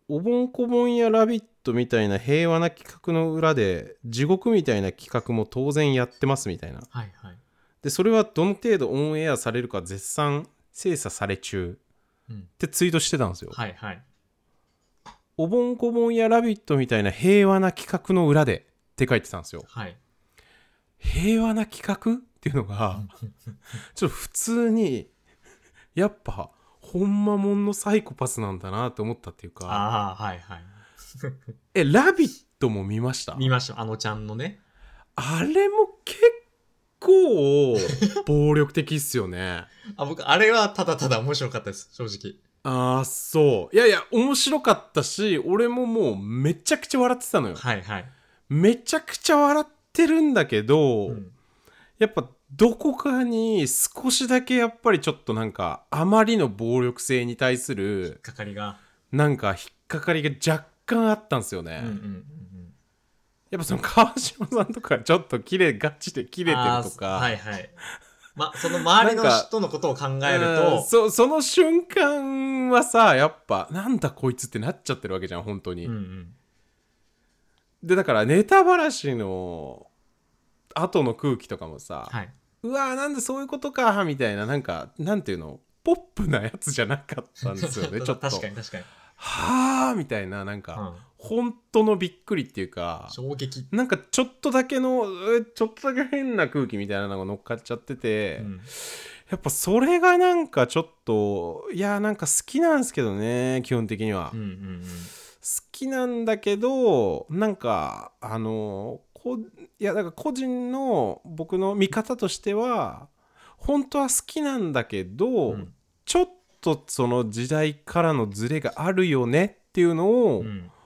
おぼんこぼんやラビットみたいな平和な企画の裏で地獄みたいな企画も当然やってますみたいな、 はいはい、 でそれはどの程度オンエアされるか絶賛精査され中、ってツイートしてたんですよ。 はいはい。 おぼんこぼんやラビットみたいな平和な企画の裏でって書いてたんですよ。 はい。 平和な企画っていうのがちょっと普通にやっぱほんまもんのサイコパスなんだなって思ったっていうか。 ああ、はいはい。 ラビットも見ました？ 見ました。あのちゃんのね。 あれも結構暴力的っすよね。 僕、あれはただただ面白かったです、正直。 ああ、そう。いやいや、面白かったし、俺ももうめちゃくちゃ笑ってたのよ。 はいはい。 めちゃくちゃ笑ってるんだけど、やっぱどこかに少しだけやっぱりちょっとなんかあまりの暴力性に対する引っかかりがなんか引っかかりが若干あったんですよね。やっぱその川島さんとかちょっとガチでキレてるとか、 はいはい。その周りの人のことを考えるとその瞬間はさ、やっぱなんだこいつってなっちゃってるわけじゃん本当に。でだからネタばらしの後の空気とかもさ、 はい、 うわーなんでそういうことかみたいな、なんかなんていうの、ポップなやつじゃなかったんですよねちょっと。 確かに確かに。 はあみたいな、なんか、本当のびっくりっていうか、 衝撃、 なんかちょっとだけ変な空気みたいなのが乗っかっちゃってて、やっぱそれがなんかちょっと、いやなんか好きなんですけどね基本的には、好きなんだけど、なんかいやだから個人の僕の見方としては本当は好きなんだけど、ちょっとその時代からのズレがあるよねっていうのを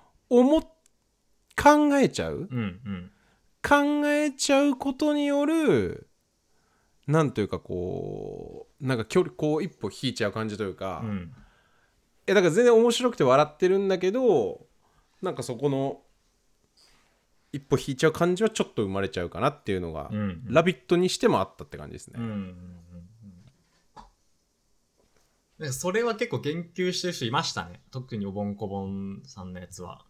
考えちゃう、考えちゃうことによるなんというかこうなんか距離こう一歩引いちゃう感じというか、だから全然面白くて笑ってるんだけど、なんかそこの一歩引いちゃう感じはちょっと生まれちゃうかなっていうのが、ラビットにしてもあったって感じですね。 なんかそれは結構言及してる人いましたね。特におぼんこぼんさんのやつは。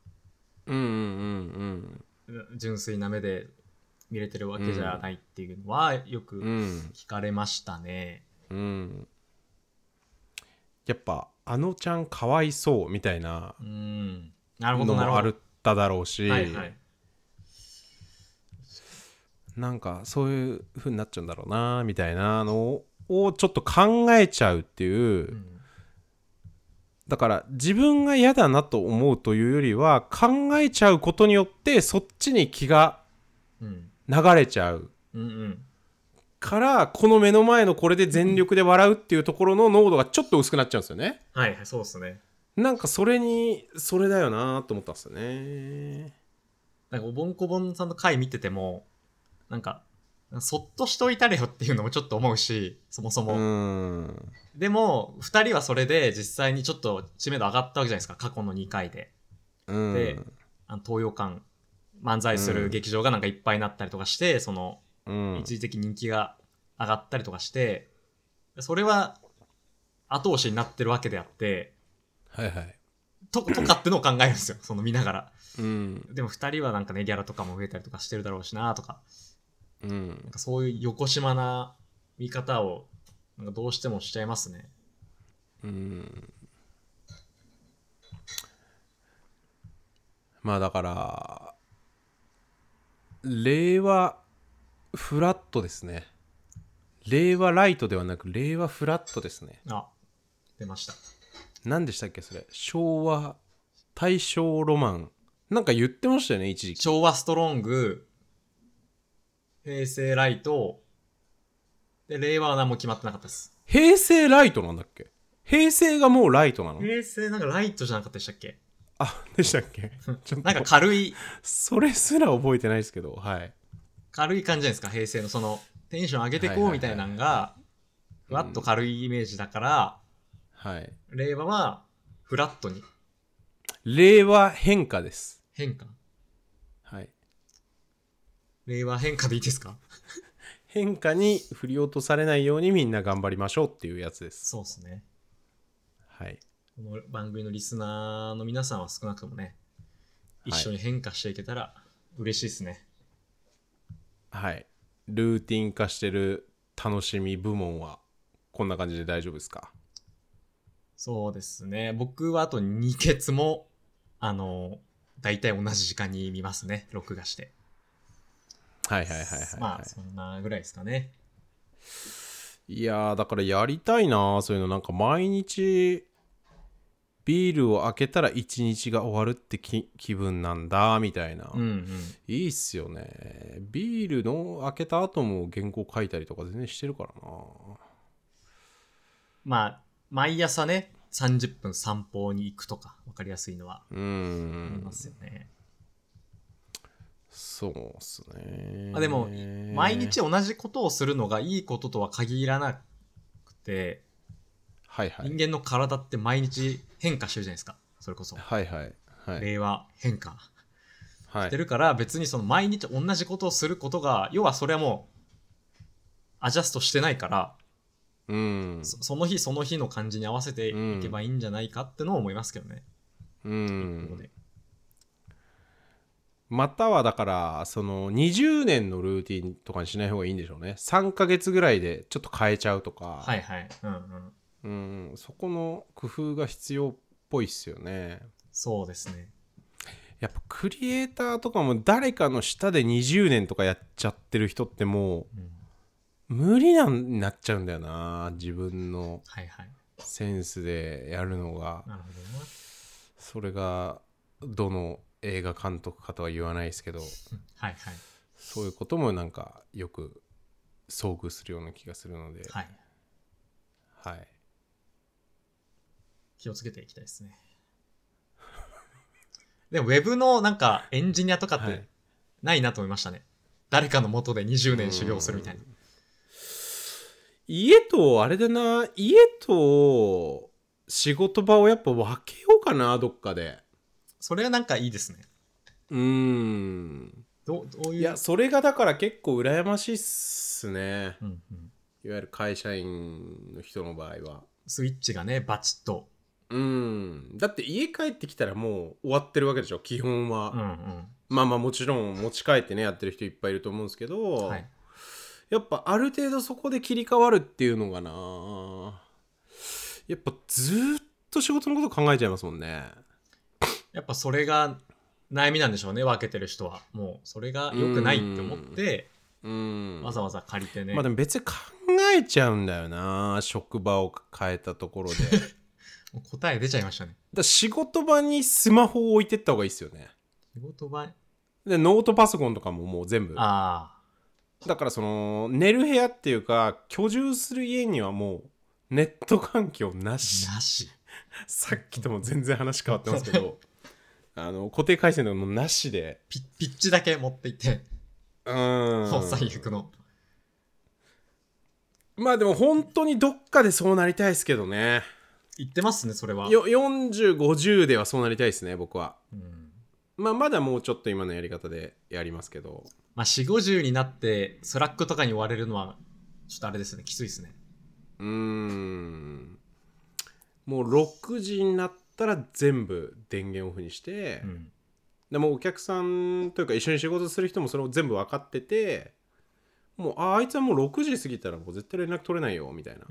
純粋な目で見れてるわけじゃないっていうのはよく聞かれましたね。 やっぱあのちゃんかわいそうみたいなのもあっただろうし、なんかそういう風になっちゃうんだろうなみたいなのをちょっと考えちゃうっていう、だから自分が嫌だなと思うというよりは考えちゃうことによってそっちに気が流れちゃう、から、この目の前のこれで全力で笑うっていうところの濃度がちょっと薄くなっちゃうんですよね。 はいはい、そうですね。 なんかそれだよなと思ったんですよね。 なんかおぼんこぼんさんの回見てても、なんかそっとしといたれよっていうのもちょっと思うし、そもそも。でも2人はそれで実際にちょっと知名度上がったわけじゃないですか、過去の2回で。で、東洋館漫才する劇場がなんかいっぱいになったりとかして、その一時的人気が上がったりとかして、それは後押しになってるわけであって、とかってのを考えるんですよ、その見ながら。でも2人はなんかね、ギャラとかも増えたりとかしてるだろうしなとか、なんかそういう横島な見方をなんかどうしてもしちゃいますね。 まあだから令和フラットですね。令和ライトではなく令和フラットですね。 出ました。 何でしたっけそれ。昭和大正ロマンなんか言ってましたよね一時期。 昭和ストロング、平成ライトで、令和は何も決まってなかったです。 平成ライトなんだっけ。平成がもうライトなの。 平成なんかライトじゃなかったでしたっけ。 でしたっけなんか軽い、 それすら覚えてないですけど、 軽い感じじゃないですか。平成のそのテンション上げてこうみたいなのがふわっと軽いイメージだから、令和はフラットに。 令和変化です。 変化。令和変化でいいですか。 変化に振り落とされないようにみんな頑張りましょうっていうやつです。 そうですね。 この番組のリスナーの皆さんは少なくともね、一緒に変化していけたら嬉しいですね。 はい。ルーティン化してる楽しみ部門はこんな感じで大丈夫ですか？ そうですね。僕はあと2ケツもだいたい同じ時間に見ますね。録画して。 はいはいはいはい、はい、 まあそんなぐらいですかね。 いやーだからやりたいな、そういうの。なんか毎日ビールを開けたら一日が終わるって気分なんだみたいな、 うんうん、 いいっすよね。ビールの開けた後も原稿書いたりとか全然してるからな。 まあ毎朝ね30分散歩に行くとか分かりやすいのはありますよね。 そうっすね。 でも毎日同じことをするのがいいこととは限らなくて、 はいはい、 人間の体って毎日変化してるじゃないですか。それこそ、 はいはいはい、 令和変化してるから、別にその毎日同じことをすることが、要はそれはもうアジャストしてないから、 うん、 その日その日の感じに合わせていけばいいんじゃないかってのを思いますけどね。 うん。またはだからその20年のルーティンとかにしない方がいいんでしょうね。3ヶ月ぐらいでちょっと変えちゃうとか。 はいはい。 そこの工夫が必要っぽいっすよね。 そうですね。 やっぱクリエイターとかも誰かの下で20年とかやっちゃってる人ってもう無理になっちゃうんだよな、自分のセンスでやるのが。 なるほどな。 それがどの映画監督かとは言わないですけどはいはい、 そういうこともなんかよく遭遇するような気がするので、 はいはい、 気をつけていきたいですね。でもウェブのなんかエンジニアとかってないなと思いましたね、はい、誰かの下で20年修行するみたいな。 家とあれだな、家と仕事場をやっぱ分けようかな、どっかで。 それはなんかいいですね。どういう。 いやそれがだから結構羨ましいっすね、いわゆる会社員の人の場合はスイッチがねバチッと。 だって家帰ってきたらもう終わってるわけでしょ基本は、まあまあもちろん持ち帰ってねやってる人いっぱいいると思うんですけど、はい、やっぱある程度そこで切り替わるっていうのがな、やっぱずっと仕事のこと考えちゃいますもんね。 やっぱそれが悩みなんでしょうね、分けてる人は。もうそれが良くないって思ってわざわざ借りてね。 まあでも別に考えちゃうんだよな、職場を変えたところで。 もう答え出ちゃいましたね。 だ仕事場にスマホを置いてった方がいいですよね。 仕事場でノートパソコンとかももう全部。だからその寝る部屋っていうか居住する家にはもうネット環境なしさっきとも全然話変わってますけど固定回線のもなしでピッチだけ持っていってもう最悪の。 まあでも本当にどっかでそうなりたいですけどね。 言ってますねそれは。 40、50ではそうなりたいですね僕は。まあまだもうちょっと今のやり方でやりますけど、 まあ4、50になってスラックとかに追われるのはちょっとあれですね、きついですね。 もう6時になったら全部電源オフにして、でもお客さんというか一緒に仕事する人もそれを全部分かってて、もうあいつはもう6時過ぎたらもう絶対連絡取れないよみたいな、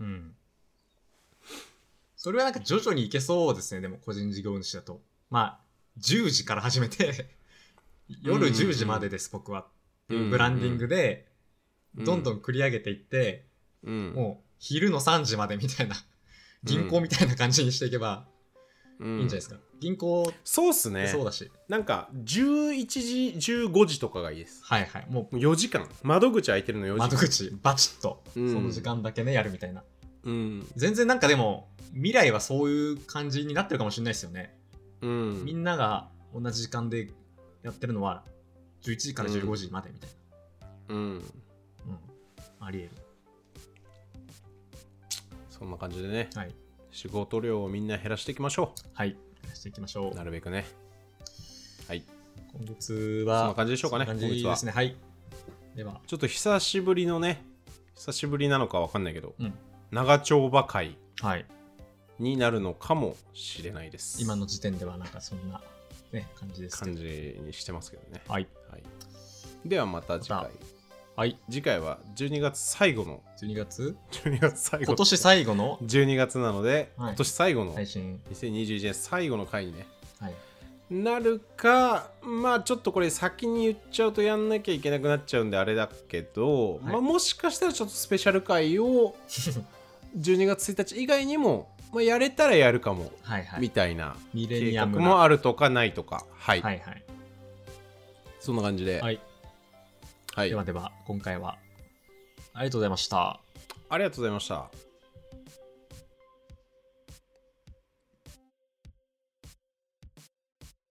それはなんか徐々にいけそうですね。でも個人事業主だとまあ10時から始めて夜10時までです僕はっていうブランディングでどんどん繰り上げていって、もう昼の3時までみたいな銀行みたいな感じにしていけばいいんじゃないですか。銀行そうっすね。 そうだしなんか11時15時とかがいいです。 はいはい、もう 4時間窓口開いてるの4時間、 窓口バチッとその時間だけねやるみたいな。全然なんかでも未来はそういう感じになってるかもしれないですよね。みんなが同じ時間でやってるのは11時から15時までみたいな。ありえる。 そんな感じでね、 はい、 仕事量をみんな減らしていきましょう。 はい、減らしていきましょう。 なるべくね。はい。 今月はそんな感じでしょうかね。 そんな感じですね。はい。ではちょっと久しぶりのね、久しぶりなのかわかんないけど、長丁場会になるのかもしれないです。 今の時点ではなんかそんな、ね、感じですけど。 感じにしてますけどね。 はい。 はい、ではまた次回。 はい。 次回は12月最後の。 12月最後。 今年最後の 12月なので、はい、今年最後の配信。 2021年最後の回にね。 はい。 なるか、まあちょっとこれ先に言っちゃうとやんなきゃいけなくなっちゃうんであれだけど、はい、まあもしかしたらちょっとスペシャル回を12月1日以外にも、まあ、やれたらやるかも、はいはい、みたいな計画もあるとかないとか、はい、はいはい、そんな感じで、 はいはい、ではでは今回はありがとうございました。 ありがとうございました。